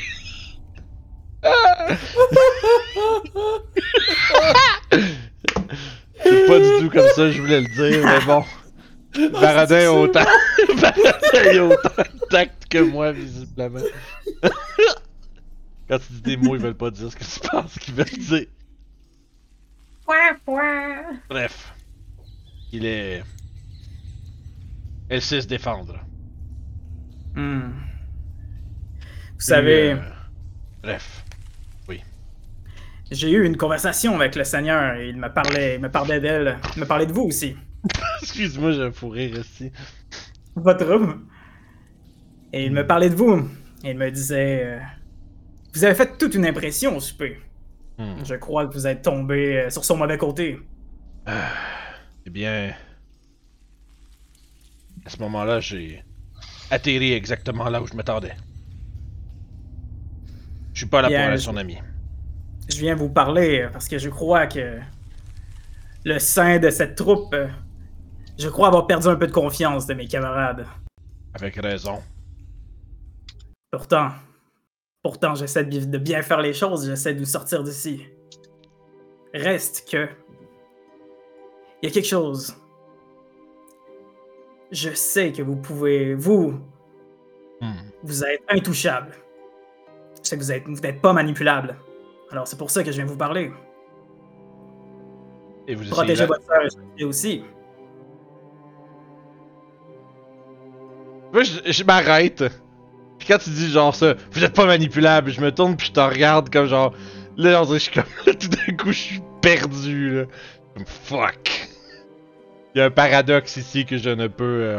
C'est pas du tout comme ça que je voulais le dire, mais bon. Baradin a autant de tact que moi, visiblement. Quand tu dis des mots, ils veulent pas dire ce que tu penses qu'ils veulent dire. Bref. Elle sait se défendre. Vous savez... Bref. J'ai eu une conversation avec le Seigneur et il me parlait d'elle. Il me parlait de vous aussi. Excuse-moi, j'ai un fou rire aussi. Pas trop. Et il me parlait de vous. Et il me disait... vous avez fait toute une impression au souper. Je crois que vous êtes tombé sur son mauvais côté. Eh bien... À ce moment-là, j'ai atterri exactement là où je m'attendais. Je suis pas là pour aller son ami. Je viens vous parler parce que je crois que le sein de cette troupe, je crois avoir perdu un peu de confiance de mes camarades. Avec raison. Pourtant, j'essaie de bien faire les choses, j'essaie de nous sortir d'ici. Reste que... il y a quelque chose. Je sais que vous pouvez... Vous êtes intouchable. Je sais que vous n'êtes pas manipulable. Alors c'est pour ça que je viens vous parler. Et vous protéger votre sœur et aussi. Moi, je m'arrête. Puis quand tu dis genre ça, vous êtes pas manipulable, je me tourne puis je te regarde comme genre... Là, on dirait que je suis comme... Tout d'un coup, je suis perdu, là. Comme fuck. Il y a un paradoxe ici que je ne peux...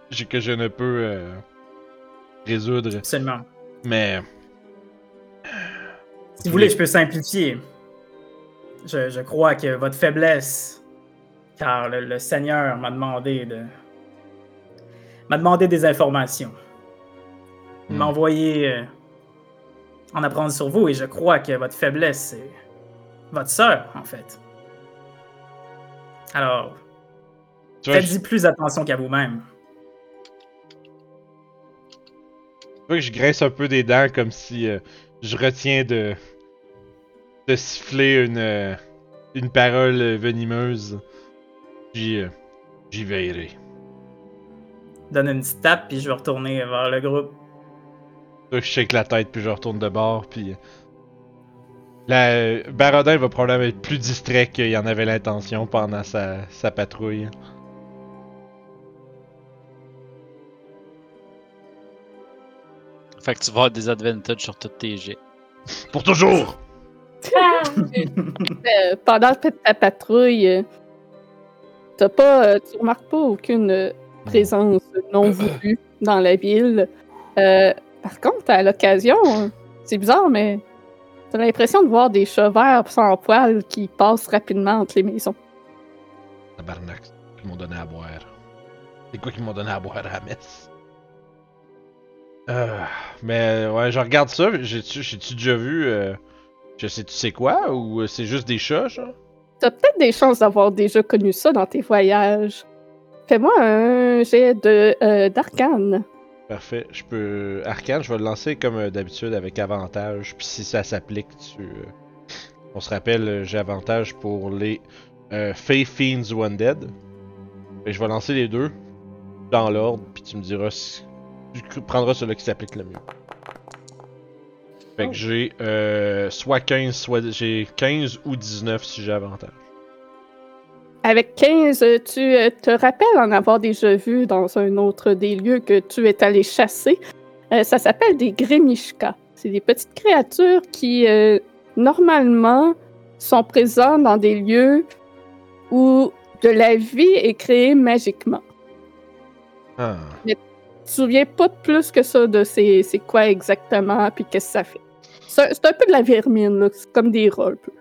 résoudre. Absolument. Mais... Si vous voulez, je peux simplifier. Je crois que votre faiblesse, car le Seigneur m'a demandé des informations. Il m'a envoyé en apprendre sur vous et je crois que votre faiblesse, c'est votre sœur, en fait. Alors, faites-y plus attention qu'à vous-même. Tu vois que je grince un peu des dents comme si je retiens de siffler une parole venimeuse. J'y veillerai. Donne une petite tape puis je vais retourner vers le groupe. Je shake la tête puis je retourne de bord puis... Barodin va probablement être plus distrait qu'il en avait l'intention pendant sa patrouille. Fait que tu vas avoir des advantages sur toutes tes jets. Pour toujours! Pendant ta patrouille, tu remarques pas aucune présence non voulue dans la ville. Par contre, à l'occasion, c'est bizarre, mais t'as l'impression de voir des chats verts sans poils qui passent rapidement entre les maisons. Tabarnak, ils m'ont donné à boire. C'est quoi qu'ils m'ont donné à boire à la messe? Mais ouais, je regarde ça, j'ai-tu déjà vu... Je sais, tu sais quoi? Ou c'est juste des chats, genre? T'as peut-être des chances d'avoir déjà connu ça dans tes voyages. Fais-moi un jet d'arcane. Parfait. Arcane, je vais le lancer comme d'habitude avec avantage. Puis si ça s'applique, on se rappelle, j'ai avantage pour les Fae Fiends ou Undead. Et je vais lancer les deux dans l'ordre, puis tu me diras si... Tu prendras celui qui s'applique le mieux. Fait que j'ai soit 15, j'ai 15 ou 19 si j'ai avantage. Avec 15, tu te rappelles en avoir déjà vu dans un autre des lieux que tu es allé chasser. Ça s'appelle des Grémishkas. C'est des petites créatures qui, normalement, sont présentes dans des lieux où de la vie est créée magiquement. Ah. Mais tu te souviens pas de plus que ça de c'est quoi exactement puis qu'est-ce que ça fait. C'est un peu de la vermine, là. C'est comme des rats, un peu.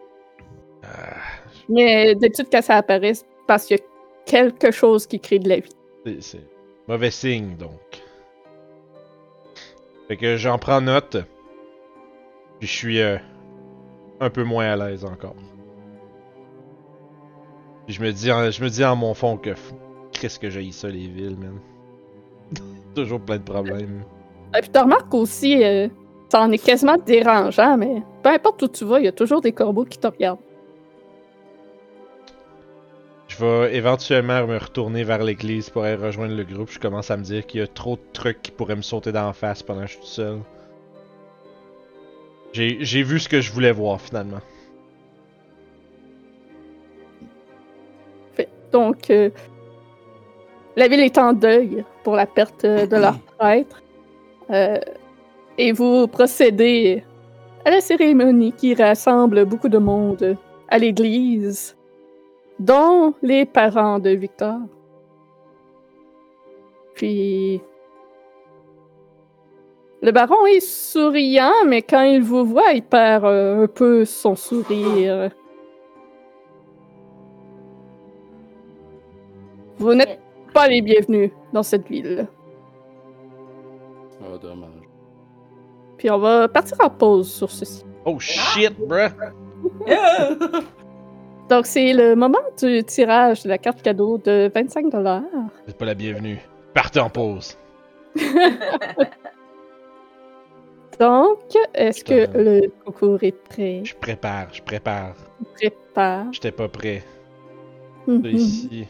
Mais d'habitude, quand ça apparaît, c'est parce qu'il y a quelque chose qui crée de la vie. C'est mauvais signe, donc. Fait que j'en prends note. Puis je suis un peu moins à l'aise encore. Puis je me dis en mon fond que qu'est-ce que j'ai ça les villes, man. Toujours plein de problèmes. Et puis tu remarques aussi, ça en est quasiment dérangeant, mais peu importe où tu vas, il y a toujours des corbeaux qui te regardent. Je vais éventuellement me retourner vers l'église pour aller rejoindre le groupe. Je commence à me dire qu'il y a trop de trucs qui pourraient me sauter d'en face pendant que je suis tout seul. J'ai vu ce que je voulais voir finalement. Donc, la ville est en deuil pour la perte de leur prêtre. Et vous procédez à la cérémonie qui rassemble beaucoup de monde à l'église, dont les parents de Victor. Puis, le baron est souriant, mais quand il vous voit, il perd un peu son sourire. Vous n'êtes pas les bienvenus dans cette ville. Oh, dommage. Puis on va partir en pause sur ceci. Oh shit, bruh! Donc c'est le moment du tirage de la carte cadeau de 25$. Vous n'êtes pas la bienvenue. Partez en pause. Donc, est-ce que le concours est prêt? Je prépare. Prépare. J'étais pas prêt. Mhm. Ici.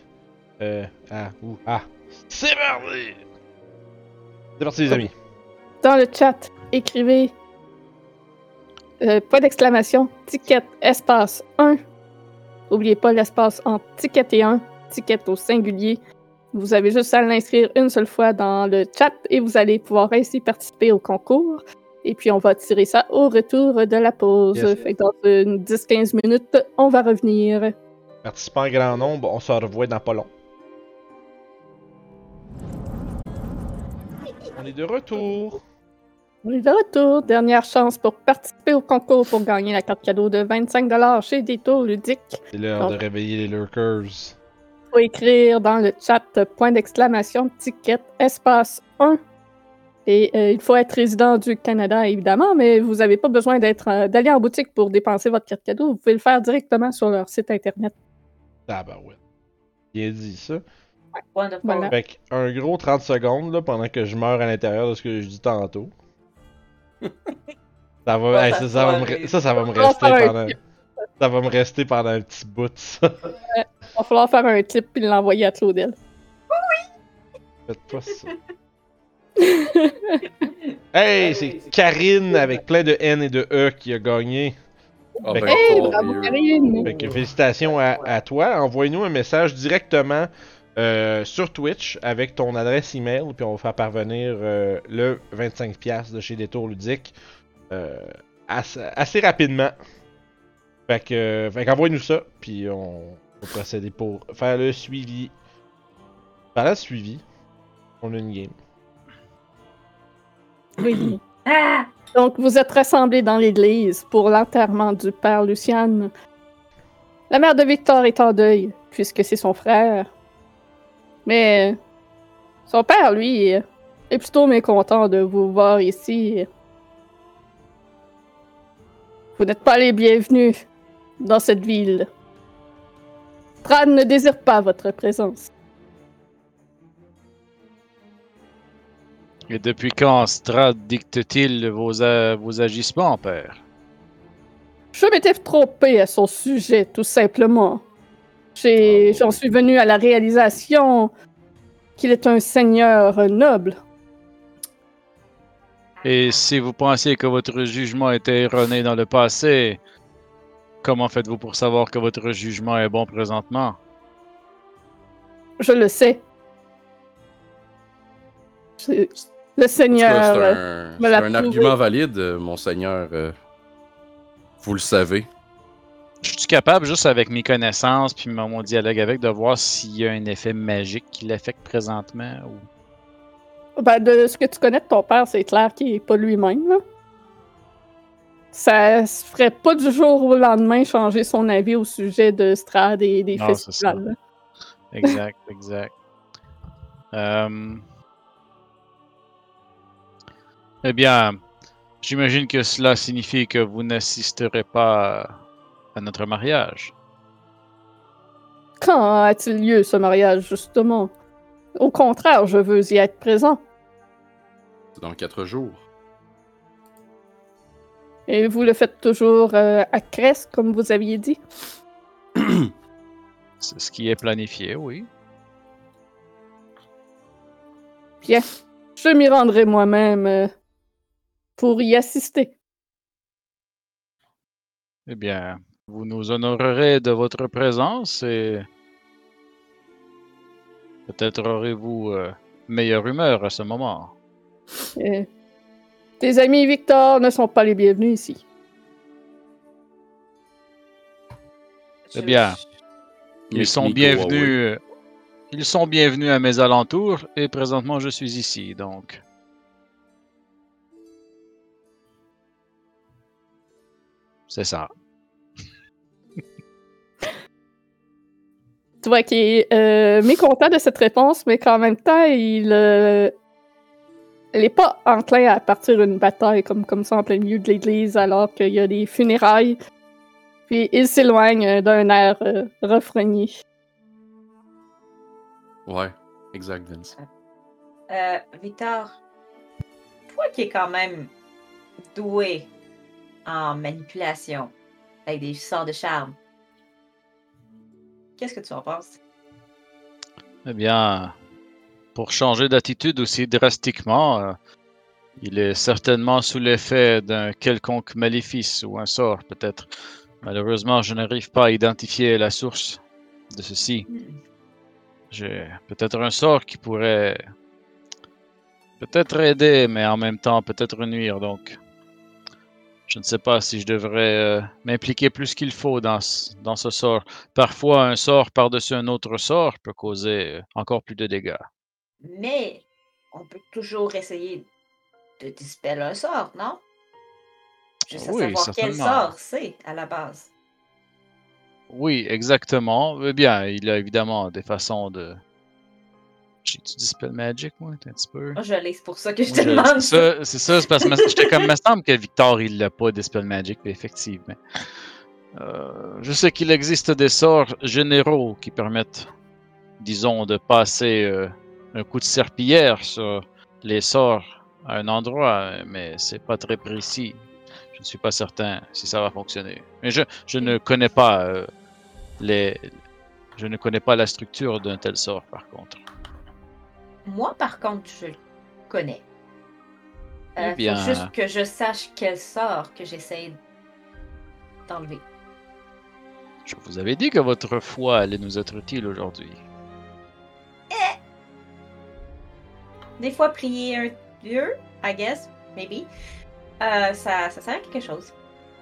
C'est parti! C'est parti, les amis. Dans le chat, écrivez point d'exclamation, ticket, espace 1. N'oubliez pas l'espace entre ticket et 1, ticket au singulier. Vous avez juste à l'inscrire une seule fois dans le chat et vous allez pouvoir ainsi participer au concours. Et puis on va tirer ça au retour de la pause. Yes. Fait que dans une 10-15 minutes, on va revenir. Participants en grand nombre, on se revoit dans pas long. On est de retour. On est de retour. Dernière chance pour participer au concours pour gagner la carte cadeau de 25$ chez Détour Ludique. C'est l'heure de réveiller les lurkers. Il faut écrire dans le chat point d'exclamation, ticket, espace 1. Et il faut être résident du Canada, évidemment, mais vous n'avez pas besoin d'aller en boutique pour dépenser votre carte cadeau. Vous pouvez le faire directement sur leur site internet. Ah bah ouais. Bien dit ça. Wonderful. Voilà. Fait un gros 30 secondes là, pendant que je meurs à l'intérieur de ce que je dis tantôt. Ça va, hey, ça va me rester pendant. Ça va me rester pendant un petit bout, ça. Il va falloir faire un clip et l'envoyer à Claudel. Faites pas ça. Hey, c'est Karine avec plein de N et de E qui a gagné. Ah, Fait ben, que- Hey, tant bravo mieux. Karine! Fait que félicitations à toi. Envoie-nous un message directement sur Twitch avec ton adresse email, puis on va faire parvenir le 25$ de chez Détour Ludique assez rapidement. Fait qu'envoie-nous ça, puis on va procéder pour faire le suivi. Par le suivi, on a une game. Oui. Ah! Donc, vous êtes rassemblés dans l'église pour l'enterrement du père Lucian. La mère de Victor est en deuil, puisque c'est son frère. Mais son père, lui, est plutôt mécontent de vous voir ici. Vous n'êtes pas les bienvenus dans cette ville. Strad ne désire pas votre présence. Et depuis quand Strad dicte-t-il vos agissements, père? Je m'étais trompé à son sujet, tout simplement. J'en suis venu à la réalisation qu'il est un seigneur noble. Et si vous pensiez que votre jugement était erroné dans le passé, Comment faites-vous pour savoir que votre jugement est bon présentement? Je le sais. Le En tout cas, Seigneur c'est me l'a un prouvé. argument valide, monseigneur. Vous le savez. Je suis capable, juste avec mes connaissances puis mon dialogue avec, de voir s'il y a un effet magique qui l'affecte présentement ou... Ben, de ce que tu connais de ton père, c'est clair qu'il n'est pas lui-même. Là. Ça se ferait pas du jour au lendemain changer son avis au sujet de Strahd et des Non, festivals. Là. Exact, exact. Eh bien, j'imagine que cela signifie que vous n'assisterez pas à notre mariage. Quand a-t-il lieu ce mariage, justement? Au contraire, je veux y être présent. C'est dans 4 jours. Et vous le faites toujours à Crest, comme vous aviez dit? C'est ce qui est planifié, oui. Bien, je m'y rendrai moi-même pour y assister. Eh bien, vous nous honorerez de votre présence et peut-être aurez-vous meilleure humeur à ce moment. Tes amis Victor ne sont pas les bienvenus ici. Eh bien, ils sont bienvenus. Ils sont bienvenus à mes alentours et présentement je suis ici, donc. C'est ça. Tu vois qu'il est mécontent de cette réponse, mais qu'en même temps, il n'est pas enclin à partir une bataille comme ça en plein milieu de l'église alors qu'il y a des funérailles. Puis il s'éloigne d'un air refrogné. Ouais, exact, Vince. Victor, toi qui es quand même doué en manipulation avec des sorts de charme, qu'est-ce que tu en penses? Eh bien, pour changer d'attitude aussi drastiquement, il est certainement sous l'effet d'un quelconque maléfice ou un sort, peut-être. Malheureusement, je n'arrive pas à identifier la source de ceci. J'ai peut-être un sort qui pourrait peut-être aider, mais en même temps peut-être nuire, donc je ne sais pas si je devrais m'impliquer plus qu'il faut dans ce sort. Parfois, un sort par-dessus un autre sort peut causer encore plus de dégâts. Mais on peut toujours essayer de dispel un sort, non? Juste à Oui, savoir quel certainement. sort c'est à la base. Oui, exactement. Eh bien, il y a évidemment des façons de... J'ai-tu Dispel Magic, moi, un petit peu? Moi, je l'ai, c'est pour ça que je Oui, te demande ça. c'est ça, c'est parce que j'étais comme, me semble que Victor, il l'a pas, Dispel Magic, mais effectivement. Je sais qu'il existe des sorts généraux qui permettent, disons, de passer un coup de serpillière sur les sorts à un endroit, mais c'est pas très précis. Je ne suis pas certain si ça va fonctionner. Mais je ne connais pas je ne connais pas la structure d'un tel sort, par contre. Moi, par contre, je le connais. Eh bien. Faut juste que je sache quel sort que j'essaie d'enlever. Je vous avais dit que votre foi allait nous être utile aujourd'hui. Des fois, prier un dieu, I guess, maybe, ça sert à quelque chose.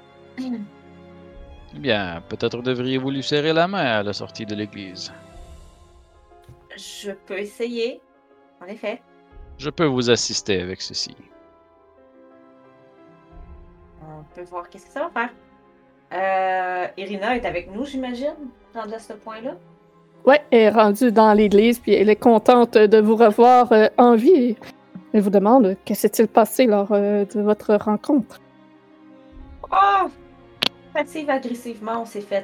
Eh bien, peut-être devriez-vous lui serrer la main à la sortie de l'église. Je peux essayer, en effet. Je peux vous assister avec ceci. On peut voir qu'est-ce que ça va faire. Irina est avec nous, j'imagine, rendue à ce point-là. Ouais, elle est rendue dans l'église, puis elle est contente de vous revoir en vie. Elle vous demande que s'est-il passé lors de votre rencontre. Oh! Passive-agressivement, on s'est fait.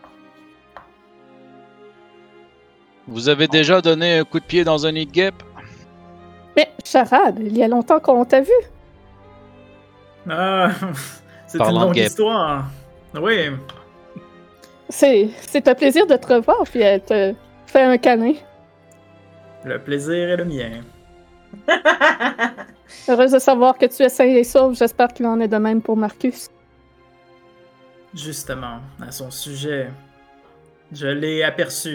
Vous avez déjà donné un coup de pied dans un nid de guêpe? Mais, Charade, il y a longtemps qu'on t'a vu. Ah, c'est une Parlant de longue guêpe. histoire. Oui. C'est un plaisir de te revoir, puis elle te fait un câlin. Le plaisir est le mien. Heureuse de savoir que tu es sain et sauf. J'espère qu'il en est de même pour Marcus. Justement, à son sujet, je l'ai aperçu.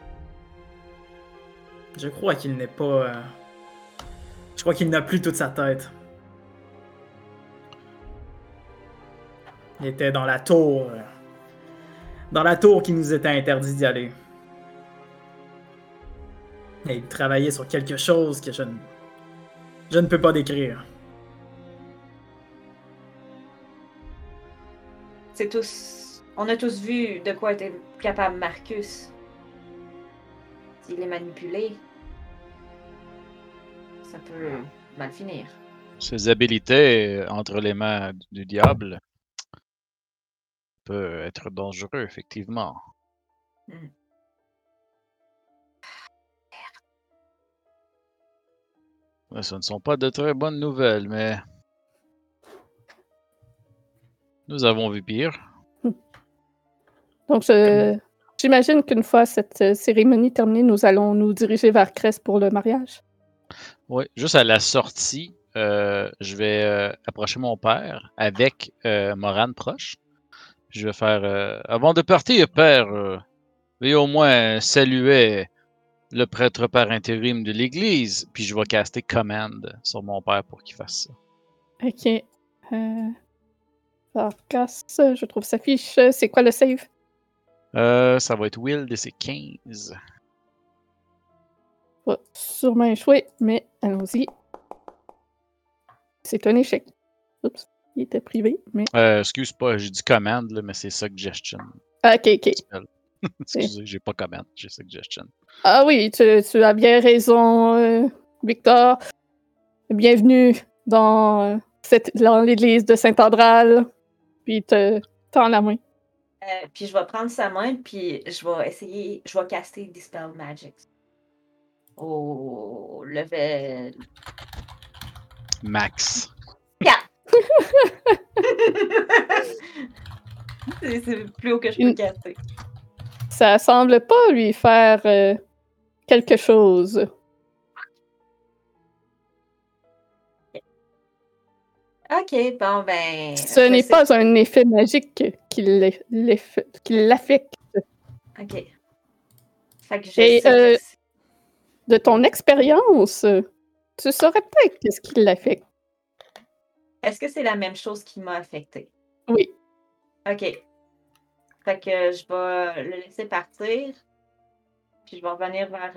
Je crois qu'il n'est pas... Je crois qu'il n'a plus toute sa tête. Il était dans la tour. Dans la tour qui nous était interdit d'y aller. Et il travaillait sur quelque chose que je ne peux pas décrire. On a tous vu de quoi était capable Marcus. S'il est manipulé, ça peut mal finir. Ses habilités entre les mains du diable peut être dangereux, effectivement. Ouais, ce ne sont pas de très bonnes nouvelles, mais nous avons vu pire. Donc, j'imagine qu'une fois cette cérémonie terminée, nous allons nous diriger vers Cress pour le mariage. Oui, juste à la sortie, je vais approcher mon père avec Morane proche. Je vais faire avant de partir, père, veuillez au moins saluer le prêtre par intérim de l'église, puis je vais caster Command sur mon père pour qu'il fasse ça. Ok. Alors, casse, je trouve sa fiche. C'est quoi le save? Ça va être Will et c'est 15. Va sûrement échouer, mais allons-y. C'est un échec. Oups, il était privé, mais... Excuse pas, j'ai dit Command, là, mais c'est Suggestion. Ah, ok. Excusez, j'ai pas Command, j'ai Suggestion. Ah oui, tu as bien raison, Victor. Bienvenue dans l'église de Saint-Andral. Puis tends la main. Puis je vais prendre sa main, puis je vais caster Dispel Magic. Au level... Max. 4! c'est plus haut que je peux caster. Ça semble pas lui faire quelque chose. Ok, bon ben... Ce n'est pas un effet magique qui l'affecte. Ok. Fait que je sais de ton expérience, tu saurais peut-être qu'est-ce qui l'affecte. Est-ce que c'est la même chose qui m'a affecté? Oui. Ok. Fait que je vais le laisser partir. Puis je vais revenir vers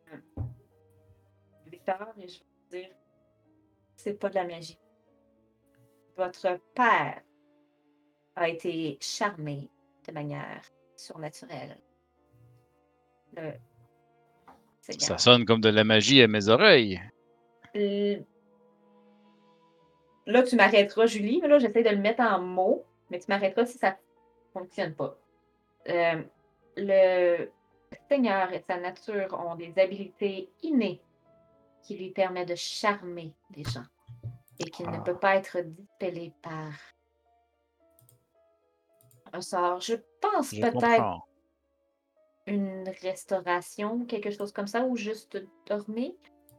Victor et je vais dire c'est pas de la magie. Votre père a été charmé de manière surnaturelle. Ça sonne comme de la magie à mes oreilles. Là, tu m'arrêteras, Julie. Mais là, j'essaie de le mettre en mots, mais tu m'arrêteras si ça ne fonctionne pas. Le Seigneur et sa nature ont des habiletés innées qui lui permettent de charmer les gens et qu'il ne peut pas être dispellé par un sort. Je pense peut-être une restauration, quelque chose comme ça, ou juste dormir.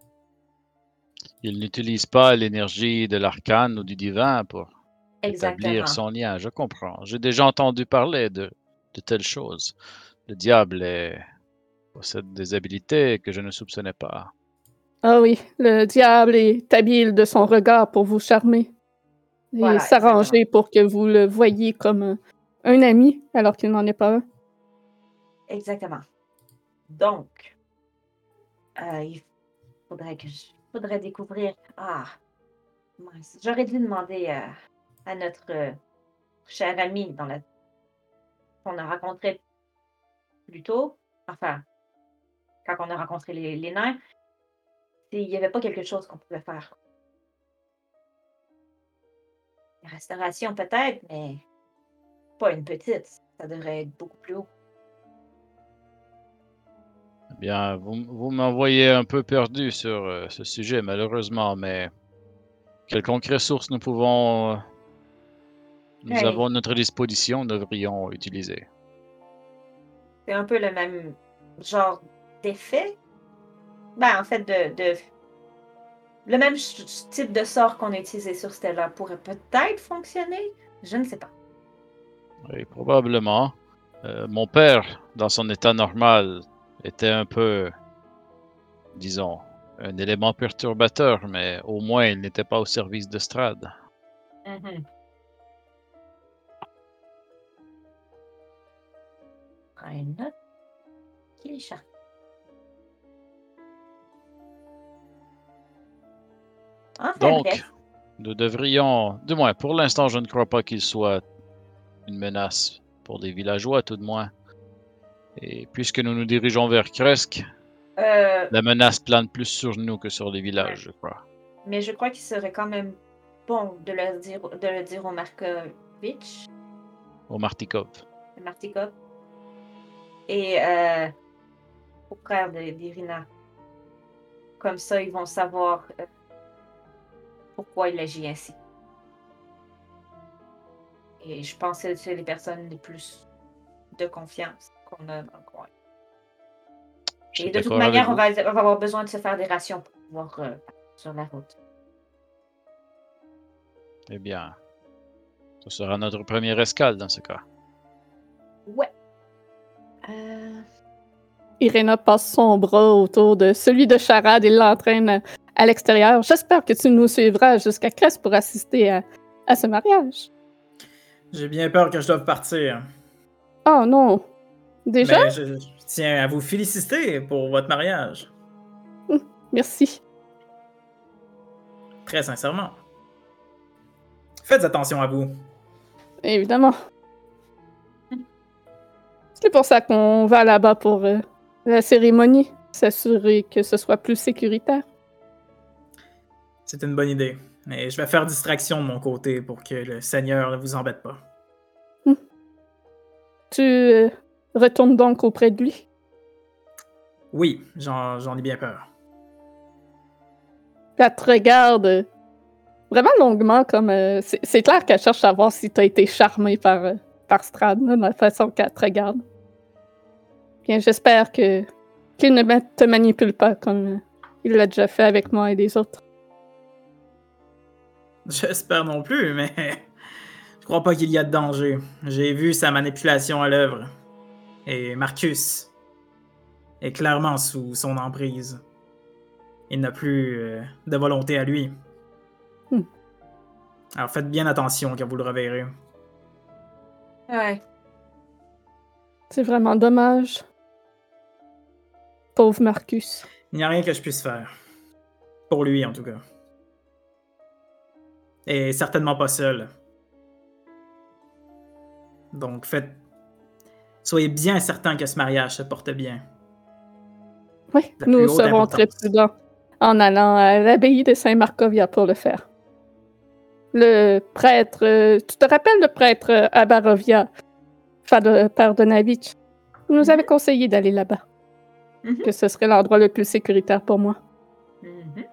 Il n'utilise pas l'énergie de l'arcane ou du divin pour établir son lien. Je comprends. J'ai déjà entendu parler de telles choses. Le diable possède des habiletés que je ne soupçonnais pas. Ah oui, le diable est habile de son regard pour vous charmer. Et s'arranger pour que vous le voyiez comme un ami, alors qu'il n'en est pas un. Exactement. Donc, il faudrait découvrir... Ah, mince. J'aurais dû demander à notre cher ami qu'on a rencontré plus tôt, enfin, quand on a rencontré les nains, s'il n'y avait pas quelque chose qu'on pouvait faire. La restauration peut-être, mais pas une petite. Ça devrait être beaucoup plus haut. Eh bien, vous m'envoyez un peu perdu sur ce sujet, malheureusement, mais quelle concrète source nous avons à notre disposition, nous devrions utiliser. C'est un peu le même genre d'effet. Ben, en fait, le même type de sort qu'on a utilisé sur Stella pourrait peut-être fonctionner. Je ne sais pas. Oui, probablement. Mon père, dans son état normal, était un peu, disons, un élément perturbateur, mais au moins il n'était pas au service de Strad. Mhm. Prends une note. Qui est Charles? Enfin, Donc, bref. nous devrions, du moins pour l'instant, je ne crois pas qu'il soit une menace pour des villageois, tout de moins. Et puisque nous nous dirigeons vers Kresk, la menace plane plus sur nous que sur les villages, je crois. Mais je crois qu'il serait quand même bon de le dire au Markovitch, Au Martikov. le Martikov, et au frère d'Irina. Comme ça, ils vont savoir pourquoi il agit ainsi. Et je pense que c'est les personnes les plus de confiance qu'on a dans le coin. Je Et suis de toute d'accord manière, on avec va avoir besoin de se faire des rations pour pouvoir sur la route. vous. Eh bien, ce sera notre première escale dans ce cas. Ouais. Irena passe son bras autour de celui de Charade et l'entraîne à l'extérieur. J'espère que tu nous suivras jusqu'à Crest pour assister à ce mariage. J'ai bien peur que je doive partir. Oh non. Déjà? Mais je tiens à vous féliciter pour votre mariage. Merci. Très sincèrement. Faites attention à vous. Évidemment. C'est pour ça qu'on va là-bas pour la cérémonie. S'assurer que ce soit plus sécuritaire. C'est une bonne idée. Mais je vais faire distraction de mon côté pour que le Seigneur ne vous embête pas. Tu retournes donc auprès de lui? Oui, j'en ai bien peur. Elle te regarde vraiment longuement, comme... c'est clair qu'elle cherche à voir si t'as été charmé par Strad, là, de la façon qu'elle te regarde. Bien, j'espère qu'il ne te manipule pas comme il l'a déjà fait avec moi et les autres. J'espère non plus, mais je crois pas qu'il y a de danger. J'ai vu sa manipulation à l'œuvre. Et Marcus est clairement sous son emprise. Il n'a plus de volonté à lui. Alors faites bien attention quand vous le reverrez. Ouais. C'est vraiment dommage. Pauvre Marcus. Il n'y a rien que je puisse faire. Pour lui, en tout cas. Et certainement pas seul. Donc soyez bien certain que ce mariage se porte bien. Oui, La plus nous haute serons très importance. prudents en allant à l'abbaye de Saint-Marcovia pour le faire. Le prêtre... tu te rappelles le prêtre à Barovia, Père Donavitch? Il nous avait conseillé d'aller là-bas. Mhm. Que ce serait l'endroit le plus sécuritaire pour moi. Mhm.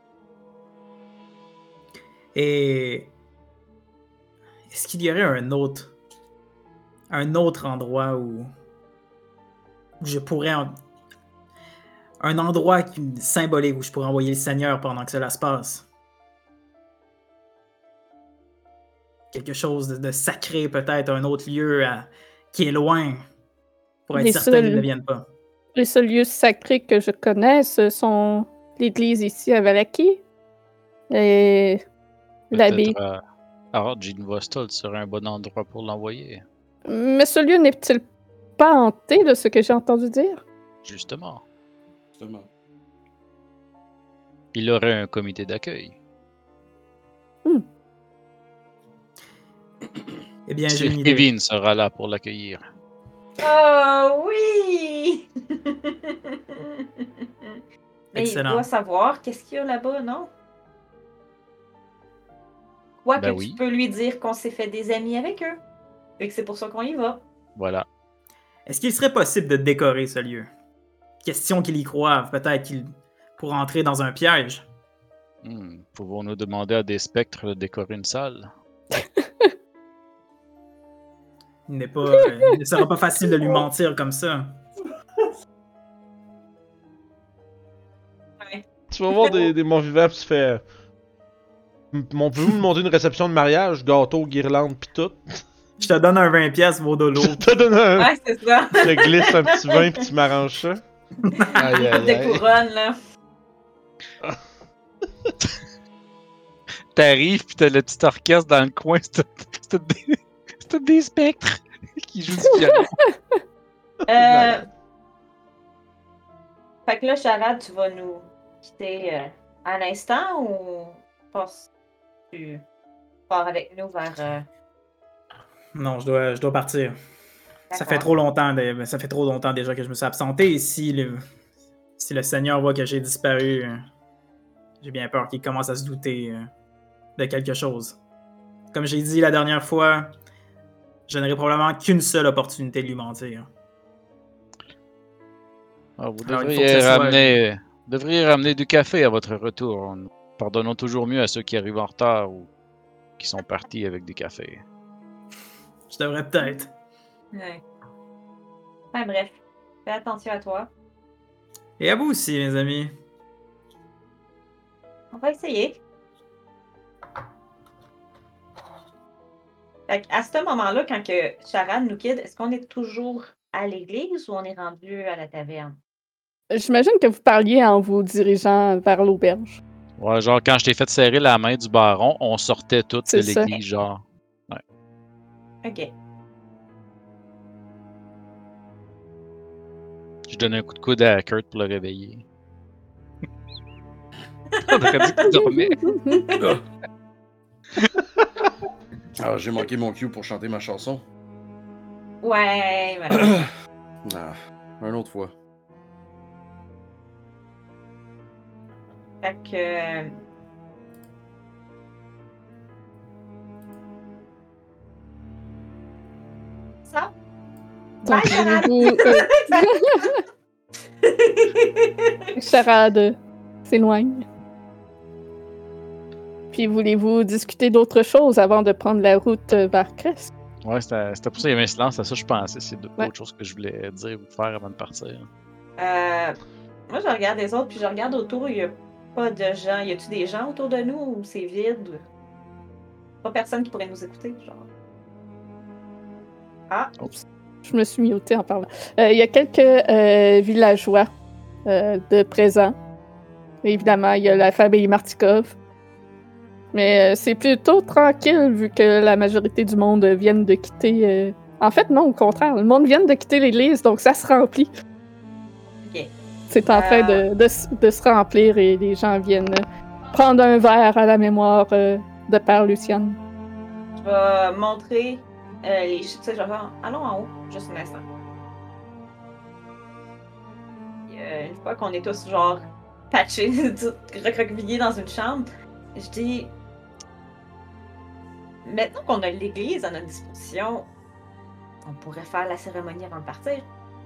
Et est-ce qu'il y aurait un autre endroit où je pourrais un endroit symbolique où je pourrais envoyer le Seigneur pendant que cela se passe? Quelque chose de sacré, peut-être un autre lieu qui est loin pour être Les certain seuls- qu'ils ne viennent pas. Les seuls lieux sacrés que je connais, ce sont l'église ici à Valaki et l'abbaye. Peut-être à Arjin-Vostol serait un bon endroit pour l'envoyer. Mais ce lieu n'est-il pas hanté de ce que j'ai entendu dire? Justement. Justement. Il aurait un comité d'accueil. Eh bien, j'ai une Sir idée. Kevin sera là pour l'accueillir. Oh oui! Mais Excellent. il doit savoir qu'est-ce qu'il y a là-bas, non? Quoi Ben que oui. tu peux lui dire qu'on s'est fait des amis avec eux. Et que c'est pour ça qu'on y va. Voilà. Est-ce qu'il serait possible de décorer ce lieu? Question qu'il y croive, peut-être qu'il pourra entrer dans un piège. Pouvons-nous demander à des spectres de décorer une salle? Il ne sera pas facile de lui mentir comme ça. Tu vas voir des morts vivants pis tu fais. Pouvez-vous me monter une réception de mariage, gâteau, guirlande pis tout? Je te donne un 20$ pour de l'eau. Je te donne un. Ouais, c'est ça. Je te glisse un petit vin puis tu m'arranges ça. Aïe, aïe, Des aïe. couronnes, là. T'arrives pis t'as le petit orchestre dans le coin, c'est des spectres qui jouent du piano. Fait que là, Charade, tu vas nous quitter à l'instant ou tu pars avec nous vers. Non, je dois partir. Ça fait trop longtemps, déjà que je me suis absenté. Et si le Seigneur voit que j'ai disparu, j'ai bien peur qu'il commence à se douter de quelque chose. Comme j'ai dit la dernière fois, je n'aurai probablement qu'une seule opportunité de lui mentir. Ah, vous Alors, il faut que ça soit- devriez ramener du café à votre retour. Nous pardonnons toujours mieux à ceux qui arrivent en retard ou qui sont partis avec du café. Je devrais peut-être. Ouais. Enfin bref, fais attention à toi. Et à vous aussi, mes amis. On va essayer. Fait à ce moment-là, quand que Charade nous quitte, est-ce qu'on est toujours à l'église ou on est rendu à la taverne? J'imagine que vous parliez en vous dirigeant vers l'auberge. Ouais, genre quand je t'ai fait serrer la main du baron, on sortait tous de C'est ça. l'église, genre. Ok. Je donnais un coup de coude à Kurt pour le réveiller. On aurait dit qu'il dormait. Alors, j'ai manqué mon cue pour chanter ma chanson. Ouais, voilà. Une autre fois. Fait que. Ça? Donc, Bye, Charade! voulez-vous, Charade s'éloigne. Puis voulez-vous discuter d'autre chose avant de prendre la route vers Crest? Ouais, c'était pour ça qu'il y avait un silence, c'est ça que je pensais. C'est d'autres Ouais. choses que je voulais dire ou faire avant de partir. Moi, je regarde les autres, puis je regarde autour, il n'y a pas de gens. Y a-tu des gens autour de nous ou c'est vide? Pas personne qui pourrait nous écouter, genre. Ah! Je me suis mutée en parlant. Il y a quelques villageois de présents. Évidemment, il y a la famille Martikov. Mais c'est plutôt tranquille vu que la majorité du monde viennent de quitter... En fait, non, au contraire. Le monde vient de quitter l'église, donc ça se remplit. Ok. C'est en train de se remplir et les gens viennent prendre un verre à la mémoire de Père Luciane. Je vais montrer les chiffres. Tu sais, je vais faire, allons en haut, juste un instant. Une fois qu'on est tous, genre, patchés, recroquevillés dans une chambre, je dis... Maintenant qu'on a l'église à notre disposition, on pourrait faire la cérémonie avant de partir.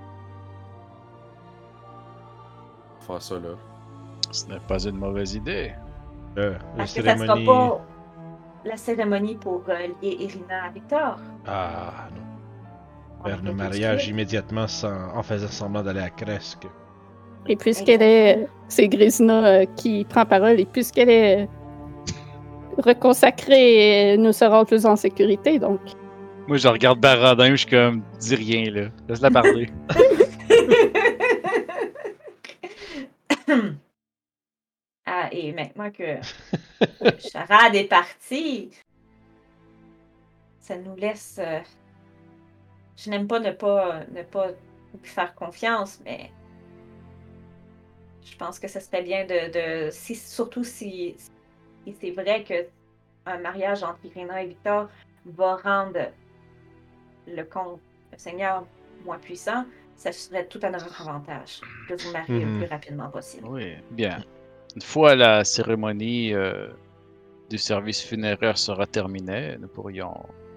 Faire ça là. Ce n'est pas une mauvaise idée. La Parce que ça sera cérémonie. pas la cérémonie pour lier Irina à Victor. Ah non. On Faire est le bientôt mariage du immédiatement en faisant semblant d'aller à Cresque. Et puisqu'elle est... C'est Grésina qui prend parole, et puisqu'elle est reconsacrée, nous serons tous en sécurité, donc... Moi, je regarde Baradin, je suis comme, dis rien, là. Laisse-la parler. Ah, et maintenant que Charade est partie, ça nous laisse... Je n'aime pas ne pas lui faire confiance, mais je pense que ce serait bien surtout si c'est vrai que un mariage entre Irina et Victor va rendre le Seigneur moins puissant, ça serait tout à notre avantage de vous marier le plus rapidement possible. Oui, bien. Une fois la cérémonie du service funéraire sera terminée, nous pourrions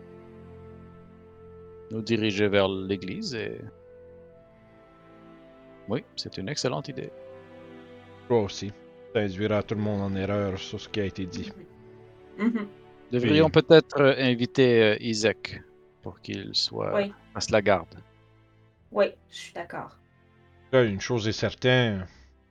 nous diriger vers l'église et... Oui, c'est une excellente idée. Toi aussi. Ça induira tout le monde en erreur sur ce qui a été dit. Mhm. Devrions Oui. peut-être inviter Isaac pour qu'il soit Oui, fasse la garde. oui, je suis d'accord. Là, une chose est certaine.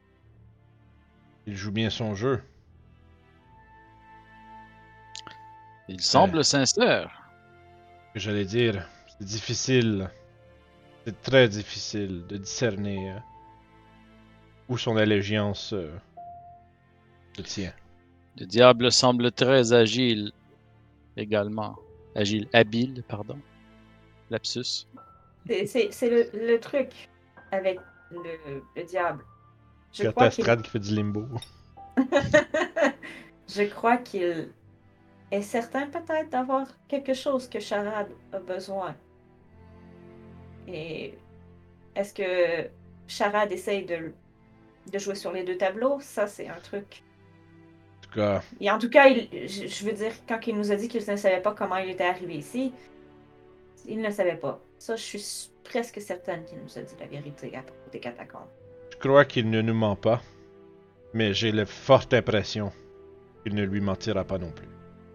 Il joue bien son jeu. Il semble sincère. que j'allais dire, c'est difficile. C'est très difficile de discerner où son allégeance se tient. Le diable semble très agile également. Habile, pardon. Lapsus. C'est le truc avec le diable. Je Quand crois t'as Strad qui fait du limbo. Je crois qu'il est certain peut-être d'avoir quelque chose que Charade a besoin. Et est-ce que Charade essaye de jouer sur les deux tableaux? Ça, c'est un truc. En tout cas, Et en tout cas, je veux dire, quand il nous a dit qu'il ne savait pas comment il était arrivé ici, il ne savait pas. Ça, je suis presque certaine qu'il nous a dit la vérité à propos des catacombes. je crois qu'il ne nous ment pas. Mais j'ai la forte impression qu'il ne lui mentira pas non plus.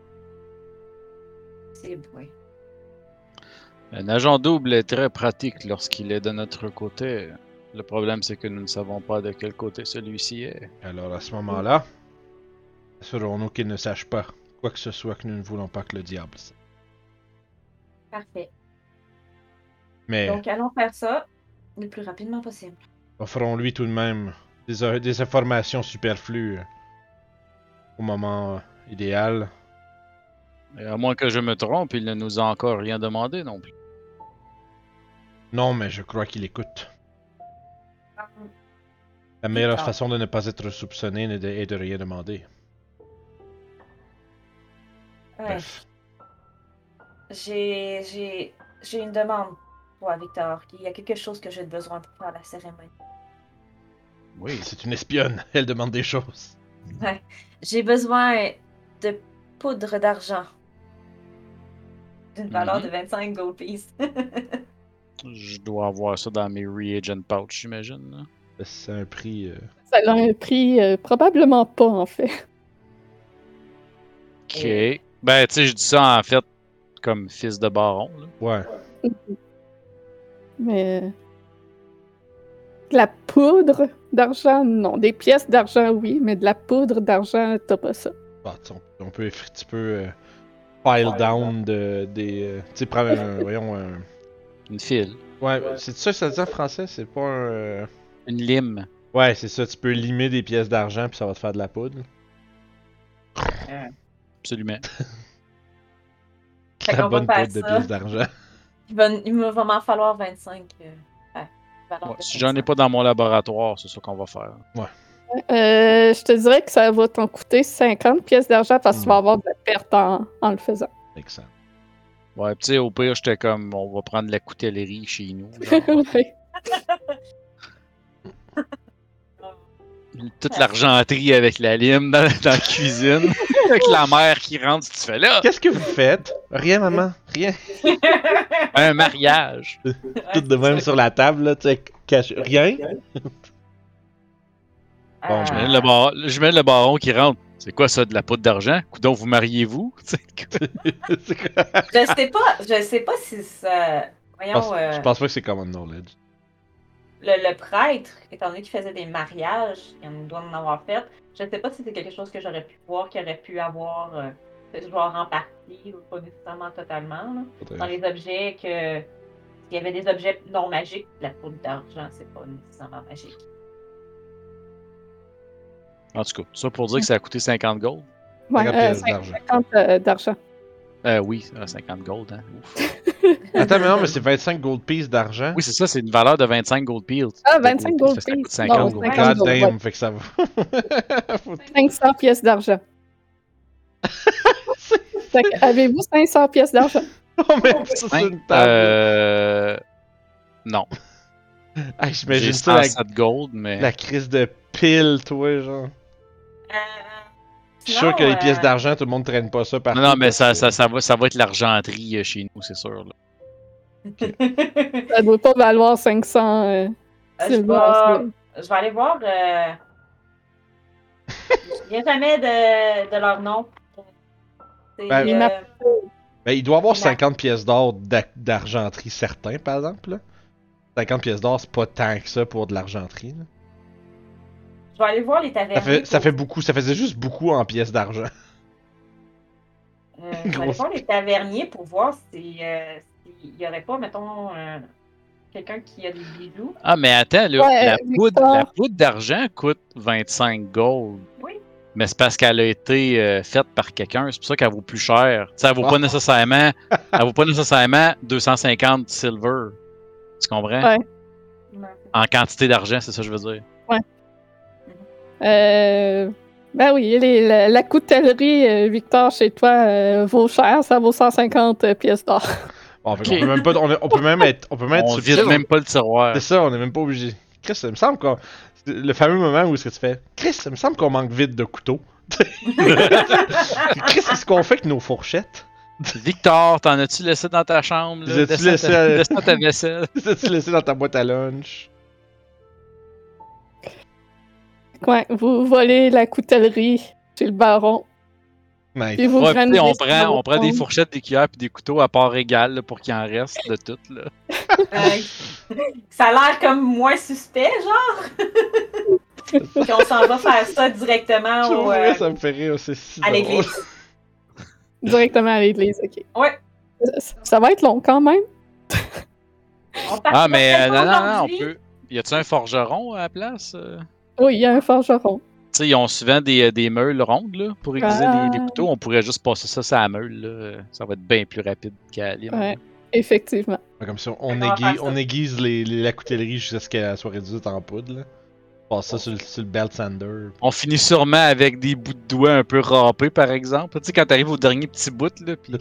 C'est oui. Un agent double est très pratique lorsqu'il est de notre côté. Le problème, c'est que nous ne savons pas de quel côté celui-ci est. Alors à ce moment-là, assurons-nous qu'il ne sache pas quoi que ce soit que nous ne voulons pas que le diable sache. Parfait. Mais Donc, allons faire ça le plus rapidement possible. offrons-lui tout de même des informations superflues au moment idéal. Et à moins que je me trompe, il ne nous a encore rien demandé non plus. Non, mais je crois qu'il écoute. La meilleure D'accord. façon de ne pas être soupçonné est de rien demander. Ouais. Bref. J'ai une demande pour Victor. Il y a quelque chose que j'ai besoin pour faire la cérémonie. Oui, c'est une espionne. Elle demande des choses. Ouais. J'ai besoin de poudre d'argent. D'une valeur de 25 gold pieces. Je dois avoir ça dans mes reagent pouch, j'imagine. Là. C'est un prix... Ça a un prix probablement pas, en fait. Ok. Ben, tu sais, je dis ça en fait comme fils de baron. Là. Ouais. Mais de la poudre d'argent, non. Des pièces d'argent, oui, mais de la poudre d'argent, t'as pas ça. Bah, on peut un petit peu pile down tu sais, prendre un... Une file. Ouais, c'est ça que ça dit en français? C'est pas un... Une lime. Ouais, c'est ça. Tu peux limer des pièces d'argent puis ça va te faire de la poudre. Absolument. Fait La qu'on va bonne faire poudre de ça. pièces d'argent. Il me va m'en falloir 25. Valeur Ouais, de si j'en ai 25. pas dans mon laboratoire, c'est ça qu'on va faire. Je te dirais que ça va t'en coûter 50 pièces d'argent parce que tu vas Hmm. avoir de la perte en le faisant. Excellent. Ouais, tu sais, au pire, j'étais comme, on va prendre la coutellerie chez nous. genre. Ouais. Toute l'argenterie avec la lime dans la cuisine. Avec la mère qui rentre, si tu fais là. Qu'est-ce que vous faites? Rien, maman. Rien. Un mariage. Tout de même sur la table, là, tu sais, caché. Rien? Bon, Je mets le baron qui rentre. C'est quoi ça, de la poudre d'argent? Coudon, vous mariez-vous? C'est quoi? Je sais pas si ça. Voyons, Je pense pas que c'est common knowledge. le prêtre, étant donné qu'il faisait des mariages, il doit en avoir fait. Je sais pas si c'est quelque chose que j'aurais pu voir, qu'il aurait pu avoir, genre en partie, ou pas nécessairement totalement. Là. Dans les objets que. S'il y avait des objets non magiques, la poudre d'argent, c'est pas nécessairement magique. En tout cas, ça pour dire que ça a coûté 50 gold. Ouais, 50 pièces d'argent. 50 d'argent. Oui, 50 gold, hein. Ouf. Attends, mais non, mais c'est 25 gold pieces d'argent. Oui, c'est ça, c'est une valeur de 25 gold pills. Ah, 25 gold Ça coûte pieces. 50 Non, gold. 50 God gold, damn, ouais. fait que ça va. 500 pièces d'argent. Fait que, avez-vous 500 pièces d'argent? Oh, mais ça, c'est une table. Non. Hey, J'ai j'imagine ça, 107 gold, mais... la crise de pile, toi, genre. Je suis Sinon, sûr que les pièces d'argent, tout le monde traîne pas ça partout. Non, mais parce que- ça va être l'argenterie chez nous, c'est sûr. Là. Ça doit pas valoir 500 je silver. vais aller voir. Il n'y a jamais de leur nom. C'est, Ben, Les maps. Ben, il doit avoir Non. 50 pièces d'or d'argenterie certain, par exemple. Là. 50 pièces d'or, c'est pas tant que ça pour de l'argenterie. là. je vais aller voir les taverniers. Ça fait beaucoup, ça faisait juste beaucoup en pièces d'argent. Je vais aller voir les taverniers pour voir s'il y aurait pas, mettons, quelqu'un qui a des bijoux. Ah, mais attends, là, Ouais, la poudre d'argent coûte 25 gold. Oui. Mais c'est parce qu'elle a été faite par quelqu'un, c'est pour ça qu'elle vaut plus cher. T'sais, elle vaut pas nécessairement 250 silver. Tu comprends? Ouais. En quantité d'argent, c'est ça que je veux dire. Ben oui, la coutellerie, Victor, chez toi, vaut cher. Ça vaut 150 pièces d'or. Bon, fait qu'on peut même pas. On peut même être On subtil, vide même pas le tiroir. C'est ça, on est même pas obligé. Chris, ça me semble qu'on. Le fameux moment où est-ce que tu fais. Chris, ça me semble qu'on manque vite de couteaux. Chris, qu'est-ce qu'on fait avec nos fourchettes? Victor, t'en as-tu laissé dans ta chambre? Les as-tu laissé Descends ta vaisselle. Les as-tu laissé dans ta boîte à lunch? Ouais, vous volez la coutellerie chez le baron. Nice. Puis vous Ouais, grindez on sur prend votre des tombe. fourchettes, des cuillères et des couteaux à part égale là, pour qu'il en reste de tout. Là. Ça a l'air comme moins suspect, genre. Puis on s'en va faire ça directement Pour vrai, ça me fait rire, c'est si à drôle. l'église. Directement à l'église, ok. Ouais. Ça va être long quand même. On part Ah, mais pas non, on aujourd'hui. peut. Y a-tu un forgeron à la place? Oui, il y a un forgeron. Tu sais, ils ont souvent des meules rondes là, pour aiguiser les couteaux. On pourrait juste passer ça sur la meule. Là. Ça va être bien plus rapide qu'à lime. Ouais, effectivement. Comme ça, On va faire ça. on aiguise la coutellerie jusqu'à ce qu'elle soit réduite en poudre. Là. On passe ça sur le belt sander. On finit sûrement avec des bouts de doigts un peu râpés, par exemple. Tu sais, quand t'arrives au dernier petit bout, là, pis...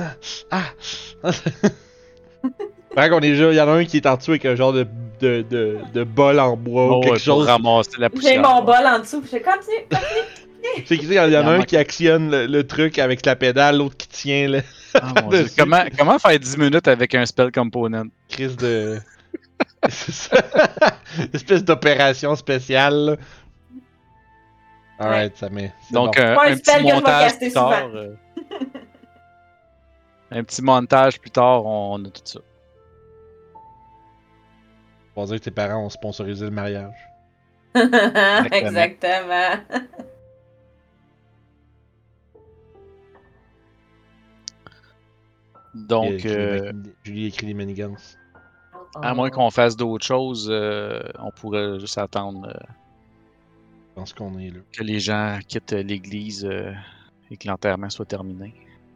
Fait qu'on est déjà, il y en a un qui est en dessous avec un genre de bol en bois ou quelque pour chose. ramasser la poussière. J'ai mon bol en dessous, puis je continue. Tu sais, il y en a un qui actionne le truc avec la pédale, l'autre qui tient le Ah, mon Dieu. Comment faire 10 minutes avec un spell component? crise de. C'est ça. Espèce d'opération spéciale. Là. Alright, ça met. c'est Donc, bon. un Pas un petit spell que je vais montage caster plus tard. souvent. Un petit montage plus tard, on a tout ça. On va dire que tes parents ont sponsorisé le mariage. Exactement. Donc, Julie écrit des manigans. à moins qu'on fasse d'autres choses, on pourrait juste attendre Je pense qu'on est là. que les gens quittent l'église et que l'enterrement soit terminé.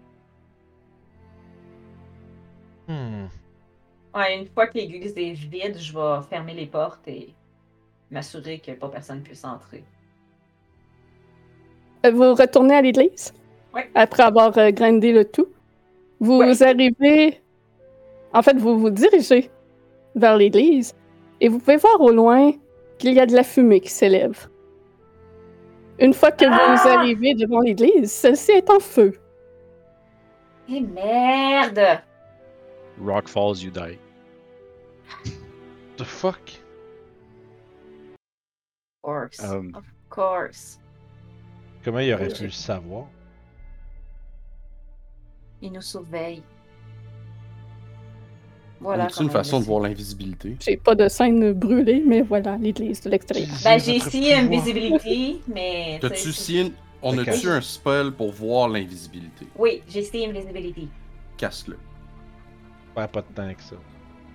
Ouais, une fois que l'église est vide, je vais fermer les portes et m'assurer que pas personne puisse entrer. Vous retournez à l'église? Oui. Après avoir grindé le tout. Vous arrivez... En fait, vous vous dirigez vers l'église et vous pouvez voir au loin qu'il y a de la fumée qui s'élève. Une fois que vous arrivez devant l'église, celle-ci est en feu. Eh merde! Rock falls, you die. The fuck? Of course. Um. Of course. Comment il aurait pu le savoir? Il nous surveille. On Voilà. a-tu une façon de voir l'invisibilité? J'ai pas de scène brûlée, mais voilà, l'église de l'extérieur. Ben, j'ai Notre essayé pouvoir. Invisibility, mais. T'as-tu c'est- si on Ok. a-tu un spell pour voir l'invisibilité? Oui, j'ai essayé Invisibility. Casse-le. Pas de temps avec ça.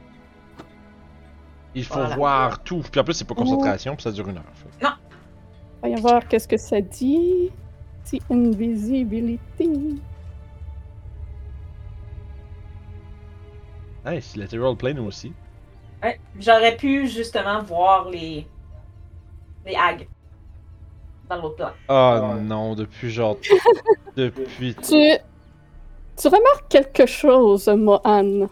Il faut Voilà. voir tout. Puis en plus, c'est pas concentration, puis ça dure 1 heure. Fait. Voyons voir qu'est-ce que ça dit. C'est invisibility. Nice, Lateral Plane aussi. Ouais, j'aurais pu justement voir les hags dans l'autre plan. Oh non, depuis genre. depuis. Tu remarques quelque chose, Mohan.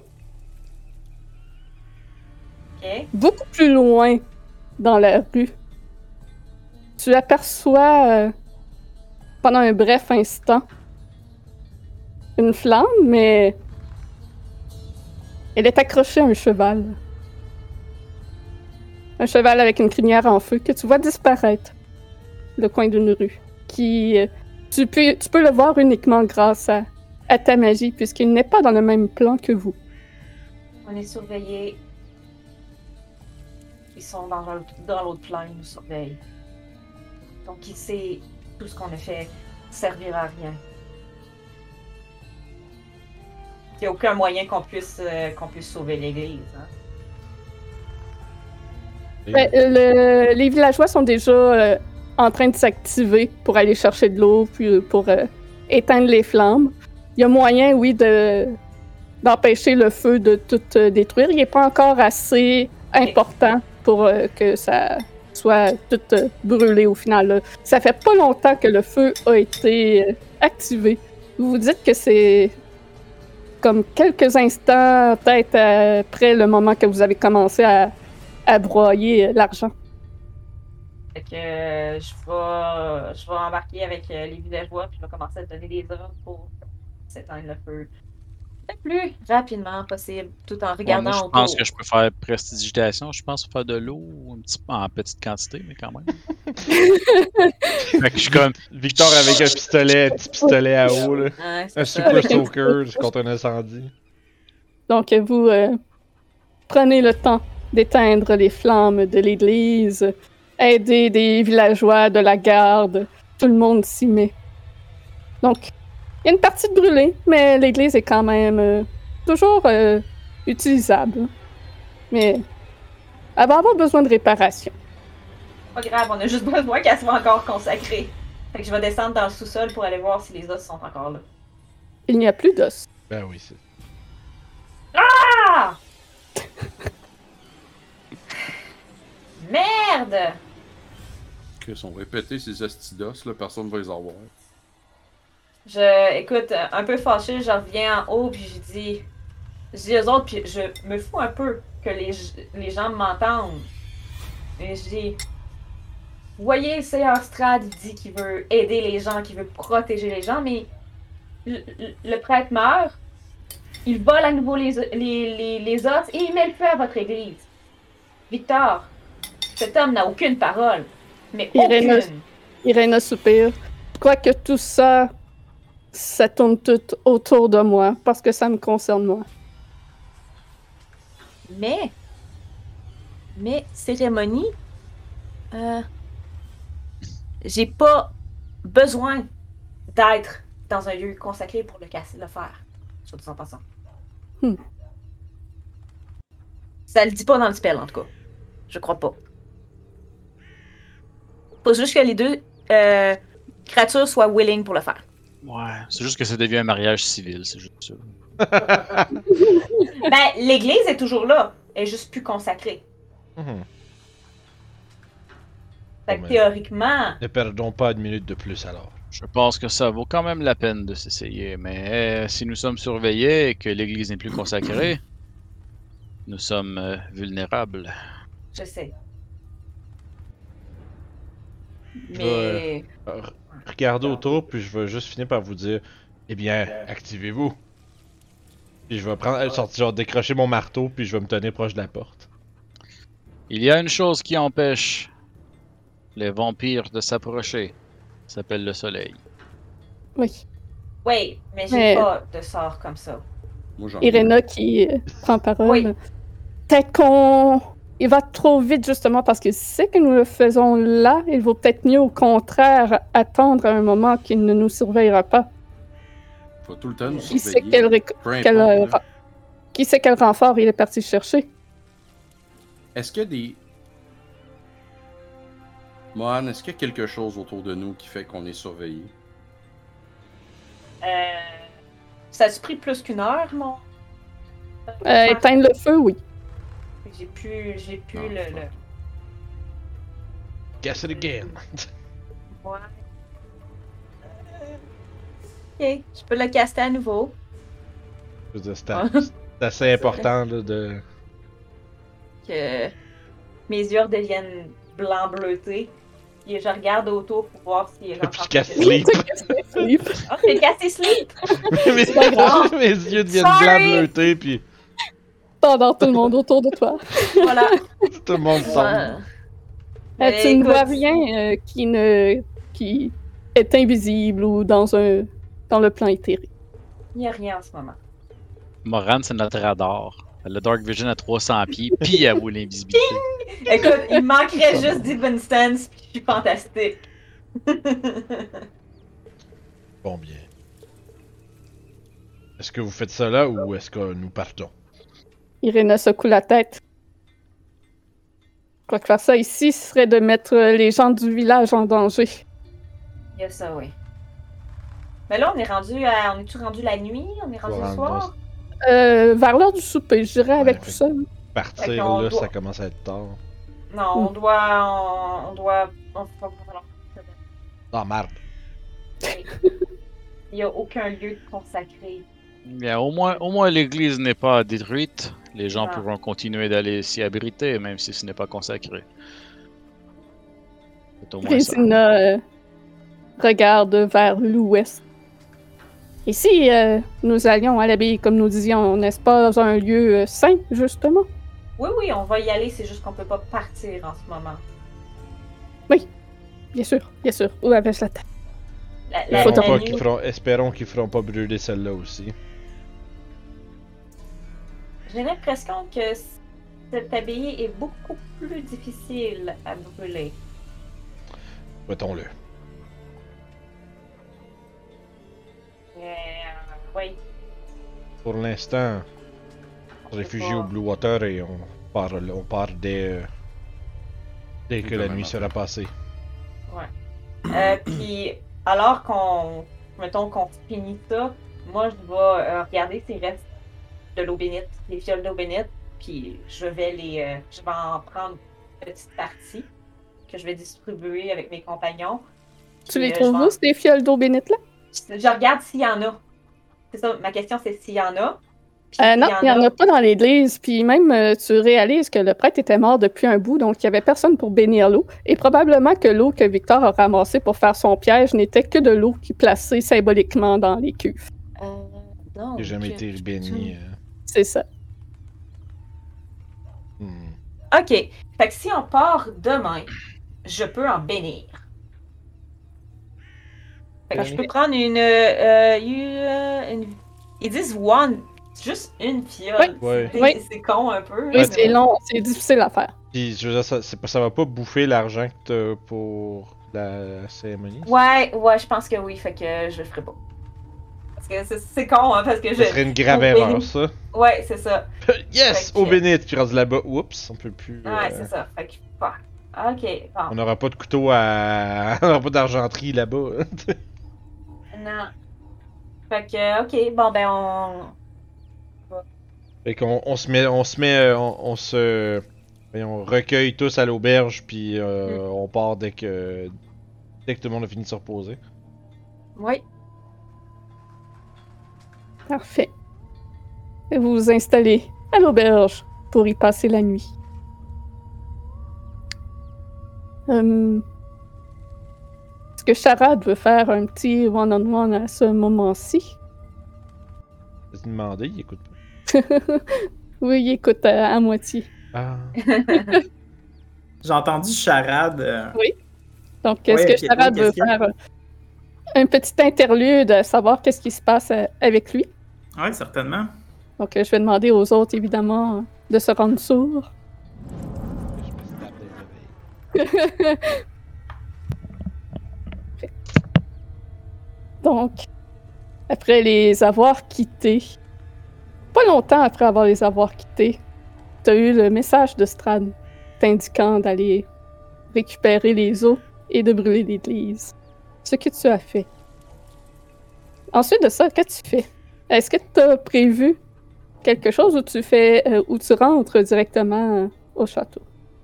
Ok. Beaucoup plus loin dans la rue. Tu aperçois, pendant un bref instant, une flamme, mais elle est accrochée à un cheval. Un cheval avec une crinière en feu que tu vois disparaître le coin d'une rue. Tu peux le voir uniquement grâce à ta magie, puisqu'il n'est pas dans le même plan que vous. On est surveillés. Ils sont dans l'autre plan, ils nous surveillent. Donc il sait tout ce qu'on a fait servira à rien. n'y a aucun moyen qu'on puisse sauver l'église. Hein. Ben, les villageois sont déjà en train de s'activer pour aller chercher de l'eau, puis pour éteindre les flammes. Il y a moyen, oui, d'empêcher le feu de tout détruire. Il n'est pas encore assez important pour que ça soit tout brûlé au final. Là. Ça fait pas longtemps que le feu a été activé. Vous vous dites que c'est comme quelques instants, peut-être après le moment que vous avez commencé à broyer l'argent. Fait que je vais embarquer avec les villageois, puis je vais commencer à donner des ordres pour s'éteindre le feu le plus rapidement possible, tout en regardant moi, autour. je pense que je peux faire prestidigitation. Je pense faire de l'eau en petite quantité, mais quand même. Fait que je suis comme... Victor avec un petit pistolet à eau, là. Ouais, Un ça. super soaker contre un incendie. Donc, vous prenez le temps d'éteindre les flammes de l'église, aider des villageois de la garde, tout le monde s'y met. Donc, il y a une partie de brûlée, mais l'église est quand même toujours utilisable. Mais elle va avoir besoin de réparation. Pas grave, on a juste besoin qu'elle soit encore consacrée. Fait que je vais descendre dans le sous-sol pour aller voir si les os sont encore là. Il n'y a plus d'os. Ben oui, c'est... Ah! Merde! Chris, on va répéter ces astidos, là, personne va les avoir. Écoute, un peu fâché, je reviens en haut, puis je dis aux autres, puis je me fous un peu que les gens m'entendent. Et je dis, voyez, le Seigneur Strad, il dit qu'il veut aider les gens, qu'il veut protéger les gens, mais le prêtre meurt, il vole à nouveau les os, et il met le feu à votre église. Victor, cet homme n'a aucune parole, mais aucune. Iréna soupire. Je crois que tout ça, ça tourne tout autour de moi, parce que ça me concerne moi. Mais cérémonie, j'ai pas besoin d'être dans un lieu consacré pour le faire, soit dit en passant. Ça le dit pas dans le spell, en tout cas. Je crois pas. Faut juste que les deux créatures soient willing pour le faire. Ouais, c'est juste que ça devient un mariage civil, c'est juste ça. Ben, l'église est toujours là. Elle est juste plus consacrée. Fait que Bon, théoriquement... Ne perdons pas une minute de plus alors. Je pense que ça vaut quand même la peine de s'essayer, mais si nous sommes surveillés et que l'église n'est plus consacrée, nous sommes vulnérables. Je sais. Je Mais... Regardez autour, puis je vais juste finir par vous dire, eh bien, activez-vous. Puis je vais sortir, décrocher mon marteau, puis je vais me tenir proche de la porte. Il y a une chose qui empêche les vampires de s'approcher. Ça s'appelle le soleil. Oui. Oui, mais j'ai pas de sort comme ça. Moi, j'en Iréna qui prend parole. Oui. Peut-être qu'on... Il va trop vite, justement, parce qu'il sait que nous le faisons là. Il vaut peut-être mieux, au contraire, attendre à un moment qu'il ne nous surveillera pas. Faut tout le temps nous Qui sait surveiller. Qui sait quel renfort il est parti chercher? Est-ce qu'il y a des... Mohan, est-ce qu'il y a quelque chose autour de nous qui fait qu'on est surveillé? Ça a pris plus qu'une heure, mon... Éteindre le feu, oui. J'ai pu le... Guess it again. Ouais. Ok, je peux le caster à nouveau. Je veux dire, c'est assez important là, de... Que mes yeux redeviennent blanc bleuté. Et je regarde autour pour voir s'il est Puis je casse sleep. Oh, j'ai cassé sleep! mes, pas grave. mes yeux deviennent Sorry. blancs bleutés, puis T'endors tout le monde autour de toi. Voilà. tout le monde semble. Mais Tu ne vois écoute, rien qui est invisible ou dans le plan éthérique. il n'y a rien en ce moment. Moran, c'est notre radar. Le Dark Vision à 300 pieds, puis à vous l'invisibilité. Écoute, il manquerait juste Divine Stance, puis je suis fantastique. Bon bien. Est-ce que vous faites ça là ou est-ce que nous partons? Irena secoue la tête. Je crois que faire ça ici serait de mettre les gens du village en danger. Il y a ça, oui. Mais là, on est-tu rendu la nuit? On est rendu le soir? Vers l'heure du souper, je dirais, avec Ouais, tout ça. Partir là, ça commence à être tard. Non, on doit... Ah, merde. Il n'y a aucun lieu consacré. Bien, au moins l'église n'est pas détruite. Les gens Ah. pourront continuer d'aller s'y abriter, même si ce n'est pas consacré. C'est au moins ça. Résina regarde vers l'ouest. Et si nous allions à l'abbaye, comme nous disions, n'est-ce pas un lieu sain, justement? Oui, on va y aller, c'est juste qu'on peut pas partir en ce moment. Bien sûr. Où avais-je la tête? Espérons qu'ils feront pas brûler celle-là aussi. J'ai l'impression que cette abbaye est beaucoup plus difficile à brûler. Souhaitons-le. Oui. Pour l'instant, on se réfugie au Blue Water et on part dès que la nuit sera passée. Ouais. Puis, alors qu'on finit ça, moi, je vais regarder s'il reste de l'eau bénite, des fioles d'eau bénite, puis je vais en prendre une petite partie que je vais distribuer avec mes compagnons. Tu les trouves où, ces fioles d'eau bénite-là? Je regarde s'il y en a. C'est ça, ma question, c'est s'il y en a. Non, il n'y en a pas dans l'église. Puis même, tu réalises que le prêtre était mort depuis un bout, donc il n'y avait personne pour bénir l'eau. Et probablement que l'eau que Victor a ramassée pour faire son piège n'était que de l'eau qui placée symboliquement dans les cuves. Non. J'ai jamais été béni. C'est ça. OK. Fait que si on part demain, je peux en bénir. Fait que je peux prendre une... Ils disent one... Juste une fiole. Ouais. C'est con un peu. Oui, c'est long, c'est difficile à faire. Puis je veux dire, ça va pas bouffer l'argent que t'as pour la cérémonie? Ouais, je pense que oui, fait que je le ferai pas. Parce que c'est con, hein, parce que Ça serait une grave erreur, ça. Ouais, c'est ça. Yes! Au bénite! Puis rendu là-bas, oups, on peut plus... Ouais, c'est ça. Fait que, ok, bon. On n'aura pas de couteau à... on n'aura pas d'argenterie là-bas. Non. Fait que, ok, bon, ben, Fait qu'on on recueille tous à l'auberge, puis on part dès que tout le monde a fini de se reposer. Oui. Parfait. Et vous vous installez à l'auberge pour y passer la nuit. Est-ce que Charade veut faire un petit one-on-one à ce moment-ci? Vas-y demander, il écoute pas. Oui, il écoute à moitié. Ah. J'ai entendu Charade. Oui. Donc, est-ce que Charade veut faire un petit interlude à savoir qu'est-ce qui se passe avec lui? Oui, certainement. Donc, je vais demander aux autres, évidemment, de se rendre sourds. Donc, après les avoir quittés, pas longtemps après les avoir quittés, tu as eu le message de Strad t'indiquant d'aller récupérer les os et de brûler l'église. Ce que tu as fait. Ensuite de ça, qu'as-tu fait? Est-ce que tu as prévu quelque chose ou tu rentres directement au château?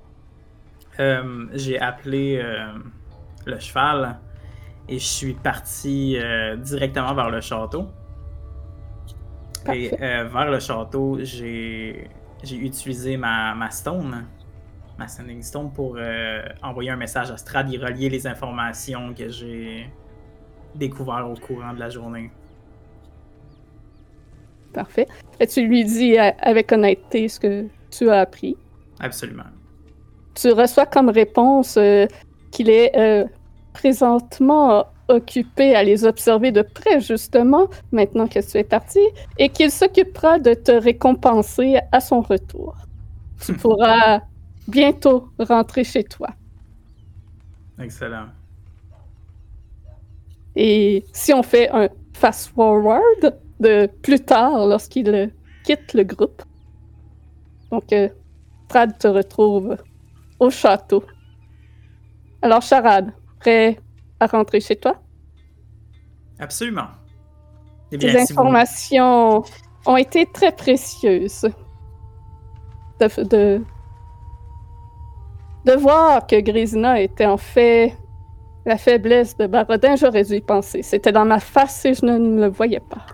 J'ai appelé le cheval et je suis parti directement vers le château. Parfait. Et vers le château, j'ai utilisé ma stone, ma sending stone, pour envoyer un message à Strad et relier les informations que j'ai découvertes au courant de la journée. Parfait. Et tu lui dis avec honnêteté ce que tu as appris. Absolument. Tu reçois comme réponse qu'il est présentement occupé à les observer de près, justement, maintenant que tu es parti, et qu'il s'occupera de te récompenser à son retour. Tu pourras bientôt rentrer chez toi. Excellent. Et si on fait un fast-forward, de plus tard lorsqu'il quitte le groupe. Donc, Strad te retrouve au château. Alors, Charade, prêt à rentrer chez toi? Absolument. Eh bien, Ces si vous- informations ont été très précieuses. De voir que Grisina était en fait la faiblesse de Barodin, j'aurais dû y penser. C'était dans ma face et je ne le voyais pas.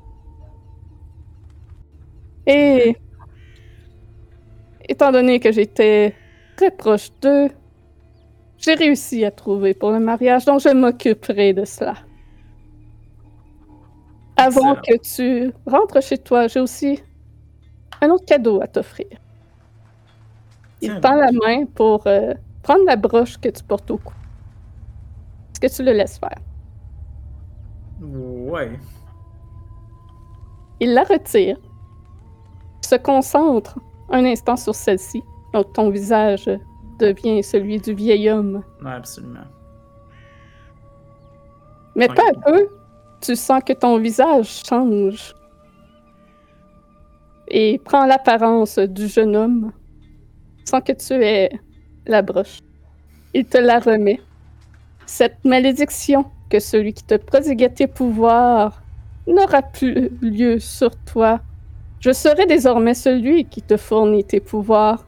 Et étant donné que j'étais très proche d'eux, j'ai réussi à trouver pour le mariage, donc je m'occuperai de cela. Avant que tu rentres chez toi, j'ai aussi un autre cadeau à t'offrir. Il Tiens, tend la main pour prendre la broche que tu portes au cou. Est-ce que tu le laisses faire? Ouais. Il la retire, se concentre un instant sur celle-ci, donc ton visage devient celui du vieil homme. Ouais, absolument. Mais Ok. peu à peu, tu sens que ton visage change et prend l'apparence du jeune homme, sans que tu aies la broche. Il te la remet. Cette malédiction que celui qui te prodiguait tes pouvoirs n'aura plus lieu sur toi. Je serai désormais celui qui te fournit tes pouvoirs.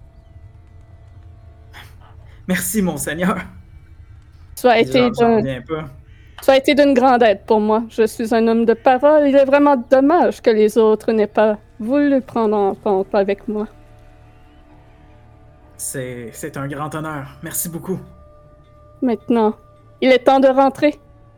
Merci, monseigneur. Tu as été J'en reviens pas. Tu as été d'une grande aide pour moi. Je suis un homme de parole. Il est vraiment dommage que les autres n'aient pas voulu prendre en compte avec moi. C'est un grand honneur. Merci beaucoup. Maintenant, il est temps de rentrer.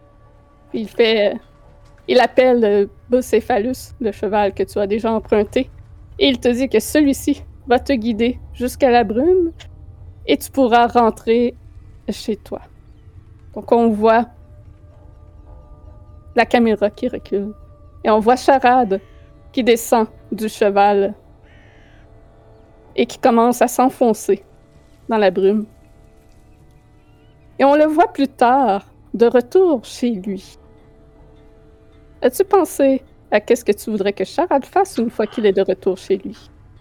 Il appelle Bucéphalus, le cheval que tu as déjà emprunté, et il te dit que celui-ci va te guider jusqu'à la brume et tu pourras rentrer chez toi. Donc on voit la caméra qui recule et on voit Charade qui descend du cheval et qui commence à s'enfoncer dans la brume. Et on le voit plus tard, de retour chez lui. As-tu pensé à qu'est-ce que tu voudrais que Charade fasse une fois qu'il est de retour chez lui?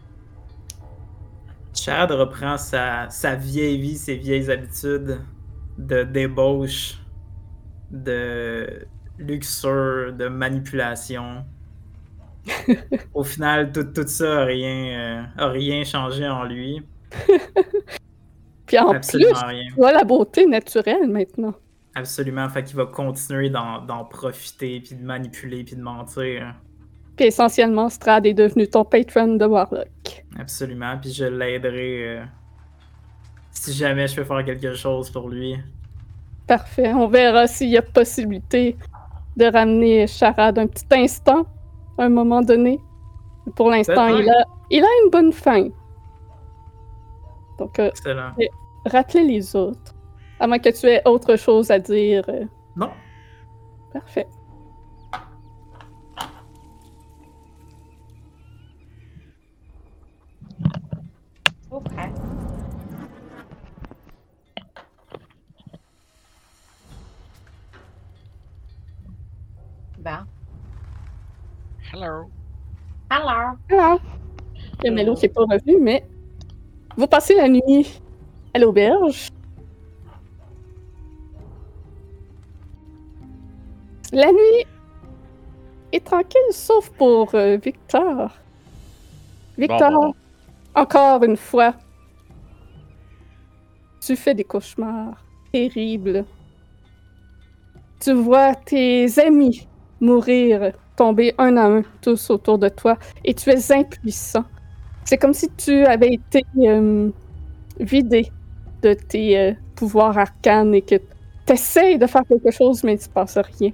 Chad reprend sa vieille vie, ses vieilles habitudes de débauche, de luxure, de manipulation. Au final, tout ça a rien changé en lui. Puis en Absolument plus, rien. tu vois la beauté naturelle maintenant. Absolument. Fait qu'il va continuer d'en profiter, puis de manipuler, puis de mentir. Puis essentiellement, Strad est devenu ton patron de Warlock. Absolument. Puis je l'aiderai si jamais je peux faire quelque chose pour lui. Parfait. On verra s'il y a possibilité de ramener Charade un petit instant, à un moment donné. Pour l'instant, Peut-être. il a une bonne fin. Donc, Excellent. rappelez les autres. À moins que tu aies autre chose à dire. Non. Parfait. Ok. Bon. Hello. Alors, Alors, il y a Melo qui n'est pas revenu, mais vous passez la nuit à l'auberge. La nuit est tranquille, sauf pour Victor. Victor, Bon. encore une fois, tu fais des cauchemars terribles. Tu vois tes amis mourir, tomber un à un, tous autour de toi, et tu es impuissant. C'est comme si tu avais été vidé de tes pouvoirs arcanes et que tu essayes de faire quelque chose, mais il ne se passe rien.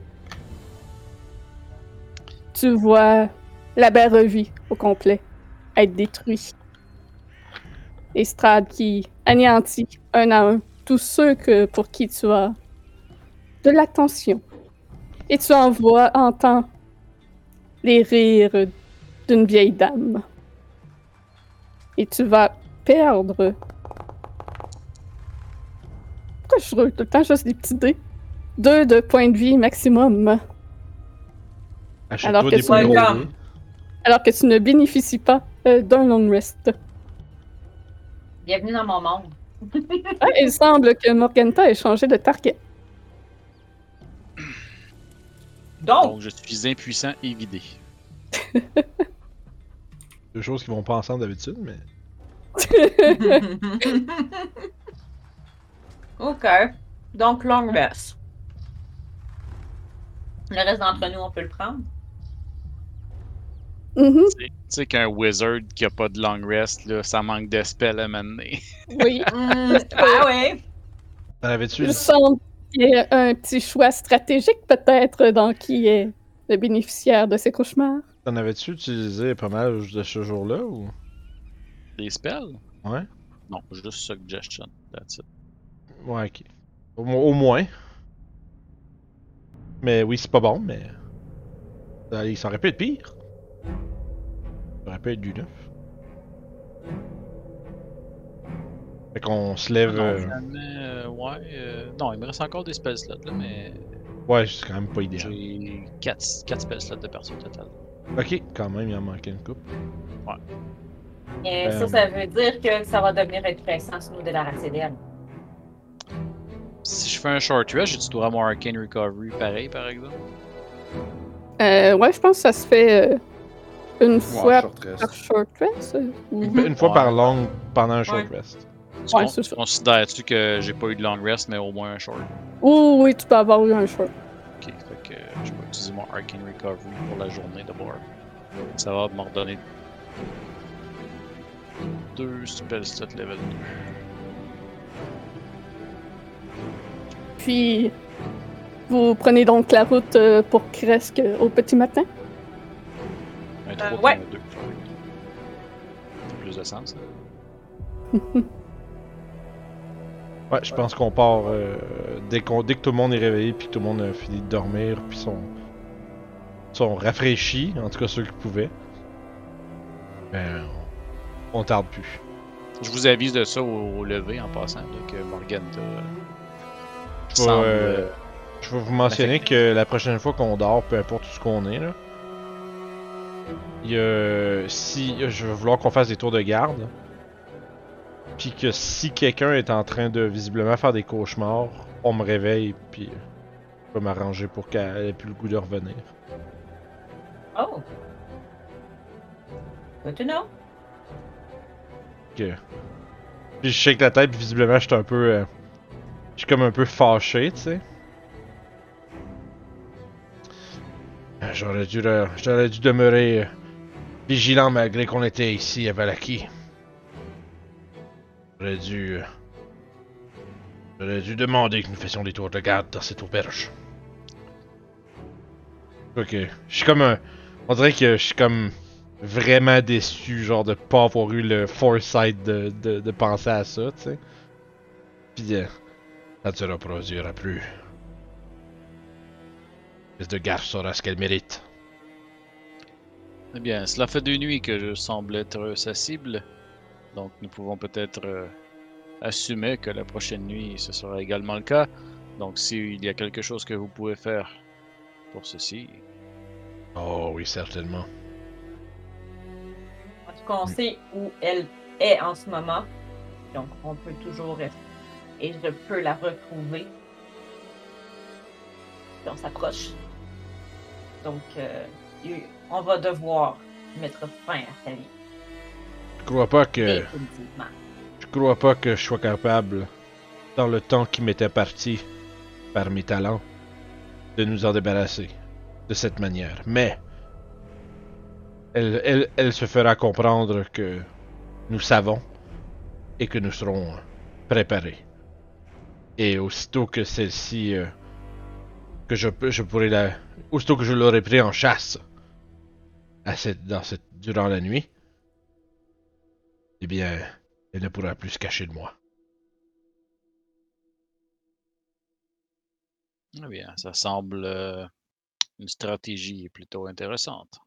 Tu vois la Barovie au complet être détruit. Et Strad qui anéantit un à un tous ceux pour qui tu as de l'attention. Et tu entends les rires d'une vieille dame. Et tu vas perdre... Pourquoi je roule tout le temps juste des petits dés? 2 de points de vie maximum. Achète-toi Alors que des tu points ne- rouillés. Alors que tu ne bénéficies pas d'un long rest. Bienvenue dans mon monde. Il semble que Morganta ait changé de target. Donc, je suis impuissant et vidé. Deux choses qui vont pas ensemble d'habitude, mais. OK. Donc, long rest. Le reste d'entre nous, on peut le prendre. Mhm. Tu sais qu'un wizard qui a pas de long rest, là, ça manque de spell à m'amener. Oui. Ah ouais. T'en avais-tu Il semble qu'il y ait un petit choix stratégique peut-être dans qui est le bénéficiaire de ces cauchemars. T'en avais-tu utilisé pas mal de ce jour-là ou. Des spells? Ouais? Non, juste suggestion. That's it. Ouais, ok. Au moins. Mais oui, c'est pas bon, mais. Ça aurait pu être pire. Ça aurait pu être du neuf. Fait qu'on se lève. Non, finalement, non, il me reste encore des spell slots, là, mais Ouais, c'est quand même pas idéal. j'ai 4 spell slots de perso total. Ok, quand même, il en manquait une coupe. Et ça veut dire que ça va devenir intéressant sur nous de la racédienne. Si je fais un short rest, j'ai-tu droit à mon Arcane Recovery pareil, par exemple? Ouais, je pense que ça se fait une fois short rest. par short rest. Une fois Ouais. par long pendant un short rest. Ouais, c'est ça. Considères-tu que j'ai pas eu de long rest, mais au moins un short? Oh, oui, tu peux avoir eu un short. Ok, fait que je vais utiliser mon Arcane Recovery pour la journée d'abord. Ça va me redonner 2 spell slots level 2. Puis, vous prenez donc la route pour Cresque au petit matin? Un 3 ouais. puis un 2. Ça fait plus de sens, hein? Ouais, je pense qu'on part dès que tout le monde est réveillé, puis que tout le monde a fini de dormir, puis sont rafraîchis, en tout cas ceux qui pouvaient. Ben, on tarde plus. Je vous avise de ça au lever en passant, là, que Morganta Je vais, je vais vous mentionner que la prochaine fois qu'on dort, peu importe où ce qu'on est, là, je vais vouloir qu'on fasse des tours de garde. Puis que si quelqu'un est en train de visiblement faire des cauchemars, on me réveille, puis je peux m'arranger pour qu'elle ait plus le goût de revenir. Oh. Good to know. Que... Puis je shake la tête, puis visiblement je suis un peu... je suis comme un peu fâché, tu sais. J'aurais dû demeurer vigilant malgré qu'on était ici à Valaki. J'aurais dû demander que nous fassions des tours de garde dans cette auberge. Ok, je suis comme on dirait que je suis comme vraiment déçu, genre de pas avoir eu le foresight de penser à ça, tu sais. Puis ça ne se reproduira plus. L'espèce de garce saura ce qu'elle mérite. Eh bien, cela fait 2 nuits que je semble être sa cible. Donc nous pouvons peut-être assumer que la prochaine nuit ce sera également le cas. Donc s'il y a quelque chose que vous pouvez faire pour ceci. Oh oui, certainement. En tout cas, on sait où elle est en ce moment. Donc, on peut toujours rester. Et je peux la retrouver. Puis on s'approche. Donc, on va devoir mettre fin à sa vie. Je crois pas que Définitivement. je sois capable, dans le temps qui m'était parti par mes talents, de nous en débarrasser de cette manière. Mais elle se fera comprendre que nous savons et que nous serons préparés. Et aussitôt que celle-ci, que je pourrai aussitôt que je l'aurai pris en chasse durant la nuit, eh bien, elle ne pourra plus se cacher de moi. Eh bien, ça semble une stratégie plutôt intéressante.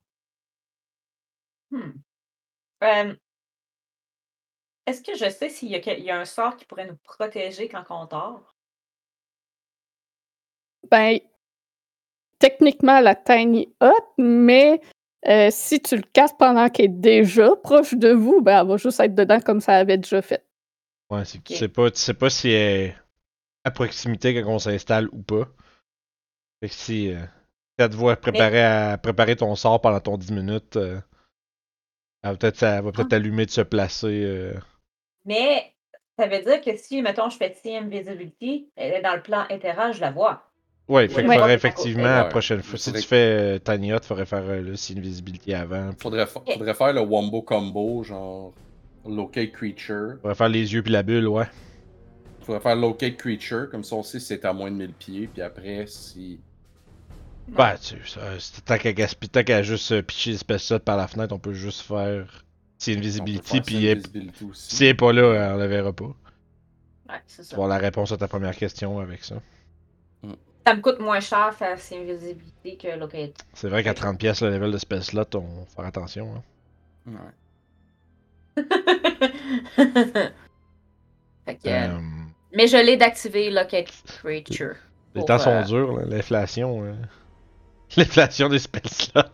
Est-ce que je sais s'il y a un sort qui pourrait nous protéger quand on dort? Ben, techniquement la Tiny Hut, mais si tu le casses pendant qu'elle est déjà proche de vous, ben elle va juste être dedans comme ça avait déjà fait. Ouais, c'est que tu sais pas si elle est à proximité quand on s'installe ou pas. Fait que si elle te voit préparer ton sort pendant ton 10 minutes, elle va peut-être t'allumer de se placer. Mais ça veut dire que si, mettons, je fais See Invisibility, elle est dans le plan intérieur, je la vois. Ouais, fait qu'il Ouais. faudrait effectivement la Ouais. prochaine fois. Si Faudrait- tu fais Tiny Hut, faudrait faire le Sea Invisibility avant. Puis Faudrait faire le Wombo Combo, genre Locate Creature. faudrait faire les yeux puis la bulle, ouais. Faudrait faire Locate Creature, comme ça on sait si c'est à moins de 1000 pieds, puis après, si. Bah, tant qu'à juste pitcher Spell Slot par la fenêtre, on peut juste faire Sea On peut Invisibility, faire puis Sea Invisibility aussi. si elle est pas là, on la verra pas. Ouais, c'est Tu ça. vas avoir la réponse à ta première question avec ça. Ça me coûte moins cher faire See Invisibility que Locate. C'est vrai qu'à 30$ le level de Spell Slot, on va faire attention. Hein. Ouais. Fait que, mais je l'ai d'activer Locate Creature. Les Pour, temps sont durs, là, l'inflation. L'inflation des Spell Slots.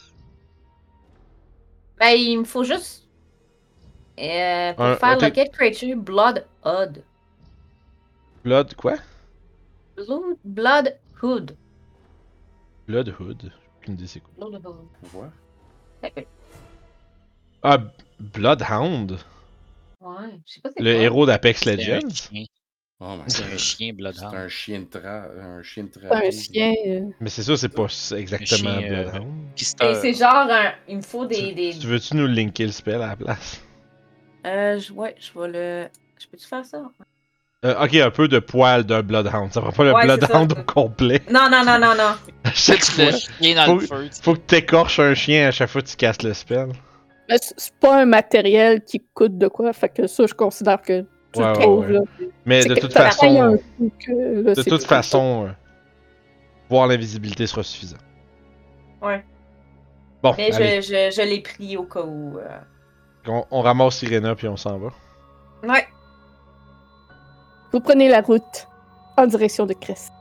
Ben, il me faut juste. Pour faire Locate Creature, Blood Hood. Blood, quoi? Blood Hood. Blood Hood. Aucune idée c'est quoi. Blood Hood. Ouais. Fait que- Ah, Bloodhound. Ouais, je sais pas c'est Le quoi. héros d'Apex C'est un Legends. chien. Oh my C'est God. un chien C'est Bloodhound. un chien de C'est un trafic. chien. Mais c'est ça, c'est pas exactement chien, Bloodhound. Pisteur. C'est genre un. Il me faut des. Tu veux-tu nous linker le spell à la place? Ouais, je vais le. Je peux-tu faire ça? Ok, un peu de poil d'un Bloodhound. Ça prend pas le Ouais, c'est Bloodhound ça. au complet. Non. À chaque Tu fois, le chien dans le feu. faut que t'écorches un chien à chaque fois que tu casses le spell. Mais c'est pas un matériel qui coûte de quoi, fait que ça, je considère que tu Ouais, le ouais, trouves, ouais. là. Mais C'est de que toute ça paye un façon, coup que, là, de c'est toute tout. façon, voir l'invisibilité sera suffisant. Ouais. Bon, Mais allez, je l'ai pris au cas où. on ramasse Irena puis on s'en va. Ouais. Vous prenez la route en direction de Crest.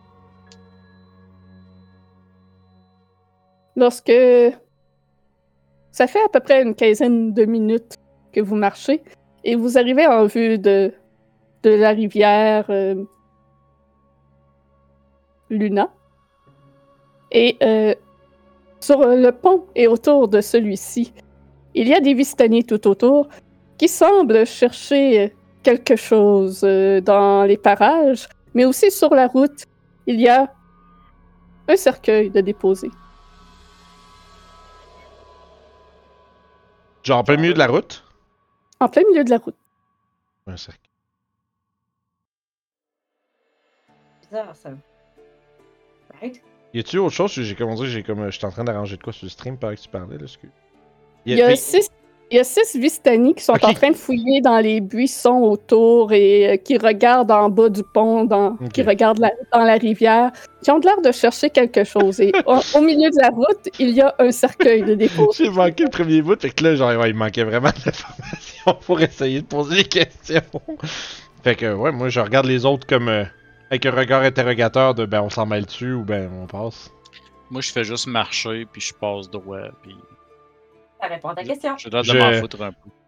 Lorsque ça fait à peu près une quinzaine de minutes que vous marchez et vous arrivez en vue de la rivière Luna. Et sur le pont et autour de celui-ci, il y a des Vistani tout autour qui semblent chercher quelque chose dans les parages, mais aussi sur la route, il y a un cercueil de déposé. Genre en plein milieu de la route. En plein milieu de la route. Un cercle. Bizarre, ça. Right? Y a-tu autre chose? J'étais en train d'arranger de quoi sur le stream pendant que tu parlais, là, excuse. Il y a 6 Vistani qui sont Ok. en train de fouiller dans les buissons autour et qui regardent en bas du pont, qui regardent dans la rivière, qui ont l'air de chercher quelque chose. Et au milieu de la route, il y a un cercueil de dépôt. J'ai manqué le premier bout, fait que là, genre, ouais, il manquait vraiment d'informations pour essayer de poser des questions. Fait que, ouais, moi, je regarde les autres comme avec un regard interrogateur de ben, on s'en mêle dessus ou ben, on passe. Moi, je fais juste marcher, puis je passe droit, puis Ça répond à ta question. je dois m'en foutre un peu.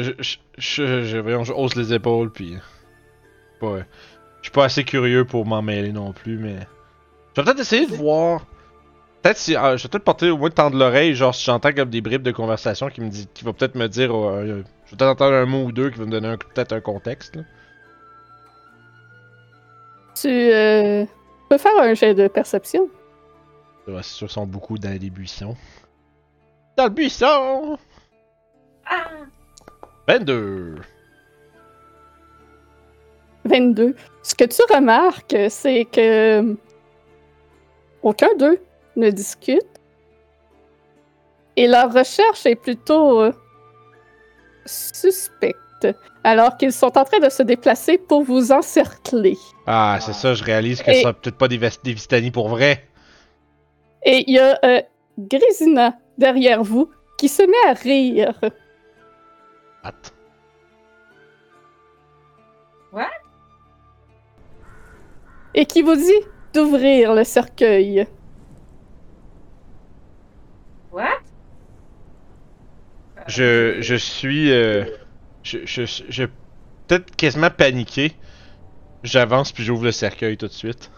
Je hausse les épaules, puis. Je suis pas assez curieux pour m'en mêler non plus, mais. Je vais peut-être essayer de voir. Peut-être si. Je vais peut-être porter au moins tendre l'oreille, genre si j'entends comme des bribes de conversation qui va peut-être me dire. Je vais peut-être entendre un mot ou deux qui va me donner peut-être un contexte. Là. Tu peux faire un jet de perception. C'est sûr qu'ils sont beaucoup dans les buissons. Dans le buisson! Ah! 22! 22. Ce que tu remarques, c'est que aucun d'eux ne discute. Et leur recherche est plutôt suspecte, alors qu'ils sont en train de se déplacer pour vous encercler. Ah, c'est ça, je réalise que ce sera peut-être pas des Vistani pour vrai. Et il y a Grésina derrière vous qui se met à rire. What? Et qui vous dit d'ouvrir le cercueil. Je suis. Je peut-être quasiment paniqué. J'avance puis j'ouvre le cercueil tout de suite.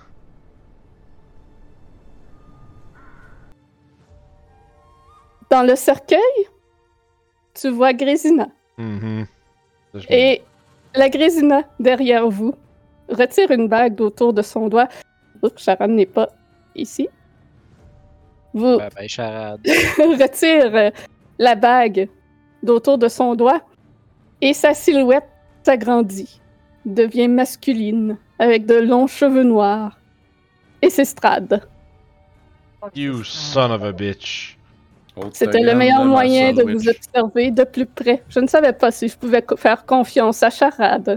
Dans le cercueil, tu vois Grésina. Mhm. Ça, je me- Et la Grésina, derrière vous, retire une bague d'autour de son doigt. Oups, Sharon n'est pas ici. Vous Bye bye, charade. retire la bague d'autour de son doigt et sa silhouette s'agrandit, devient masculine, avec de longs cheveux noirs et s'estrade. You son of a bitch. C'était le meilleur moyen de vous observer de plus près. Je ne savais pas si je pouvais faire confiance à Charade.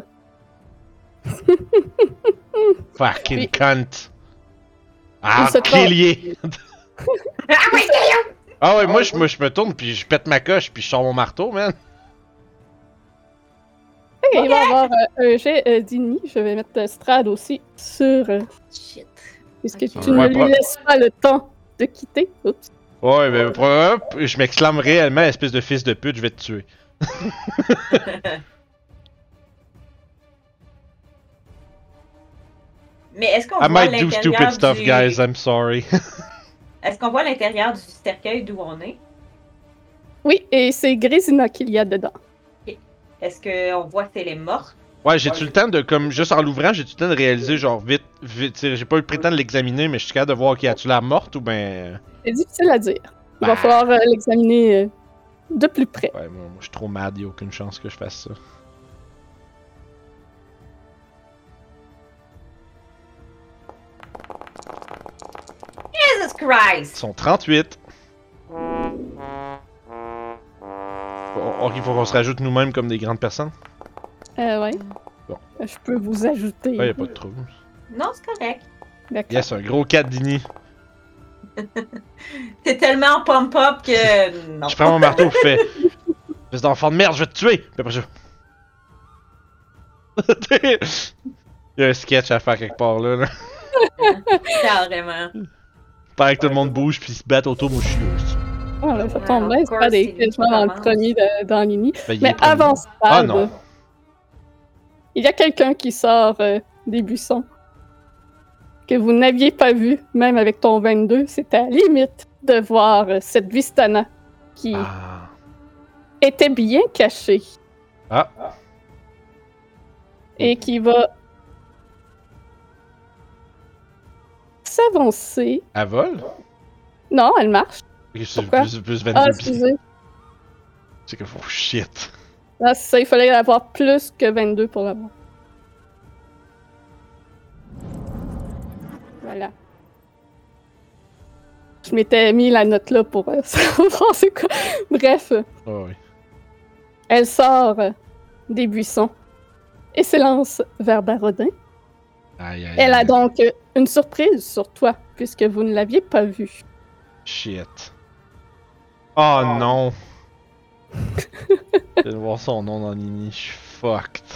Fucking Oui. cunt. Il se kill you. Ah oui, Ah ouais, moi je me tourne puis je pète ma coche puis je sors mon marteau, man. Il va y avoir un jet d'Ini. Je vais mettre Strad aussi sur... Shit. puisque Ok. tu ne Ouais, lui laisses pas le temps de quitter. Oups. Ouais, mais je m'exclame réellement, espèce de fils de pute, je vais te tuer. Mais est-ce qu'on I voit might do stupid l'intérieur stuff, du... guys, I'm sorry. Est-ce qu'on voit l'intérieur du cercueil d'où on est? Oui, et c'est Grésina qu'il y a dedans. Est-ce qu'on voit si elle est morte? Ouais, j'ai-tu le temps de, comme, juste en l'ouvrant, j'ai-tu le temps de réaliser, genre, vite, t'sais, j'ai pas eu le temps de l'examiner, mais je suis capable de voir, ok, as-tu l'air morte ou ben... C'est difficile à dire. Il va Bah. falloir l'examiner de plus près. Ouais, moi je suis trop mad, y'a aucune chance que je fasse ça. Jesus Christ! Ils sont 38. Il faut qu'on se rajoute nous-mêmes comme des grandes personnes. Ouais. Bon. Je peux vous ajouter. Ouais, y'a pas de trouble. Non, c'est correct. D'accord. Yes, un gros 4 d'Ini. T'es tellement pump-up que... Non. Je prends mon marteau, je fais. Espèce d'enfant de merde, je vais te tuer! Puis après, je. Il y a un sketch à faire quelque part là. Carrément. Pareil que tout le monde bouge puis ils se battent autour, moi je suis là. Ah, là, ça Ouais, tombe bien, of c'est pas course, des c'est quasiment dans le commence. premier dans l'Ini. Ben, il Mais est premier. avant ça, Ah non! il y a quelqu'un qui sort des buissons que vous n'aviez pas vu, même avec ton 22. C'est à la limite de voir cette Vistana qui Ah. était bien cachée Ah! et qui va s'avancer. Elle vole? Non, elle marche. Ok, c'est Pourquoi? plus Ah, 22 pieds. excusez. C'est que oh shit. Ah, c'est ça, il fallait avoir plus que 22 pour l'avoir. Voilà. Je m'étais mis la note là pour savoir c'est quoi. Bref, Oh oui. elle sort des buissons et s'élance vers Barodin. Aïe aïe. Elle a aïe. donc une surprise sur toi, puisque vous ne l'aviez pas vue. Shit. Oh non! Je viens de voir son nom dans Nini, je suis fucked.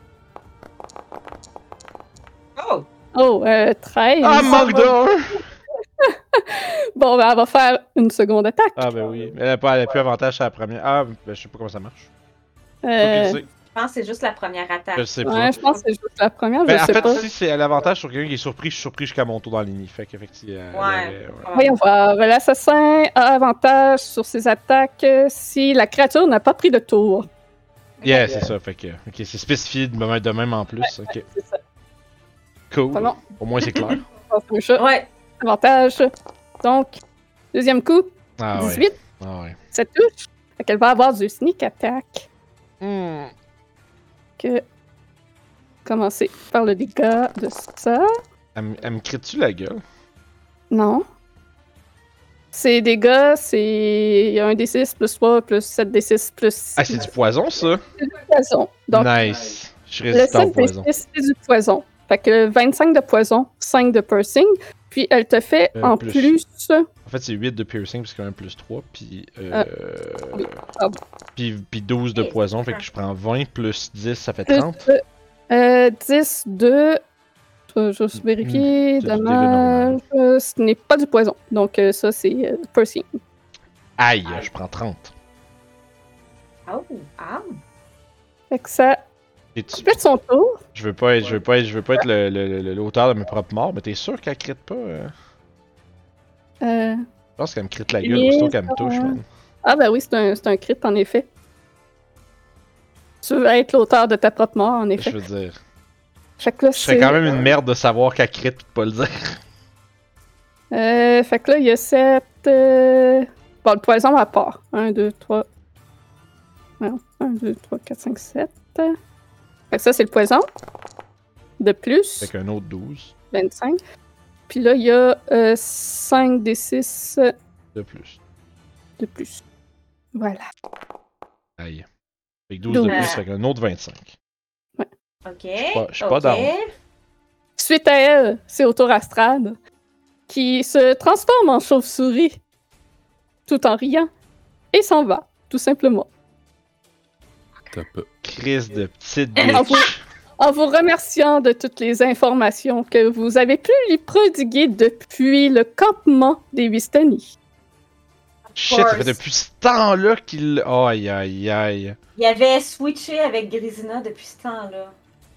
Oh! Oh, 13. Ah, manque d'un! Bon, ben, elle va faire une seconde attaque. Ah ben oui, mais elle a plus avantage à la première. Ah, ben je sais pas comment ça marche. Euh, Ok, je sais. Je pense que c'est juste la première attaque. Je sais pas. ouais, je pense que c'est juste la première, Ben, je en sais fait, pas. si c'est à l'avantage sur quelqu'un qui est surpris, je suis surpris jusqu'à mon tour dans Nini. Fait qu'effectivement. Ouais. Voyons voir. L'assassin a avantage sur ses attaques si la créature n'a pas pris de tour. Yeah, c'est ça. Fait que. Ok, c'est spécifié de même en plus. Ok. C'est ça. Cool. Pardon. Au moins c'est clair. C'est un chat. Ouais. Avantage. Donc, deuxième coup, Ah 18. ouais. Ah ouais. Ça touche. Fait qu'elle va avoir du sneak attack. Hmm. Que... Commencer par le dégât de ça. Elle me crie-tu la gueule? Non. Ces dégâts, c'est un D6 plus 3 plus 7D6 plus Ah, c'est du poison ça? poison. Donc, Nice. Je suis le résistant au poison. 7D6, c'est du poison. Fait que 25 de poison, 5 de piercing. Puis elle te fait en plus. plus. En fait, c'est 8 de piercing, parce qu'il y a un plus 3, puis... oui. Ah bon. Puis 12 de poison, fait que je prends 20 plus 10, ça fait Plus 30. 10 de. Je vais juste vérifier. c'est du dégât Dommage. Ce n'est pas du poison. Donc, ça, c'est piercing. Aïe, je prends 30. Ah, Fait que ça Et-tu- complète son tour. Je veux pas être l'auteur de mes propres morts, mais t'es sûr qu'elle crit pas? Euh, Je pense qu'elle me crit la gueule Et aussitôt qu'elle me ça- touche, man. Ah ben oui, c'est un crit, en effet. Tu veux être l'auteur de ta propre mort, en Je effet. veux dire. Fait que là, Je serais quand même une merde de savoir qu'elle crit pis de pas le dire. Fait que là, il y a 7... Bon, le poison à part. 1, 2, 3... Non, 1, 2, 3, 4, 5, 7... Fait que ça, c'est le poison. De plus, Avec un autre 12 25. Puis là, il y a 5 des 6 de plus. de plus. Voilà. Aïe. Avec 12 de 12. plus, ça fait un autre 25. ok. je suis pas down. Suite à elle, c'est au tour à Strad, qui se transforme en chauve-souris, tout en riant, et s'en va, tout simplement. T'as pas. Crise de petite En vous, bitch. en vous remerciant de toutes les informations que vous avez pu lui prodiguer depuis le campement des Vistani. Shit, ça fait depuis ce temps-là qu'il. Aïe, aïe, aïe. Il avait switché avec Grisina depuis ce temps-là.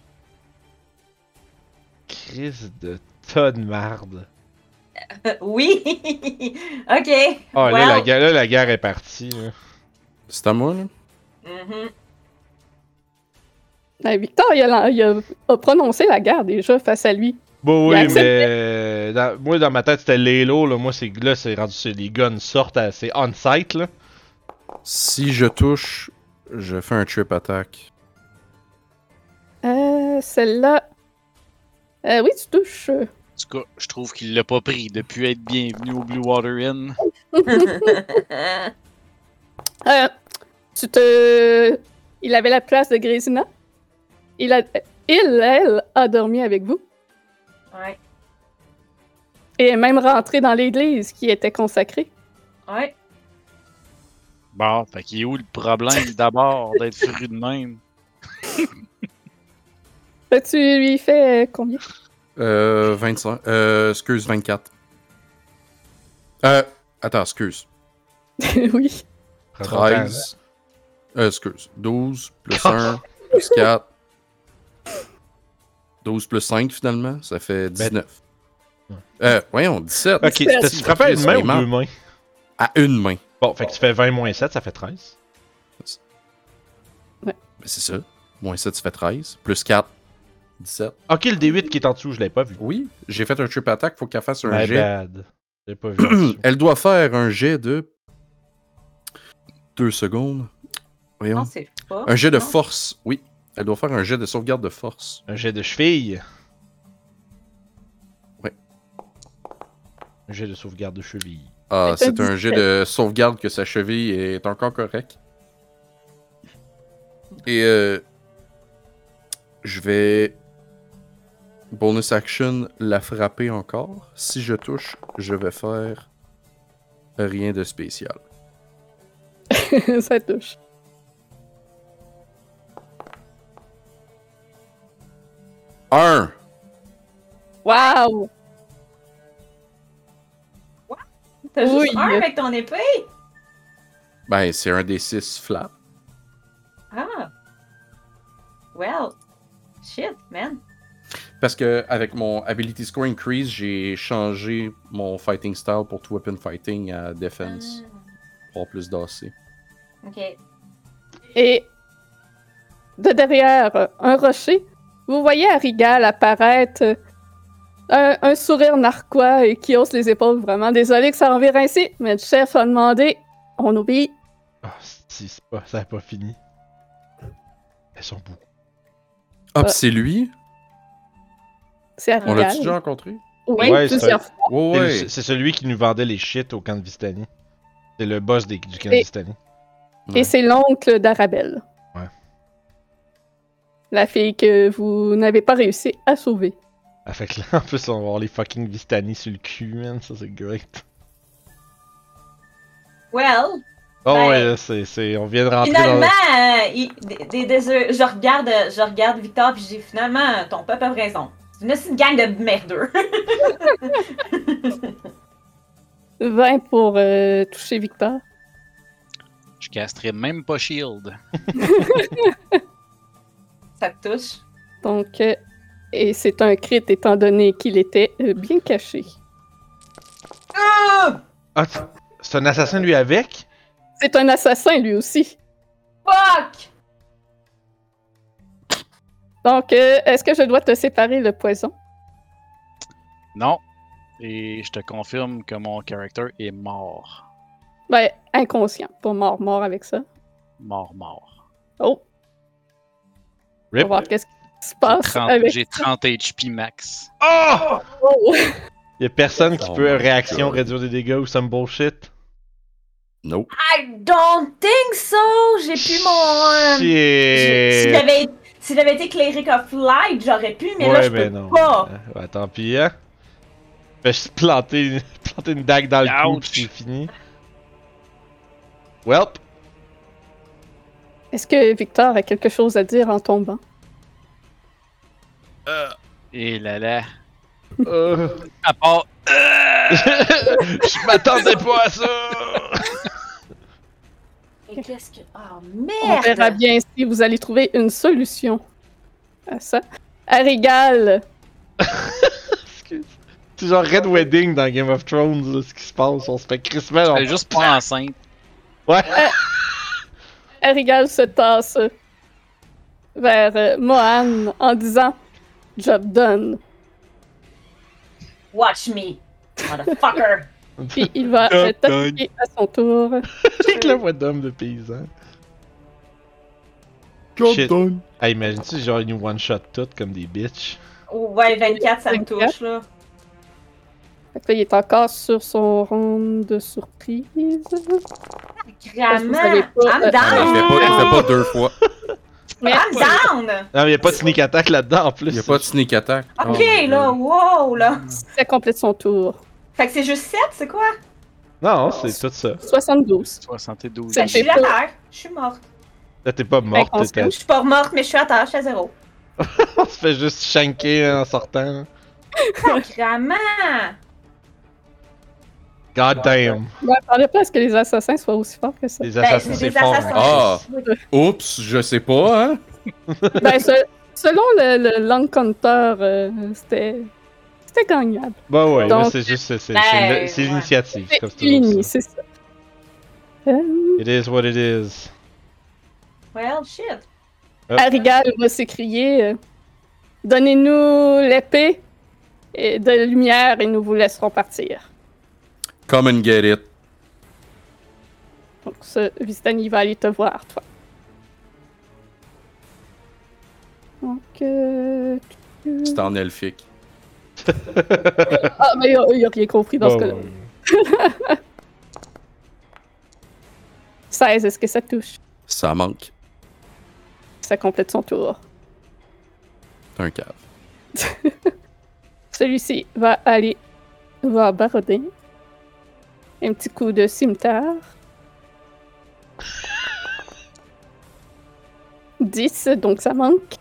Crise de tas de marde. Oui! Ok. Ah, Well. là, la guerre est partie. Là. C'est à moi, là? Mhm. Victor, il a prononcé la guerre déjà face à lui. Bon, Il a oui, accepté. mais. Moi, dans ma tête, c'était Lalo. Là. Moi, c'est rendu. Les guns sortent. C'est on-site. Là. Si je touche, je fais un trip attack. Celle-là... oui, tu touches. En tout cas, je trouve qu'il l'a pas pris depuis être bienvenu au Blue Water Inn. Il avait la place de Grésina. Elle a dormi avec vous. Ouais. Et est même rentré dans l'église qui était consacrée. Ouais. Bon, fait qu'il est où le problème d'abord d'être fru de même? Tu lui fais combien? 25. Excuse, 24. Attends, excuse. Oui. Prends ton temps, là. 13. Excuse. 12 plus 1 plus 4. 12 plus 5 finalement, ça fait 19. Voyons, 17. Ok, t'as-tu frappé à une main ou deux mains? À une main. Bon, fait que tu fais 20 moins 7, ça fait 13. Ben, c'est ça. Moins 7, ça fait 13. Plus 4, 17. Ok, le D8 qui est en dessous, je l'avais pas vu. Oui, j'ai fait un trip attack, faut qu'elle fasse un My jet. bad. J'ai pas vu en dessous. Elle doit faire un jet de 2 secondes. Voyons. Non, c'est pas. Un jet de non. force, oui. Elle doit faire un jet de sauvegarde de force. Un jet de cheville. Ouais. Un jet de sauvegarde de cheville. Ah, C'est un c'est un jet de sauvegarde que sa cheville est encore correcte. Et je vais bonus action la frapper encore. Si je touche, je vais faire rien de spécial. Ça touche. Un! Wow! T'as juste Oui. un avec ton épée? Ben, c'est un des 6 flat. Ah. Well. Shit, man. Parce que avec mon ability score increase, j'ai changé mon fighting style pour two weapon fighting à defense. Pour avoir plus d'AC. Ok. Et de derrière un rocher, vous voyez Arigal apparaître, un sourire narquois et qui hausse les épaules. Vraiment désolé que ça en vire ainsi, mais le chef a demandé, on obéit. Ah, si, ça n'a pas fini. Elles sont beaucoup. Ah, pis c'est lui? C'est On Arigal. l'a-tu déjà rencontré? Oui, Ouais, plusieurs fois. Ouais, ouais. C'est celui qui nous vendait les shit au camp de Vistani. C'est le boss du camp de Et- Vistani. Et c'est l'oncle d'Arabelle. Ouais. La fille que vous n'avez pas réussi à sauver. Ah, fait que là, en plus, on va avoir les fucking Vistani sur le cul, man. Ça, c'est great. Well. Oh, Ben, ouais, là, on vient de rentrer Finalement, dans... je regarde Victor puis je dis finalement, ton peuple a raison. C'est une petite gang de merdeux. 20 pour toucher Victor. Je casterai même pas Shield. Ça te touche. Donc, et c'est un crit étant donné qu'il était bien caché. Ah! Ah, c'est un assassin lui avec? C'est un assassin lui aussi. Fuck! Donc, est-ce que je dois te séparer le poison? Non. Et je te confirme que mon character est mort. Ben, inconscient, pas mort avec ça. Mort. Oh, on va Rip. voir qu'est-ce qui se passe avec J'ai 30 HP max. Oh! Oh! Y'a personne qui Oh peut my réaction God. réduire des dégâts ou some bullshit? Nope. I don't think so! J'ai plus mon. Shit! Si j'avais été Cleric of Light, j'aurais pu, mais ouais, là, je mais peux non. pas. Ouais, tant pis, hein? Fais juste planter une dague dans le cou Ouch. pis c'est fini. Welp! Est-ce que Victor a quelque chose à dire en tombant? Et là. Euh. À part. Je m'attendais pas à ça! Et qu'est-ce que. Oh On verra merde! bien si vous allez trouver une solution à ça. Arigal, Excuse. C'est genre Red Wedding dans Game of Thrones, là, ce qui se passe. On se fait crispement. Elle est juste pas enceinte. Ouais! Arigal se tasse vers Mohan en disant « Job done Watch me, motherfucker! » Puis il va Job t'attaquer à son tour. Avec la voix d'homme de paysan. Job Shit. done. Ah, imagine-tu, genre, ils nous one-shot toutes comme des bitches. Ouais, 24, ça me 24. touche, là. Fait que là, il est encore sur son round de surprise. Grandement! Vous savez pas, I'm Il down! fait pas 2 fois. Mais I'm down! Non, mais y'a pas de sneak attack là-dedans en plus. Il y a pas de sneak attack. Ok, Oh my là, God. wow, là. ça complète son tour. Fait que c'est juste 7, c'est quoi? Non, c'est tout ça. 72. 72. Ben, je suis à terre. Je suis morte. Là, t'es pas morte, Inconscient. Je suis pas morte, mais je suis à terre, je suis à 0. On se fait juste shanker en sortant. Grandement! God damn. Je m'attendais pas à ce que les assassins soient aussi forts que ça. Les Ben, assassins, c'est c'est des fort. assassins. hein. Ah. Oui. Oups, je sais pas, hein? Ben, selon le long counter, c'était gagnable. Bah ouais, Donc- là, c'est juste, c'est Ben, c'est ouais. l'initiative. C'est comme c'est toujours uni, ça. c'est ça. Euh, It is what it is. Well, shit. Arigal va s'écrier donnez-nous l'épée et de lumière et nous vous laisserons partir. Come and get it. Donc, ce Vistani va aller te voir, toi. Donc, C'est en elfique. ah, mais il a rien compris dans ce Bah cas-là. ouais. 16, est-ce que ça touche? Ça manque. Ça complète son tour. C'est un cave. Celui-ci va aller voir Barodin. Un petit coup de cimetière. 10, donc ça manque.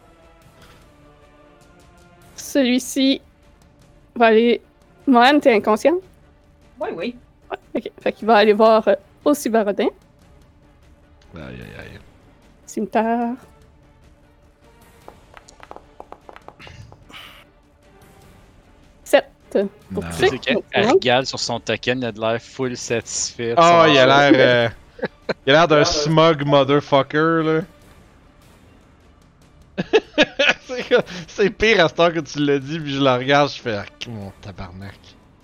Celui-ci va aller... Mohan, t'es inconscient? Oui, oui. Ouais, ok. Fait qu'il va aller voir aussi Barodin. Aïe aïe aïe. Cimetière. Pour Non. toucher. C'est Donc, qu'elle ça manque. regarde sur son token, il a de l'air full satisfait. Oh, il a l'air. Il a l'air d'un smug motherfucker, là. C'est pire à ce temps que tu l'as dit, puis je le regarde, je fais. Ah, mon tabarnak.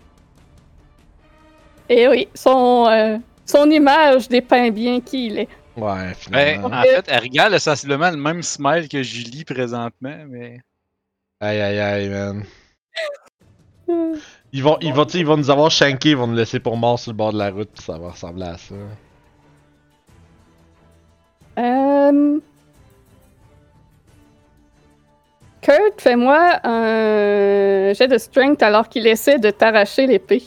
Et oui, son image dépeint bien qui il est. Ouais, Ben, finalement. en fait, elle regarde sensiblement le même smile que Julie présentement, mais. Aïe aïe aïe, man. Euh, Ils vont nous avoir shanké, ils vont nous laisser pour morts sur le bord de la route, puis ça va ressembler à ça. Kurt, fais-moi un jet de strength alors qu'il essaie de t'arracher l'épée.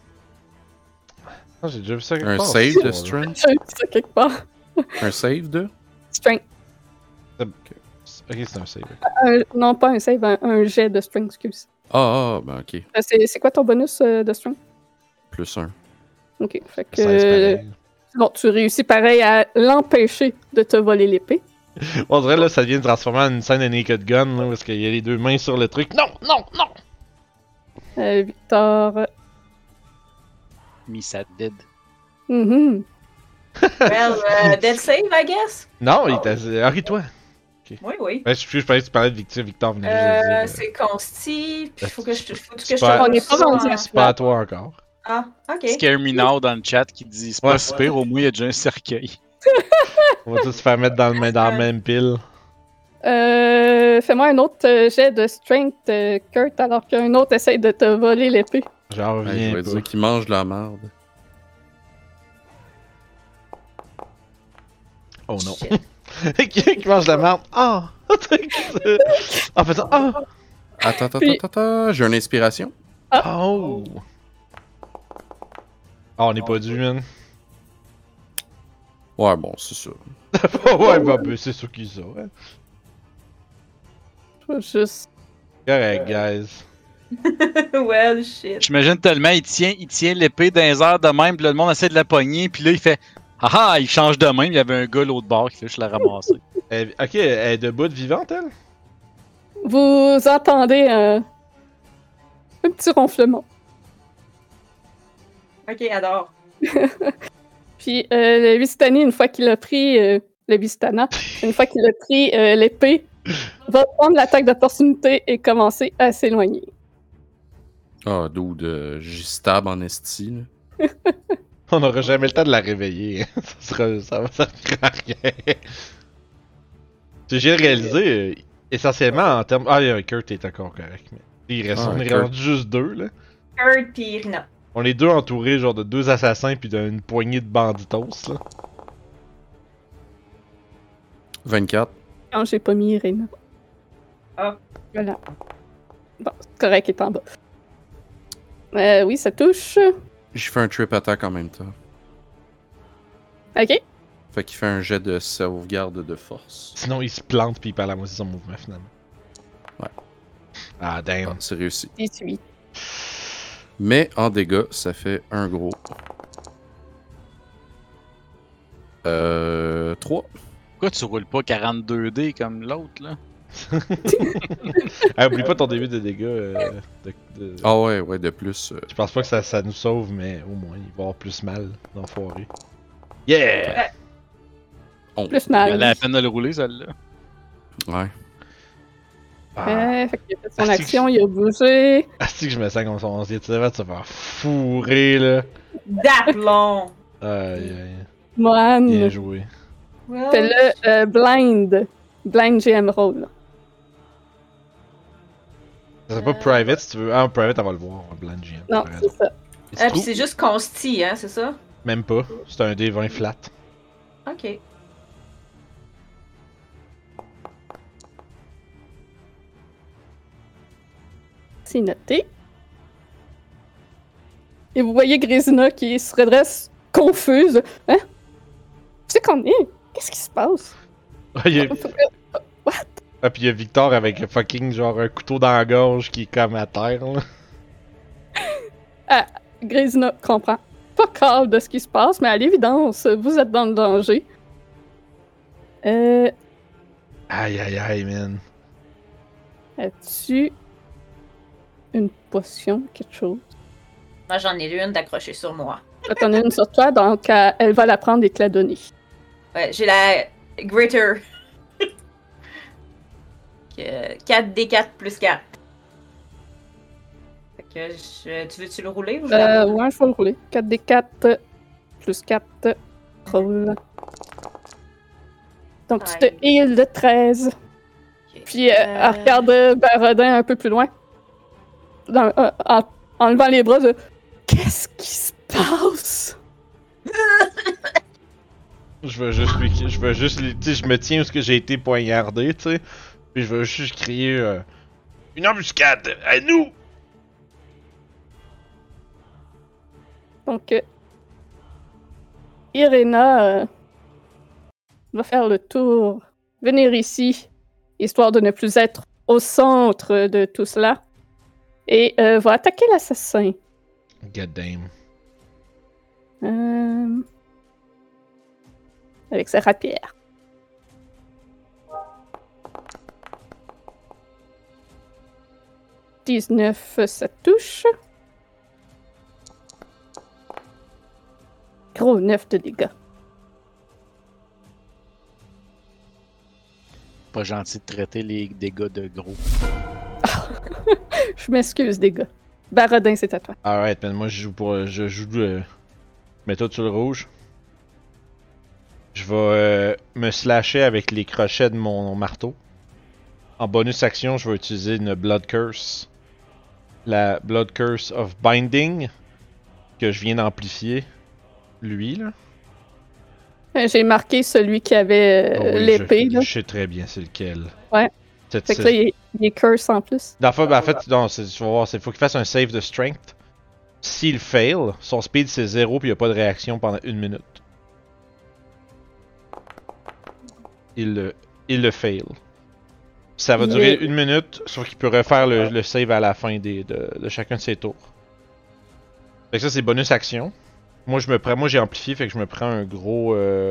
Ah, j'ai déjà vu ça quelque Un part, save ça, de là. strength. J'ai vu ça quelque part. Un save de. Strength. Ok, c'est un save. Non, pas un save, un jet de strength, excuse. Ben ok. C'est quoi ton bonus de strength? +1. Ok, fait que 16 pareil. Bon, tu réussis pareil à l'empêcher de te voler l'épée. On dirait là, ça vient de transformer en une scène de Naked Gun, là, parce qu'il y a les deux mains sur le truc. Non, non, non! Victor. Miss at dead. Mhm. Well, dead save, I guess. Non, il t'a. Arrête-toi! Oui. Ouais, je pensais que tu parlais de Victor. Victor venait juste de dire. C'est consti. Puis faut que je C'est pas- On est pas rendu à C'est pas à toi encore. Ah, ok. Scare Me Now dans le chat qui dit c'est Ouais. pas si pire, au moins il y a déjà un cercueil. On va tous se faire mettre dans la même pile. Fais-moi un autre jet de strength, Kurt, alors qu'un autre essaye de te voler l'épée. J'en Ouais, je reviens vais pas. dire qu'il mange de la merde. Oh non. Shit. Qui mange de la merde? Ah! En fait, ah! Attends, j'ai une inspiration. Oh! Ah, on n'est pas dû, man. Ouais, bon, c'est ça. Ouais, bah, c'est sûr qu'ils sont. Ouais. Je vais juste. Correct, guys. Well, shit. J'imagine tellement, il tient l'épée dans les airs de même, puis là, le monde essaie de la pogner, puis là, il fait ah ah, il change de main, il y avait un gars l'autre bord qui fait je la ramasser. Ok, elle est debout de vivante, elle? Vous entendez un petit ronflement. Ok, adore. Puis le Vistani, une fois qu'il a pris le Vistana, une fois qu'il a pris l'épée, va prendre l'attaque d'opportunité et commencer à s'éloigner. Ah, dude, j'y stab en esti, là. On n'aura jamais le temps de la réveiller. Ça va servir à rien. J'ai réalisé, essentiellement en termes. Ah, Kurt est encore correct. Mais il reste, on est Kurt. rendu juste deux, là. Kurt pis Irina. On est deux entourés, genre de deux assassins puis d'une poignée de banditos, là. 24. Quand j'ai pas mis Irina. Ah. Voilà. Bon, c'est correct, il est en bas. Oui, ça touche. J'ai fait un trip attack en même temps. Ok. Fait qu'il fait un jet de sauvegarde de force. Sinon, il se plante puis il perd la moitié de son mouvement, finalement. Ouais. Ah, damn. Ah, c'est réussi. 18. Mais en dégâts, ça fait un gros. 3. Pourquoi tu roules pas 42 dés comme l'autre, là? Ah, oublie pas ton début de dégâts. Ah ouais, de plus. Je pense pas que ça nous sauve, mais au moins, il va avoir plus mal d'enfoiré. Yeah! Plus Elle a mal. la peine de le rouler, celle-là. Ouais. Fait qu'il a fait son action, il a bougé. Ah, c'est que je me sens comme son 11e tu vas te faire fourrer, là. D'aplomb. Aïe, aïe. Bien Moine. joué. Well, C'est le blind. Blind GM roll. C'est pas private si tu veux. Ah, private, on va le voir, un blind GM. Non, t'as c'est raison. ça. Et tu puis trouves- c'est juste consti, hein, c'est ça? Même pas. C'est un D20 flat. Ok. C'est noté. Et vous voyez Grésina qui se redresse confuse. Hein? Tu sais qu'on est? Qu'est-ce qui se passe? Ah, Ah, pis il y a Victor avec fucking genre un couteau dans la gorge qui est comme à terre, là. Grésina comprend pas grave de ce qui se passe, mais à l'évidence, vous êtes dans le danger. Aïe, aïe, aïe, man. As-tu une potion, quelque chose? Moi, j'en ai une d'accrocher sur moi. Toi, t'en as une sur toi, donc elle va la prendre et te la donner. Ouais, j'ai la Greater. 4d4 plus 4. Fait que tu veux-tu le rouler ou je la roule? Ouais, je vais le rouler. 4d4 plus 4. Roll. Donc, tu te heal de 13. Ok. Puis, elle regarde Barodin un peu plus loin. En levant les bras, qu'est-ce qui se passe? Je veux juste tu sais, je me tiens où ce que j'ai été poignardé, tu sais. Puis je veux juste crier une embuscade à nous. Donc, Irena va faire le tour, venir ici, histoire de ne plus être au centre de tout cela, et va attaquer l'assassin. God damn. avec sa rapière. « 19, ça touche. Gros 9 de dégâts. Pas gentil de traiter les dégâts de gros. Je m'excuse, les gars. Baradin, c'est à toi. Alright, man, moi je joue méthode sur le rouge. Je vais me slasher avec les crochets de mon marteau. En bonus action, je vais utiliser une Blood Curse. La Blood Curse of Binding. Que je viens d'amplifier. Lui, là. J'ai marqué celui qui avait Oh oui, l'épée. je sais très bien c'est lequel. Ouais. Fait que là, il est curse en plus. En fait, non, tu vas voir, il faut qu'il fasse un save de strength. S'il fail, son speed c'est 0 puis il n'y a pas de réaction pendant 1 minute. Il le fail. Ça va durer 1 minute, sauf qu'il peut refaire le save à la fin de chacun de ses tours. Fait que ça c'est bonus action. Moi j'ai amplifié, fait que je me prends un gros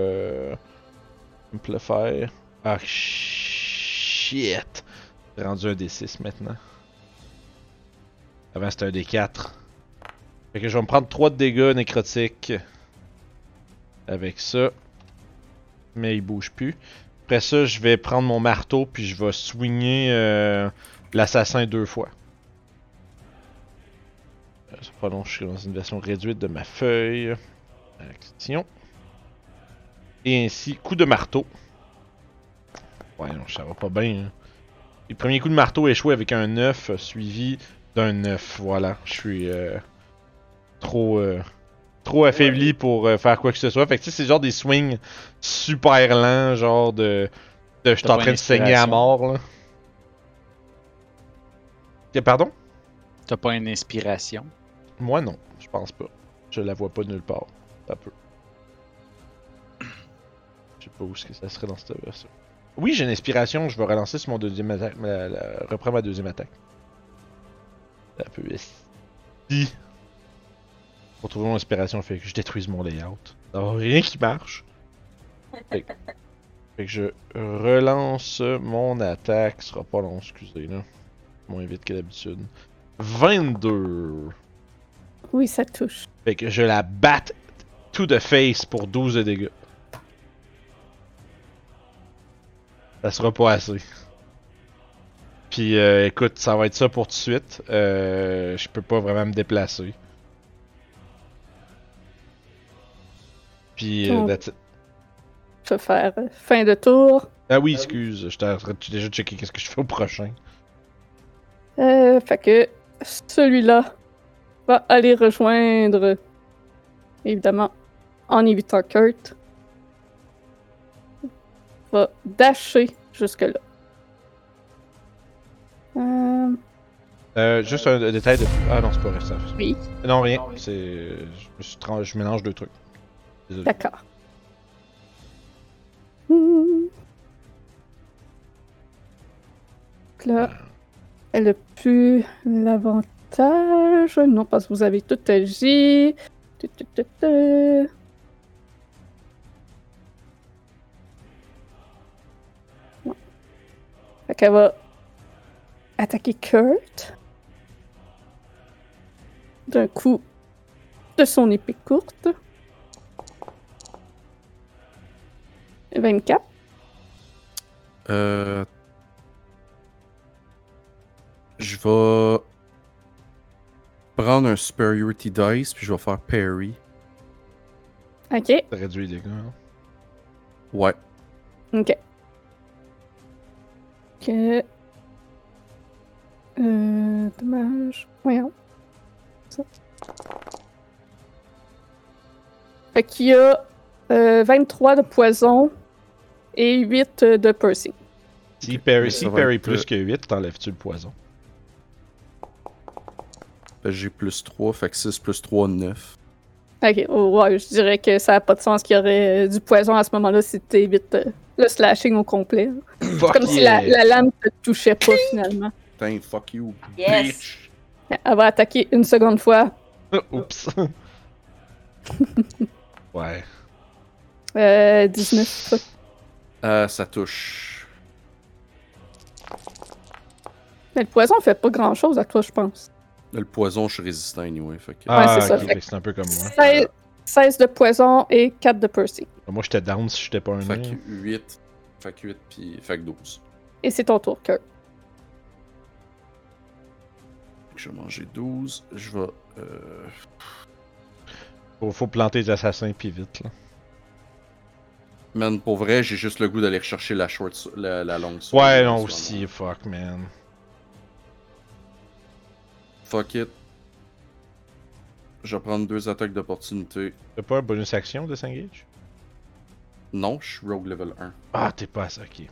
amplifier. Ah shit! C'est rendu un D6 maintenant. Avant c'était un D4. Fait que je vais me prendre 3 de dégâts nécrotiques. Avec ça. Mais il bouge plus. Après ça, je vais prendre mon marteau puis je vais swinger l'assassin 2 fois. C'est pas long, je suis dans une version réduite de ma feuille. Action. Et ainsi, coup de marteau. Ouais, non, ça va pas bien. Hein. Le premier coup de marteau échoué avec un 9, suivi d'un 9. Voilà, je suis trop affaibli pour faire quoi que ce soit. Fait que tu sais, c'est genre des swings super lents, genre de je suis en train de saigner à mort, là. Pardon? T'as pas une inspiration? Moi non, je pense pas. Je la vois pas nulle part. Un peu. Je sais pas où est-ce que ça serait dans cette version. Oui, j'ai une inspiration, je vais relancer sur mon deuxième attaque. Reprends ma deuxième attaque. Un peu ici. Pour trouver mon inspiration, il fait que je détruise mon layout. Alors, rien qui marche. Fait que je relance mon attaque. Ce sera pas long, excusez là. Moins vite que d'habitude. 22. Oui, ça touche. Fait que je la batte to the face pour 12 de dégâts. Ça sera pas assez. Puis écoute, ça va être ça pour tout de suite. Je peux pas vraiment me déplacer. Puis that's it. Je vais faire fin de tour. Ah oui, excuse, j'étais en train de déjà checker qu'est-ce que je fais au prochain. Fait que celui-là va aller rejoindre, évidemment, en évitant Kurt. Va dasher jusque-là. Juste un détail de... Ah non, c'est pas vrai, ça. Oui. Non, rien. C'est... Je mélange deux trucs. Désolé. D'accord. Là, elle a plus l'avantage. Non, parce que vous avez tout agi. Non. Fait qu'elle va attaquer Kurt d'un coup de son épée courte. 24. Je vais prendre un Superiority Dice, puis je vais faire Parry. Ok. Ça réduit les dégâts. Hein? Ouais. Ok. Ok. Dommage. Voyons. Ça. Fait qu'il y a 23 de poison et 8 de piercing. Si parry, Ça si va parry être, plus que 8, t'enlèves-tu le poison? J'ai plus 3, fait que 6 plus 3, 9. Ok, oh, ouais, je dirais que ça n'a pas de sens qu'il y aurait du poison à ce moment-là si tu évites le slashing au complet. C'est comme si la lame te touchait pas finalement. Putain, fuck you, Yes. bitch! Elle va attaquer une seconde fois. Oups. Ouais. 19. Ça touche. Mais le poison fait pas grand-chose à toi, je pense. Le poison, je suis résistant anyway. Fait que... c'est ça, ok, fait fait que c'est un peu comme moi. 16 de poison et 4 de piercing. Moi, j'étais down si j'étais pas un Fait nain. que 8. Fait que 8 puis fait que 12. Et c'est ton tour, Kurt. Je vais manger 12. Je vais... Faut planter les assassins pis vite, là. Man, pour vrai, j'ai juste le goût d'aller rechercher la longue sword. Ouais, non, aussi, fuck, man. Fuck it. Je vais prendre 2 attaques d'opportunité. T'as pas un bonus action de Disengage? Non, je suis rogue level 1. Ah, t'es pas à ça, ok.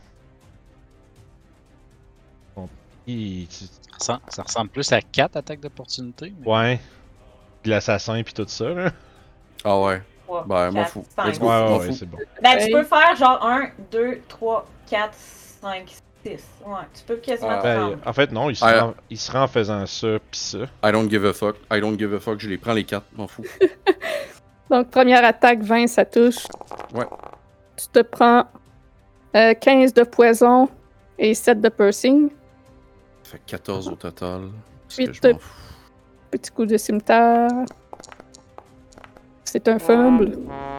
Bon, Ça ressemble plus à 4 attaques d'opportunité. Mais... ouais. Pis l'assassin pis tout ça, là. Ah ouais. 3, Ben, m'en 4, fous. 5. Let's go. Ouais, m'en ouais, fous. c'est bon. Ben, tu peux faire genre 1, 2, 3, 4, 5, 6. Ouais, tu peux quasiment te Ben, rendre. en fait, non, il se rend en faisant ça pis ça. I don't give a fuck. I don't give a fuck. Je les prends les 4. M'en fous. Donc, première attaque, 20, ça touche. Ouais. Tu te prends 15 de poison et 7 de piercing. Ça fait 14 au total. Parce Huit que je m'en fous. Petit coup de cimetière. C'est un fumble.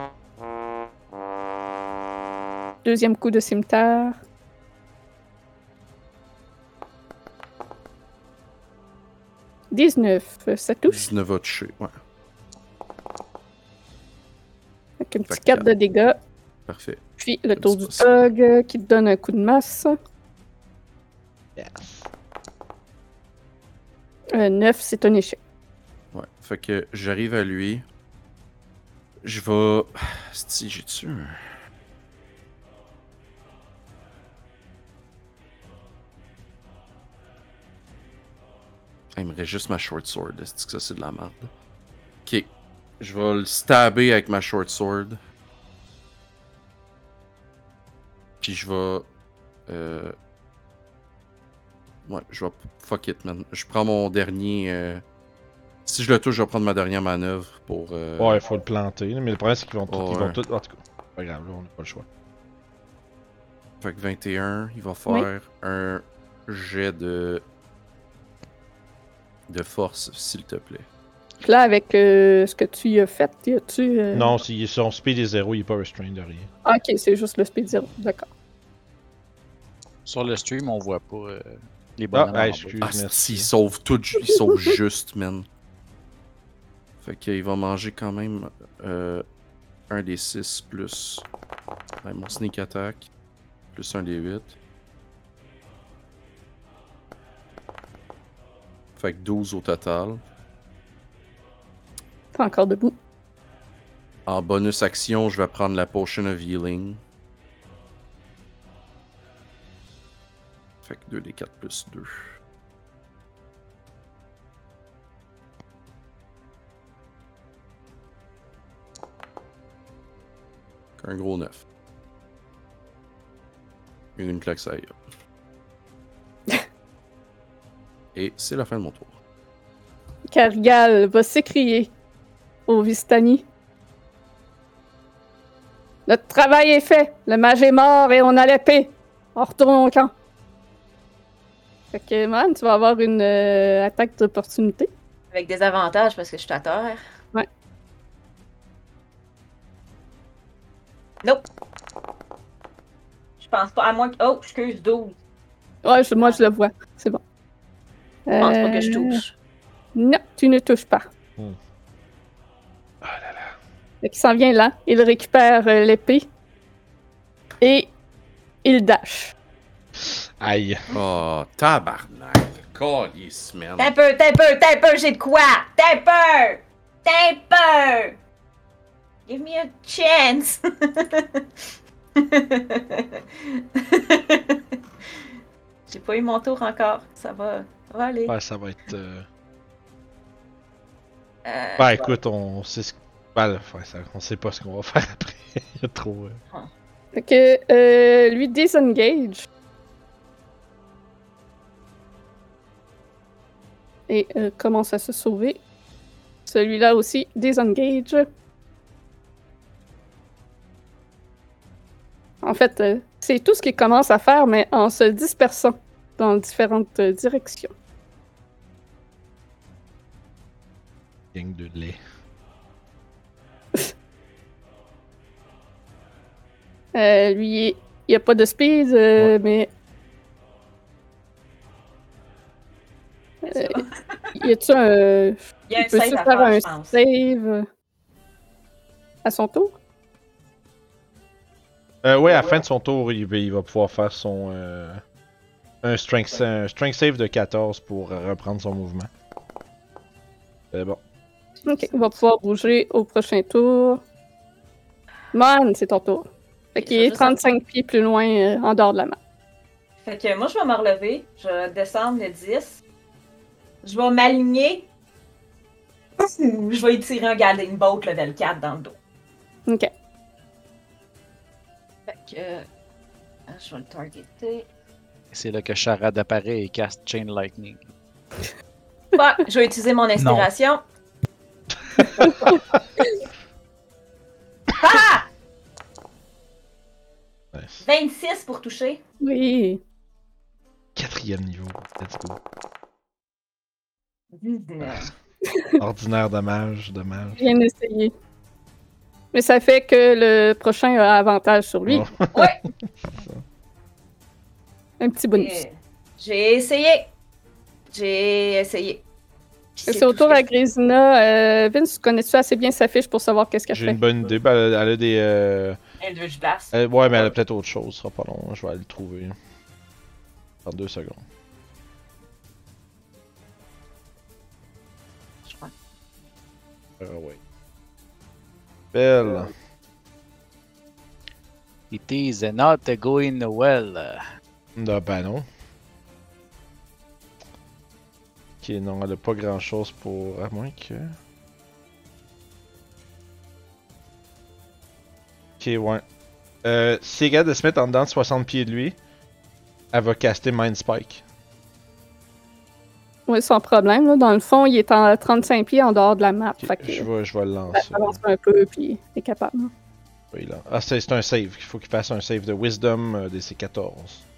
Deuxième coup de cimetière. « 19, ça touche. 19 va toucher. Ouais. Avec un petit Fait que 4 de dégâts. Parfait. Puis le tour du petit Hog qui te donne un coup de masse. Yes. 9, c'est un échec. Ouais. Fait que j'arrive à lui. Je vais. Si j'ai-tu un. Ah, il me reste juste ma short sword. Est-ce que ça c'est de la merde? Ok. Je vais le stabber avec ma short sword. Puis je vais. Ouais, je vais. Fuck it, man. Je prends mon dernier. Si je le touche, je vais prendre ma dernière manœuvre pour. Ouais, faut le planter, là, mais le problème c'est qu'ils vont tout. Ils vont Ouais. tout. En tout cas, pas grave, là, on n'a pas le choix. Fait que 21, il va faire un jet de force, s'il te plaît. Là, avec ce que tu y as fait, y as-tu. Non, si son speed est 0, il est pas restrained de rien. Ah, ok, c'est juste le speed 0. D'accord. Sur le stream, on voit pas les bonhommes. en bas. excuse. Ah, merci. si, il sauve tout, il sauve juste, man. Fait qu'il va manger quand même un des 6 plus mon sneak attack, plus un des 8. Fait que 12 au total. T'es encore debout. En bonus action, je vais prendre la potion of healing. Fait que 2d4 plus 2. Un gros 9. Une claque ça aille. Et c'est la fin de mon tour. Karigal va s'écrier au Vistani. Notre travail est fait. Le mage est mort et on a l'épée. On retourne au camp. Fait que, man, tu vas avoir une attaque d'opportunité. Avec des avantages parce que je suis à terre. Ouais. Nope. Je pense pas. À moins que. Oh, excuse, 12. Ouais, moi, je le vois. C'est bon. Je pense pas que je touche. Non, tu ne touches pas. Ah là là. Fait qu'il s'en vient là. Il récupère l'épée. Et il dash. Aïe. Oh, tabarnak. Calice, man. T'as peur, j'ai de quoi? T'as peur! Give me a chance! J'ai pas eu mon tour encore. Ça va aller. Ouais, ça va être. Bah écoute, on sait ce. Bah, on sait pas ce qu'on va faire après. Il y a trop. Fait que lui disengage. Et commence à se sauver. Celui-là aussi disengage. En fait, c'est tout ce qu'il commence à faire, mais en se dispersant dans différentes directions. Gang de lait. Lui, il n'y a pas de speed, mais... y a-tu un... Il y a un peut-tu save à faire faire, un je pense. save à son tour? Ouais, à la fin de son tour, il va pouvoir faire son... un strength save de 14 pour reprendre son mouvement. C'est bon. Ok, il va pouvoir bouger au prochain tour. Man, c'est ton tour. Fait qu'il est 35 pieds plus loin en dehors de la map. Fait que moi, je vais me relever. Je vais descendre le 10. Je vais m'aligner. Je vais y tirer un Guiding Bolt level 4 dans le dos. Ok. Fait que... je vais le targeter. C'est là que Charade apparaît et caste Chain Lightning. Ouais, je vais utiliser mon inspiration. Ah! Nice. 26 pour toucher. Oui. 4e niveau. Let's go. 19. Ordinaire dommage. Bien essayé. Mais ça fait que le prochain a avantage sur lui. Oh. Ouais! Un petit bonus. J'ai essayé. Puis C'est tout au ce tour que à je- Grisina. Vince, connais-tu assez bien sa fiche pour savoir qu'est-ce qu'elle J'ai fait? une bonne idée. Ben, elle a des... Elle veut que je place. ouais, mais elle a peut-être autre chose. Ce sera pas long. Je vais aller le trouver. Dans 2 secondes. Je crois. Ouais. Belle. It is not going well. Non, ben non. Ok, non, elle a pas grand chose pour. À moins que. Ok, ouais. Si elle est capable de se mettre en dedans de 60 pieds de lui, elle va caster Mind Spike. Oui, sans problème. Là. Dans le fond, il est en 35 pieds en dehors de la map. Ok, Fait que je vais le ça lancer. avance un peu, puis il est capable. hein. Oui, là. Ah, c'est un save. Il faut qu'il fasse un save de Wisdom DC 14.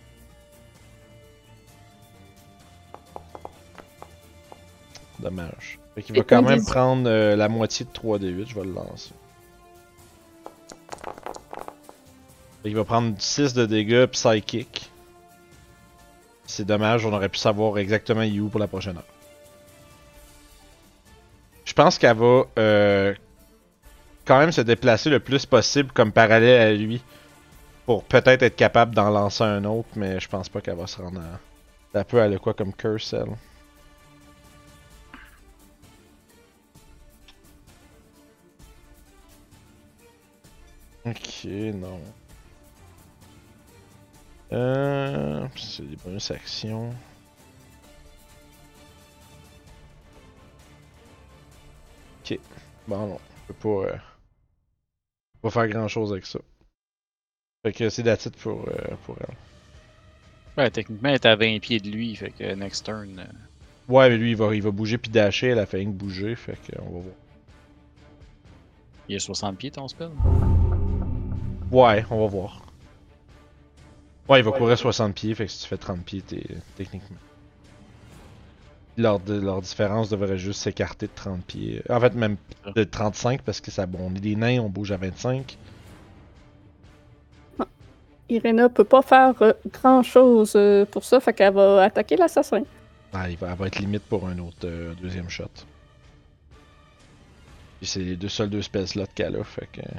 Dommage. Fait qu'il va Et quand un même 18. prendre la moitié de 3d8. Je vais le lancer. Fait qu'il va prendre 6 de dégâts psychique. C'est dommage, on aurait pu savoir exactement il est où pour la prochaine heure. Je pense qu'elle va quand même se déplacer le plus possible comme parallèle à lui. Pour peut-être être capable d'en lancer un autre, mais je pense pas qu'elle va se rendre à... Ça peut aller quoi comme curse, elle? Ok, non. C'est des bonus actions. Ok. Bon, non. On peut pas faire grand chose avec ça. Fait que c'est that's it pour elle. Ouais, techniquement, elle est à 20 pieds de lui, fait que next turn. Ouais, mais lui, il va bouger puis dasher. Elle a fait rien que bouger, fait que on va voir. Il y a 60 pieds ton spell. Ouais, on va voir. Ouais, il va courir 60 pieds, fait que si tu fais 30 pieds, t'es techniquement. Leur différence devrait juste s'écarter de 30 pieds. En fait, même de 35 parce que ça, bon, on est des nains, on bouge à 25. Irena peut pas faire grand-chose pour ça, fait qu'elle va attaquer l'assassin. Ah, elle va être limite pour un autre deuxième shot. Puis c'est les seuls deux spell slots qu'elle a, fait que.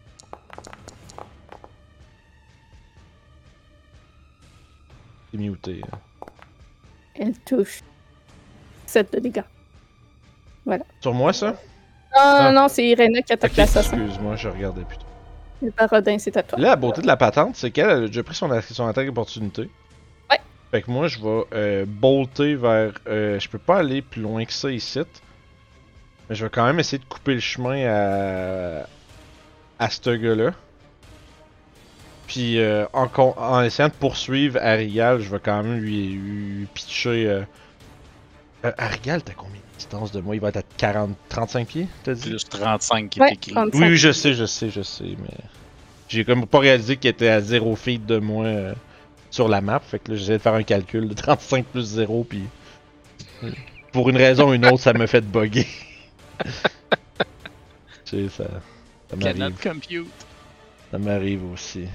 C'est muté. hein. Elle touche. 7 de dégâts. Sur moi, ça? Non, non, c'est Irena qui attaque Ok, l'assassin. excuse-moi, je regardais plutôt. Le parodin, c'est à toi. Là, la beauté de la patente, c'est qu'elle a déjà pris son attaque d'opportunité. Ouais. Fait que moi, je vais bolter vers. Je peux pas aller plus loin que ça ici. Mais je vais quand même essayer de couper le chemin à ce gars-là. Puis en essayant de poursuivre Arigal, je vais quand même lui pitcher. Arigal, t'as combien de distance de moi? Il va être à 35 pieds, t'as dit? Plus 35 qui Ouais, est écrit. 35. Oui, je sais, mais. j'ai comme pas réalisé qu'il était à 0 feet de moi sur la map. Fait que là, j'essaie de faire un calcul de 35 plus 0, puis pour une raison ou une autre, ça me fait bugger. Tu sais, ça Cannot m'arrive. compute. Ça m'arrive aussi.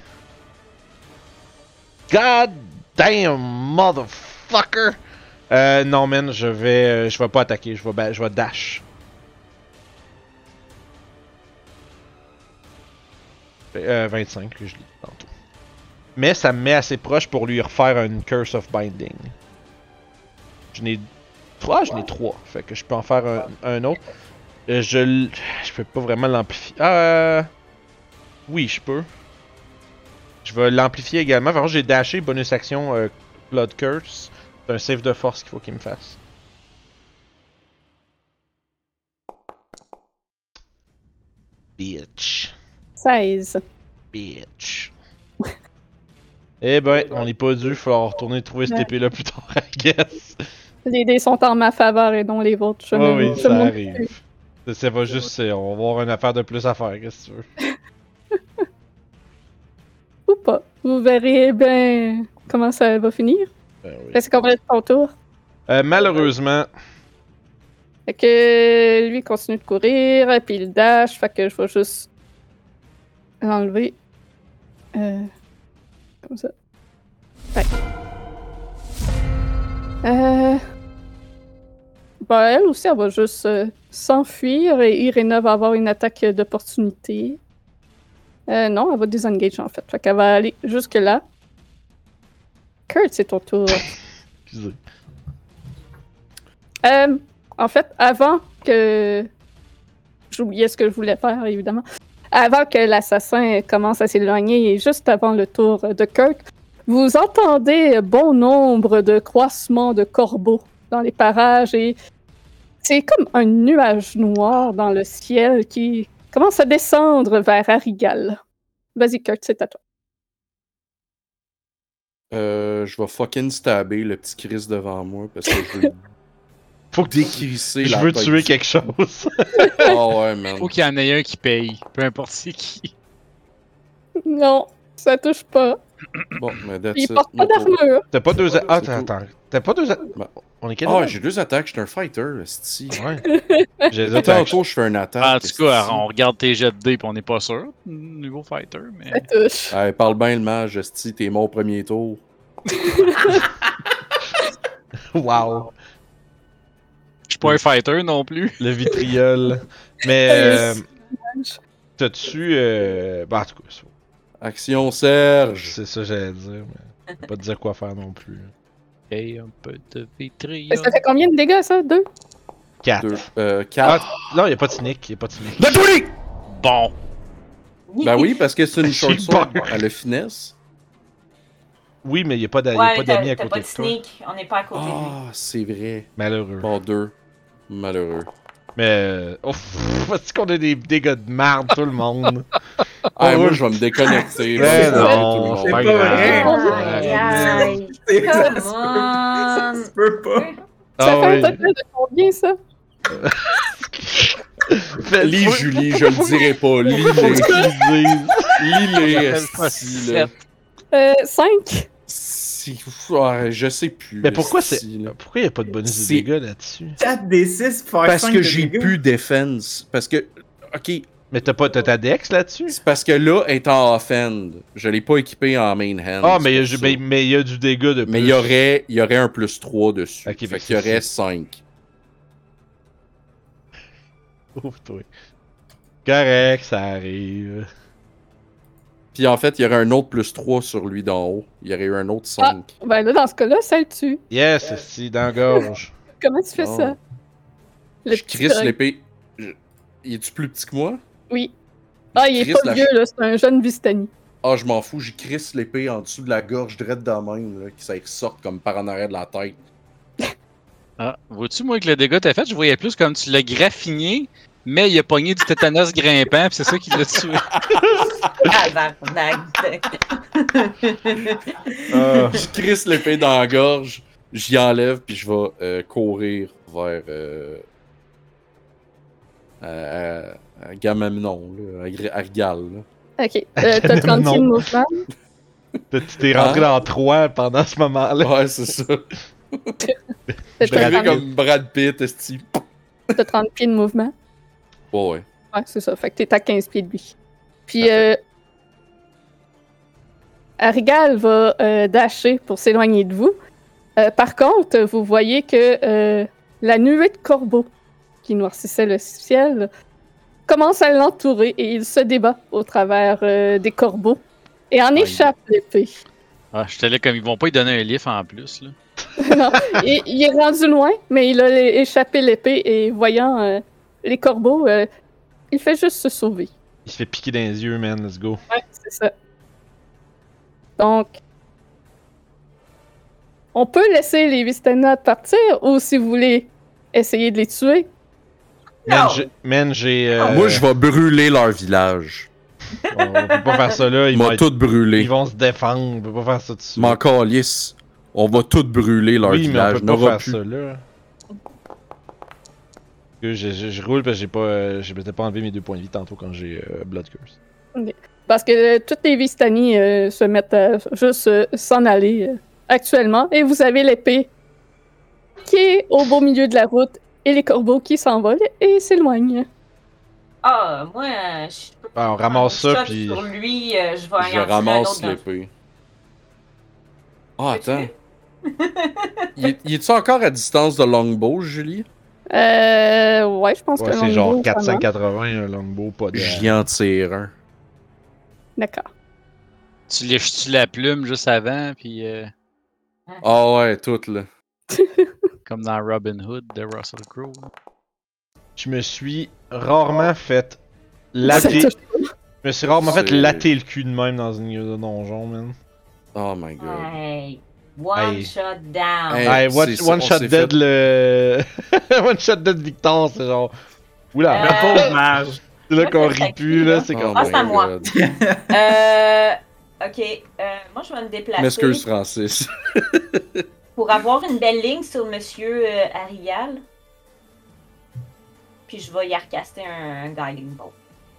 God damn motherfucker! Non, man, je vais pas attaquer, je vais dash. 25, que je l'ai tantôt. Mais ça me met assez proche pour lui refaire une Curse of Binding. J'en ai 3, fait que je peux en faire un autre. Je peux pas vraiment l'amplifier. Oui, je peux. Je vais l'amplifier également. Par contre, j'ai dashé, bonus action Blood Curse. C'est un save de force qu'il faut qu'il me fasse. Bitch. 16. Bitch. Eh ben, on n'est pas dû, il va retourner trouver cette Ouais. épée-là plus tard, I guess. Les dés sont en ma faveur et non les vôtres. Je me- Oui, je ça me- arrive. Ça va juste, on va avoir une affaire de plus à faire, qu'est-ce que tu veux. Ou pas. Vous verrez bien comment ça va finir. Ben oui. C'est combien de ton tour? Malheureusement, Fait que lui il continue de courir, puis il dash, fait que je vais juste l'enlever. Comme ça. Ouais. Bah, elle aussi, elle va juste s'enfuir et Irena va avoir une attaque d'opportunité. Non, elle va désengage en fait. Fait qu'elle va aller jusque là. Kurt, c'est ton tour. excusez. En fait, avant que... J'oubliais ce que je voulais faire, évidemment. Avant que l'assassin commence à s'éloigner et juste avant le tour de Kirk, vous entendez bon nombre de croissements de corbeaux dans les parages et c'est comme un nuage noir dans le ciel qui commence à descendre vers Arigal. Vas-y, Kirk, c'est à toi. Je vais fucking stabber le petit Chris devant moi parce que je veux Faut que décrisser je la veux tête tuer du- quelque chose. Ah ouais, man. Faut qu'il y en ait un qui paye, peu importe c'est qui. Non, ça touche pas. Bon, mais that's Il it, porte pas mon tour. d'armure. T'as pas deux... Ah, C'est tout. attends. T'as pas deux... Bah. On est quel Ah, level? j'ai 2 attaques, je suis un fighter, esti. Ouais. J'ai deux Attends, attaques. tantôt, je fais un attaque. En tout cas, esti. on regarde tes jets de dés pis on n'est pas sûr. Niveau fighter, mais. Ça touche. Ouais, parle bien le mage, esti, t'es mort au premier tour. Wow. Je suis pas un fighter non plus. Le vitriol. Mais... T'as-tu... Bah, en tout cas, Action Serge! c'est ça que j'allais dire, mais... Pas te dire quoi faire non plus. Et un peu de vitriol. Ça fait combien de dégâts, ça? 2? 4. 4. Ah, non, y'a pas de sneak, y'a pas de sneak. Bon. Ben oui, parce que c'est une short J'ai sword. peur. Elle a finesse. Oui, mais y'a pas Ouais, d'amis t'as à pas côté de de toi. sneak, on n'est pas à côté de lui. Ah, c'est vrai. Malheureux. Bon, 2. Malheureux. Mais... est-ce qu'on a des dégâts de merde, tout le monde? Ah, moi, je vais me déconnecter. Mais Désolé, non, tout le c'est monde. pas vrai. grave. Aïe, aïe. C'est- ça Come se peut- on. ça se peut pas. Ça Ah fait un oui. total de combien, ça? Lis, Julie, je le dirai pas. Faut Lis-les. qu'ils disent. Lis-les, Appelle ça esti, là. 5? Ouais, je sais plus. Mais pourquoi esti, là. Pourquoi y'a pas de bonus de C'est- dégâts là-dessus? 4d6 pour faire Parce 5 que de j'ai dégâts. plus defense. Parce que, ok, Mais t'as ta dex là-dessus? c'est parce que là, elle est en offend. Je l'ai pas équipé en main hand. Ah, c'est pour ça. mais y a du dégât de plus. Mais il y aurait un plus 3 dessus. Ok, fait fait qu'il y que aurait 5. Ouf, toi. Correct, ça arrive. Puis en fait, il y aurait un autre plus 3 sur lui d'en haut. Il y aurait eu un autre 5. Ben là, dans ce cas-là, ça le tue. Yes, si, dans la gorge. Comment tu fais Oh. ça? Le Je petit crisse grec. l'épée. Il est-tu plus petit que moi? Oui. Ah, il est Crisse pas la vieux, là, c'est un jeune Vistani. Ah, je m'en fous, j'y crisse l'épée en dessous de la gorge, drette de même, là, que ça ressorte comme par en arrière de la tête. Ah, vois-tu, moi, que le dégât t'as fait, je voyais plus comme tu l'as graffiné, mais il a pogné du tétanos grimpant, pis c'est ça qui l'a tué. Je crisse l'épée dans la gorge, j'y enlève, puis je vais courir vers à Gamamnon, là, à Rigal. Là. Ok. T'as 30 pieds de mouvement. Tu t'es rentré dans 3 pendant ce moment-là. Ouais, c'est ça. T'as Je t'arrivais 30 comme Brad Pitt, esti. t'as 30 pieds de mouvement. Ouais. Ouais, c'est ça. Fait que t'es à 15 pieds de lui. Puis, Arigal va dasher pour s'éloigner de vous. Par contre, vous voyez que la nuée de corbeaux qui noircissait le ciel commence à l'entourer et il se débat au travers des corbeaux et en échappe l'épée. Ah, j'étais là comme ils vont pas lui donner un livre en plus, là. Non, il est rendu loin, mais il a échappé l'épée et voyant les corbeaux, il fait juste se sauver. Il se fait piquer dans les yeux, man. Let's go. Ouais, c'est ça. Donc, on peut laisser les Vistana partir ou si vous voulez essayer de les tuer. Man, j'ai. Moi, je vais brûler leur village. On peut pas faire ça là. Ils vont tout brûler. Ils vont se défendre. On peut pas faire ça dessus. M'en calisse. On va tout brûler leur Oui, mais on village. peut pas N'aura faire plus. ça là. Je roule parce que je m'étais pas enlevé mes 2 points de vie tantôt quand j'ai Blood Curse. Parce que toutes les Vistani se mettent à juste s'en aller actuellement. Et vous avez l'épée qui est au beau milieu de la route et les corbeaux qui s'envolent et s'éloignent. Ah, moi, je peux Ah, on prendre ramasse un ça shot puis. sur lui, je vais Je en tirer un ramasse autre dans- l'épée. Ah, attends. Il est-tu encore à distance de longbow, Julie? Ouais, je pense Ouais, que c'est genre longbow, vraiment. 480 un longbow, pas de. J'y en tire un. D'accord. Tu lèches-tu la plume juste avant, puis Ah ouais, tout là. comme dans Robin Hood de Russell Crowe. Je me suis rarement fait Ça latter. touche. Je me suis rarement fait C'est- latter le cul de même dans une game de donjon, man. Oh my god. Hey, one Hey. shot down. Hey. Hey, c'est ça, one on shot s'est dead fait- le. One shot dead Victor, c'est genre. Oula, Euh, Le pauvre mage. c'est là moi, qu'on ça rit fait plus, qui, là, là? c'est Oh comme. Ah, my c'est à moi. God. Ok, moi je vais me déplacer M'excuse, Francis. pour avoir une belle ligne sur Monsieur Arial. Puis je vais y recaster un Guiding Bolt.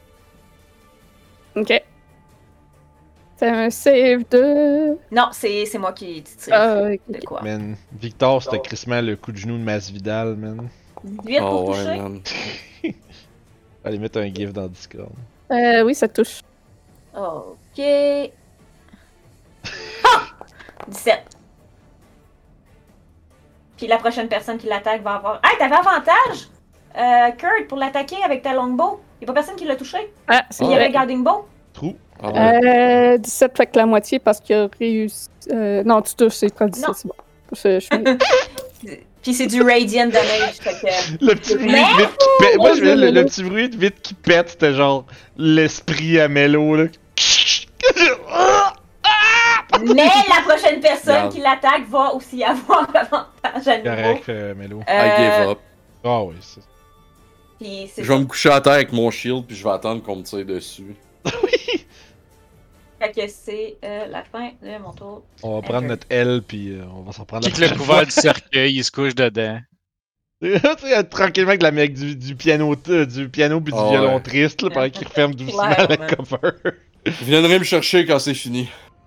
Ok. C'est un save de. Non, c'est moi qui tire. Ok. De quoi? Man, Victor, c'était crissement le coup de genou de Masvidal, man. 18 pour Oh ouais, toucher. man. Allez mettre un gif dans Discord. Oui, ça touche. Ok. Ah! 17. Puis la prochaine personne qui l'attaque va avoir. Hey, t'avais avantage! Kurt, pour l'attaquer avec ta longbow. Y'a pas personne qui l'a touché. Ah, c'est Il y avait vrai. Guiding Bow. Trou. Ah ouais. 17 fait que la moitié parce qu'il a réussi. Non, tu touches, c'est pas 17, Non. c'est bon. Puis c'est du Radiant Damage. Fait que... Le petit bruit de Mais- vite qui pète. Moi, je veux dire, le petit bruit de vite qui pète, c'était genre l'esprit à Mello, là. Mais la prochaine personne Regarde. qui l'attaque va aussi avoir l'avantage à nouveau. Correct, Mello. I give up. Ah oui, c'est. Puis c'est Je vais me coucher à terre avec mon shield puis je vais attendre qu'on me tire dessus. Oui! Fait que c'est la fin de mon tour. On va prendre notre L, puis on va s'en prendre Quitte le couvert du cercueil, il se couche dedans. Tu sais, tranquillement avec la mec du piano puis du Ah violon ouais. triste, là, pendant qu'il referme doucement la Clairement. cover. Vous viendrez me chercher quand c'est fini.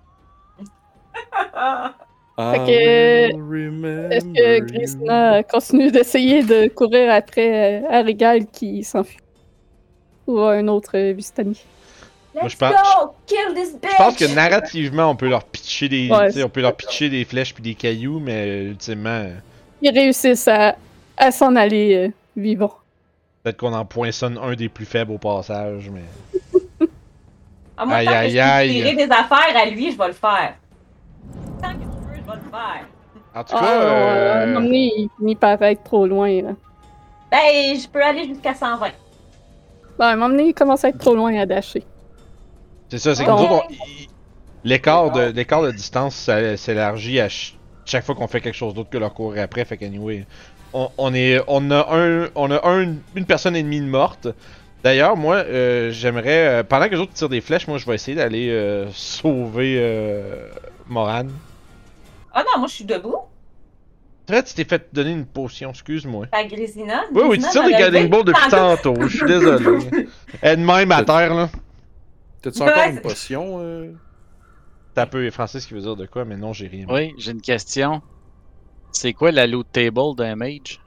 Fait que, Est-ce que Grisina continue d'essayer de courir après Arigal qui s'enfuit? Ou un autre Vistani? Let's je pense- go! Kill this bitch! Je pense que narrativement, on peut leur pitcher des, Ouais, tu sais, on peut leur pitcher des flèches puis des cailloux, mais ultimement, Ils réussissent à s'en aller vivants. peut-être qu'on en poinçonne un des plus faibles au passage, mais. Ah, moi, Aïe, tant que aïe, je peux aïe. tirer des affaires à lui, je vais le faire. Tant que tu veux, je vais le faire. En tout cas, À un moment donné, il finit par être trop loin. Là. Ben, je peux aller jusqu'à 120. À un moment donné, il commence à être trop loin à dasher. c'est ça, c'est que Donc- nous autres, l'écart de distance s'élargit à chaque fois qu'on fait quelque chose d'autre que leur courir après, fait qu'anyway, on a une personne et demie de morte. D'ailleurs, moi, j'aimerais, pendant que les autres tirent des flèches, moi je vais essayer d'aller sauver Moran. Ah non, moi, je suis debout. C'est vrai, tu t'es fait donner une potion, excuse-moi. Ta Grisina. Oui, oui, tu tires des Guiding Balls depuis tantôt, je suis désolé. Elle de même à terre, là. T'as-tu encore Ouais, une potion? T'as un peu Francis qui veut dire de quoi, mais non, j'ai rien. Oui, j'ai une question. C'est quoi la loot table d'un mage?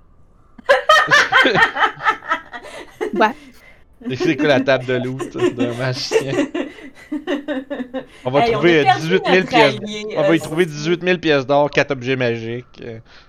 Ouais. C'est quoi la table de loot d'un magicien? On va Hey, trouver a perdu 18 000 notre pièces. allié, On va y c'est- trouver 18 000 pièces d'or, 4 objets magiques.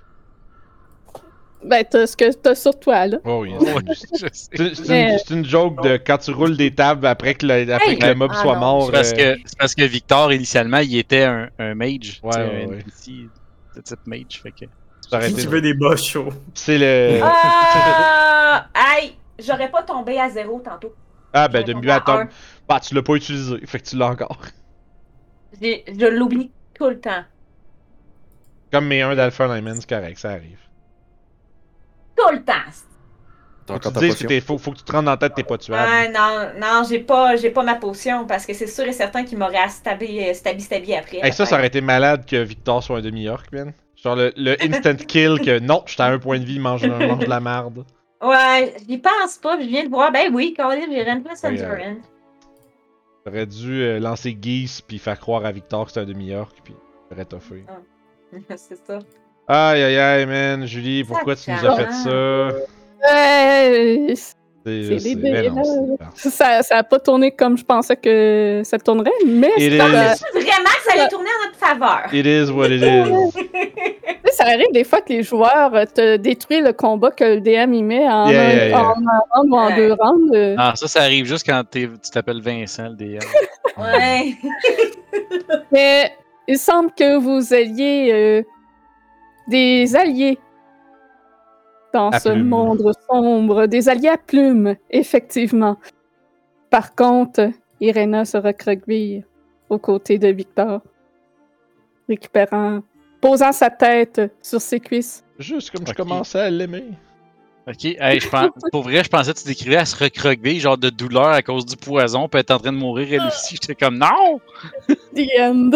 Ben, t'as ce que t'as sur toi, là. Oh oui, Ouais, je sais. c'est une joke de quand tu roules des tables après que le mob Ah soit non. mort. C'est parce que Victor, initialement, il était un mage. Ouais, tu sais, ouais, un ouais. NPC de type mage. Fait que... ça aurait Qui été- veut des boss chauds? C'est le. Hey, j'aurais pas tombé à 0 tantôt. Ah, ben, de J'aurais mieux tombé à à tomber. 1. Bah, tu l'as pas utilisé, fait que tu l'as encore. Je l'oublie tout le temps. Comme mes 1 d'Alpha Lyman, c'est correct, ça arrive. Tout le temps. T'as Faut encore que ta tu dises potion? que faut que tu te rendes dans la tête que t'es pas tuable. Ah non, j'ai pas ma potion parce que c'est sûr et certain qu'il m'aurait stabby après. Hey, ça aurait été malade que Victor soit un demi-orc, man. Genre le instant kill que non, j'étais à 1 point de vie, mange de la merde. Ouais, j'y pense pas, je viens de voir. Ben oui, quand même, j'ai rendu plus Ouais, Centurion. J'aurais dû lancer Geese puis faire croire à Victor que c'est un demi-orc, puis j'aurais toffé. C'est ça. Aïe aïe aïe, man, Julie, pourquoi tu nous as fait ça? Ouais, C'est c'est les ben dés, non, là. c'est ça a pas tourné comme je pensais que ça tournerait, mais It ça, is. Vraiment que ça allait tourner en notre faveur. It is what it is. tu sais, ça arrive des fois que les joueurs te détruisent le combat que le DM y met en Yeah. un round ou en Ouais. 2 rounds. Ah, ça arrive juste quand tu t'appelles Vincent, le DM. Ouais. Mais il semble que vous ayez des alliés dans À ce plumes. monde sombre. Des alliés à plumes, effectivement. Par contre, Irena se recroqueville aux côtés de Victor, posant sa tête sur ses cuisses. Juste comme je Ok. commençais à l'aimer. Ok, hey, pour vrai, je pensais que tu décrivais à se recroqueviller, genre de douleur à cause du poison, puis être en train de mourir elle aussi. J'étais comme non! The end.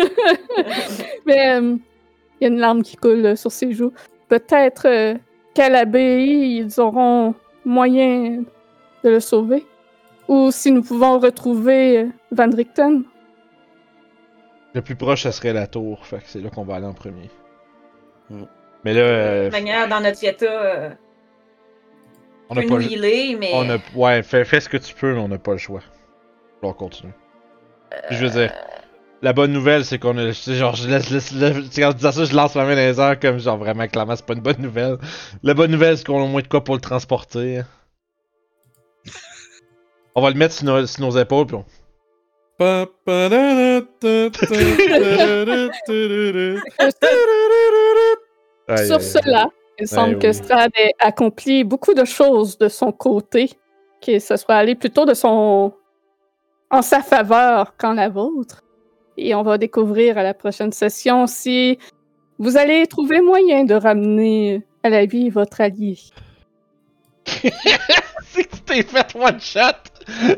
Mais il y a une larme qui coule sur ses joues. Peut-être qu'à l'abbaye, ils auront moyen de le sauver. Ou si nous pouvons retrouver Van Richten. Le plus proche, ça serait la tour, fait que c'est là qu'on va aller en premier. Mm. Mais là, De toute manière, dans notre état, on peut a nous pas le healer, mais. Ouais, fais ce que tu peux, mais on n'a pas le choix. On continue. Puis je veux dire, la bonne nouvelle, c'est qu'on a. C'est genre, quand je dis ça, je lance ma main dans les airs comme genre vraiment, clairement, c'est pas une bonne nouvelle. La bonne nouvelle, c'est qu'on a au moins de quoi pour le transporter. On va le mettre sur nos épaules, puis on. Aïe, Sur aïe, cela, il semble oui. que Strad ait accompli beaucoup de choses de son côté, que ce soit allé plutôt en sa faveur qu'en la vôtre. Et on va découvrir à la prochaine session si vous allez trouver moyen de ramener à la vie votre allié. C'est que tu t'es fait one shot!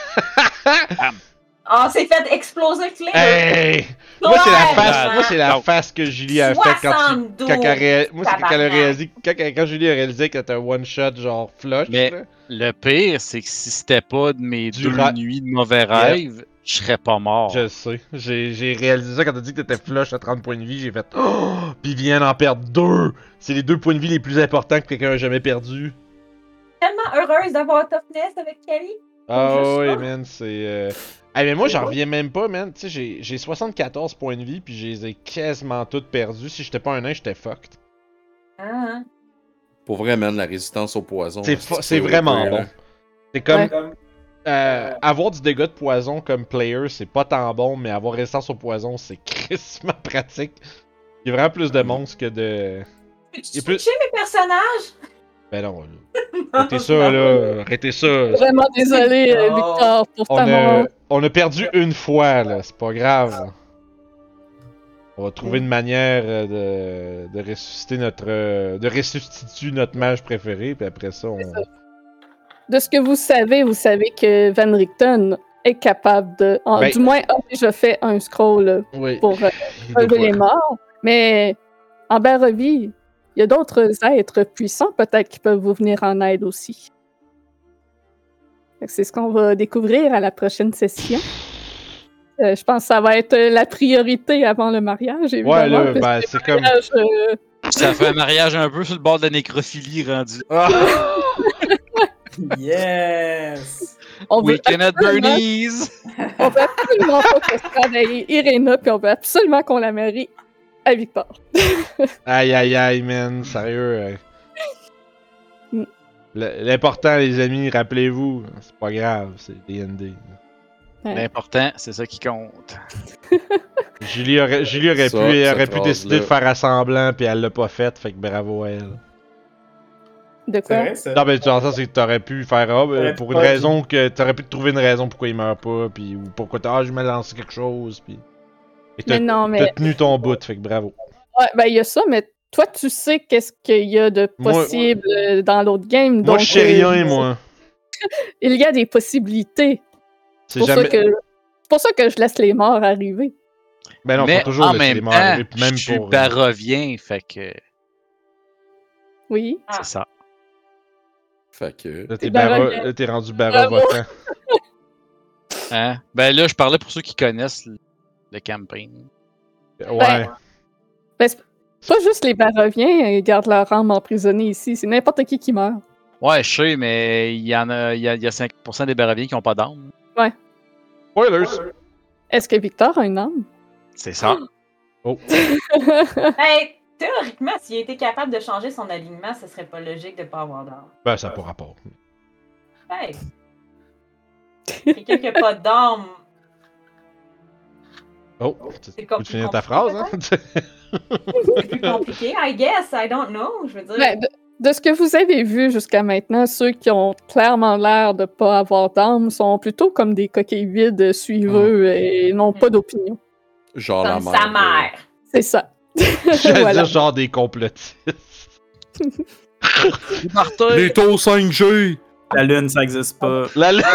On s'est fait exploser clé. Hey! Moi, c'est la face que Julie a faite quand elle a réalisé. Quand Julie a réalisé que t'étais un one shot genre flush. Mais- là. Le pire, c'est que si c'était pas de mes Du 2 nuits de mauvais rêves, je serais pas mort. Je sais. J'ai réalisé ça quand t'as dit que t'étais flush à 30 points de vie. J'ai fait oh! Puis il vient d'en perdre 2! C'est les 2 points de vie les plus importants que quelqu'un a jamais perdu. Tellement heureuse d'avoir Toughness avec Kelly. Ah Juste ouais, ça. man, c'est. Ah, mais moi, j'en reviens même pas, man. Tu sais, j'ai 74 points de vie, puis je les ai quasiment toutes perdues. Si j'étais pas un nain, j'étais fucked. Ah, Pour vrai, man, la résistance au poison. C'est vraiment OP, bon. là. C'est comme. Ouais. Avoir du dégât de poison comme player, c'est pas tant bon, mais avoir résistance au poison, c'est crissement pratique. Il y a vraiment plus de monstres que de. peux-tu Il peut- switcher mes personnages? Ben non, là. Arrêtez ça, là. Arrêtez ça. Vraiment désolé, Non. Victor, pour On ta mort. on a perdu une fois, là. C'est pas grave. On va trouver une manière de ressusciter de ressusciter notre mage préféré, puis après ça, on. De ce que vous savez que Van Richten est capable de... Ben- du moins, a déjà fait un scroll Oui. pour relever les morts. Mais en Barovie, il y a d'autres êtres puissants peut-être qui peuvent vous venir en aide aussi. Fait que c'est ce qu'on va découvrir à la prochaine session. Je pense que ça va être la priorité avant le mariage, évidemment. Ouais, là, parce ben, que c'est le comme. mariage, Ça fait un mariage un peu sur le bord de la nécrophilie rendu. Ah! Yes! on veut We cannot absolument- Bernies! On veut absolument pas que Strad ait Irena, puis on veut absolument qu'on la marie à Victor. Aïe, aïe, aïe, man, sérieux. Mm. L'important, les amis, rappelez-vous, c'est pas grave, c'est D&D. L'important, c'est ça qui compte. Julie aurait Ça, pu, cette aurait pu phrase-là. décider de faire assemblant, puis elle l'a pas fait, fait que bravo à elle. De C'est quoi? vrai, ça? Non, mais tu vois, ça, c'est que t'aurais pu faire T'aurais pour pu une pas raison que. T'aurais pu te trouver une raison pourquoi il meurt pas, puis ou pourquoi je vais lancer quelque chose, puis. Et Mais non, mais. t'as tenu ton bout, fait que bravo. Ouais, ben, il y a ça, mais toi, tu sais qu'est-ce qu'il y a de Moi- possible dans l'autre game. Moi, donc, je sais rien, moi. Il y a des possibilités. C'est C'est jamais. pour ça que je laisse les morts arriver. Ben non, Mais faut toujours en laisser les même morts temps, arriver, puis même je suis pour. barovien, fait que Oui. Ah. c'est ça. Fait que. Là, t'es Barovien. là, t'es rendu Barra votant. Hein? Ben là, je parlais pour ceux qui connaissent le campaign. Ouais. Ben, c'est pas juste les Baroviens, ils gardent leur âme emprisonnée ici. C'est n'importe qui meurt. Ouais, je sais, mais il y a 5% des baroviens qui n'ont pas d'âme. Spoilers! Est-ce que Victor a une âme? C'est ça. Oh. Ben, théoriquement, s'il était capable de changer son alignement, ce serait pas logique de pas avoir d'âme. Ben, ça n'a pas rapport. Hey! Quelqu'un qui a pas d'âme. Oh, tu C'est peux finir ta phrase, hein? C'est plus compliqué, I guess. I don't know. Je veux dire. Ben, de ce que vous avez vu jusqu'à maintenant, ceux qui ont clairement l'air de pas avoir d'âme sont plutôt comme des coquilles vides suiveux et n'ont pas d'opinion. Genre la comme mère. sa mère. C'est ça. J'allais Voilà. dire genre des complotistes. Martin! Les taux 5G! La lune, ça existe pas. La La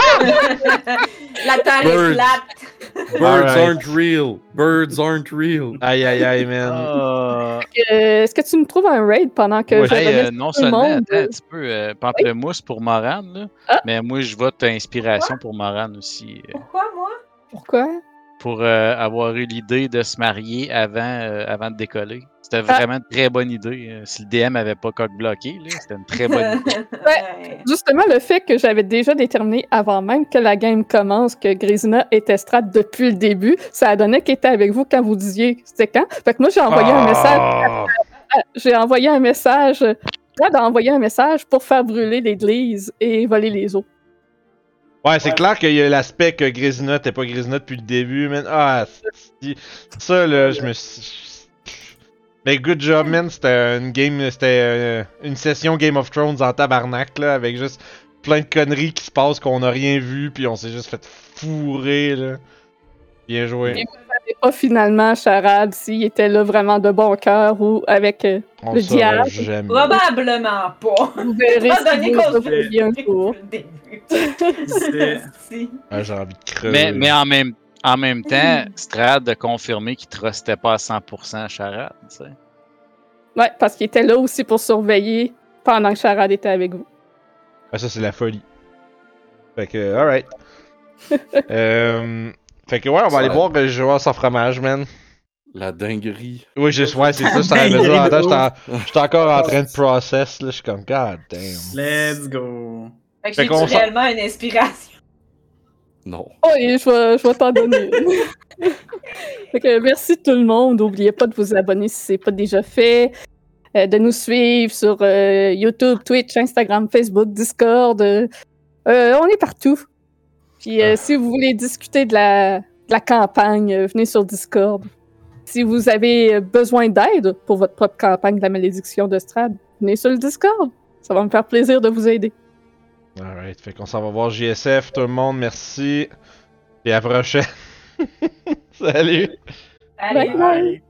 terre Birds. est plate. Birds Alright. aren't real! Birds aren't real! Aïe aïe aïe, man. Est-ce que tu me trouves un raid pendant que Ouais, je remercie non tout le seulement, monde? attends un petit peu, pamplemousse pour Moran, là, Ah. mais moi je vote inspiration pour Moran aussi. Pourquoi, moi? Pourquoi? Pour avoir eu l'idée de se marier avant de décoller. C'était vraiment une très bonne idée. Si le DM avait pas coq-bloqué, là, c'était une très bonne idée. Ouais. Justement, le fait que j'avais déjà déterminé avant même que la game commence que Grisina était strat depuis le début, ça a donné qu'elle était avec vous quand vous disiez c'était quand. Fait que moi, j'ai envoyé un message. Ah! J'ai envoyé un message. Strad a envoyé un message pour faire brûler l'église et voler les eaux. Ouais, c'est clair qu'il y a l'aspect que Grisina t'es pas Grisina depuis le début, man. Ah, ça là, je me suis. Mais good job, man. C'était une session Game of Thrones en tabarnak, là, avec juste plein de conneries qui se passent qu'on a rien vu, puis on s'est juste fait fourrer, là. Bien joué. Et Et pas finalement Charade s'il était là vraiment de bon cœur ou avec On le saura diable. jamais. Probablement pas. Vous verrez Pas ce donné qui qu'on vous se revient un jour. depuis le début. Si. Ah, j'ai envie de crever. Mais en même temps, Strad a confirmé qu'il trustait pas à 100% Charade, tu sais. Ouais, parce qu'il était là aussi pour surveiller pendant que Charade était avec vous. Ah, ça, c'est la folie. Fait que, alright. Fait que, ouais, on va aller voir le joueur sans fromage, man. La dinguerie. Oui, ouais, c'est ça, je t'en avais dit. Attends, j'étais encore en train de process, là. Je suis comme, god damn. Let's go. Fait que Fait j'ai-tu qu'on réellement une inspiration? Non. Oh, et je vais t'en donner une. Fait que merci tout le monde. N'oubliez pas de vous abonner si ce n'est pas déjà fait. De nous suivre sur YouTube, Twitch, Instagram, Facebook, Discord. On est partout. Puis si vous voulez discuter de la campagne, venez sur Discord. Si vous avez besoin d'aide pour votre propre campagne de la malédiction de Strad, venez sur le Discord. Ça va me faire plaisir de vous aider. Alright, fait qu'on s'en va voir JSF, tout le monde, merci. Et à la prochaine. Salut! Allez. Bye bye.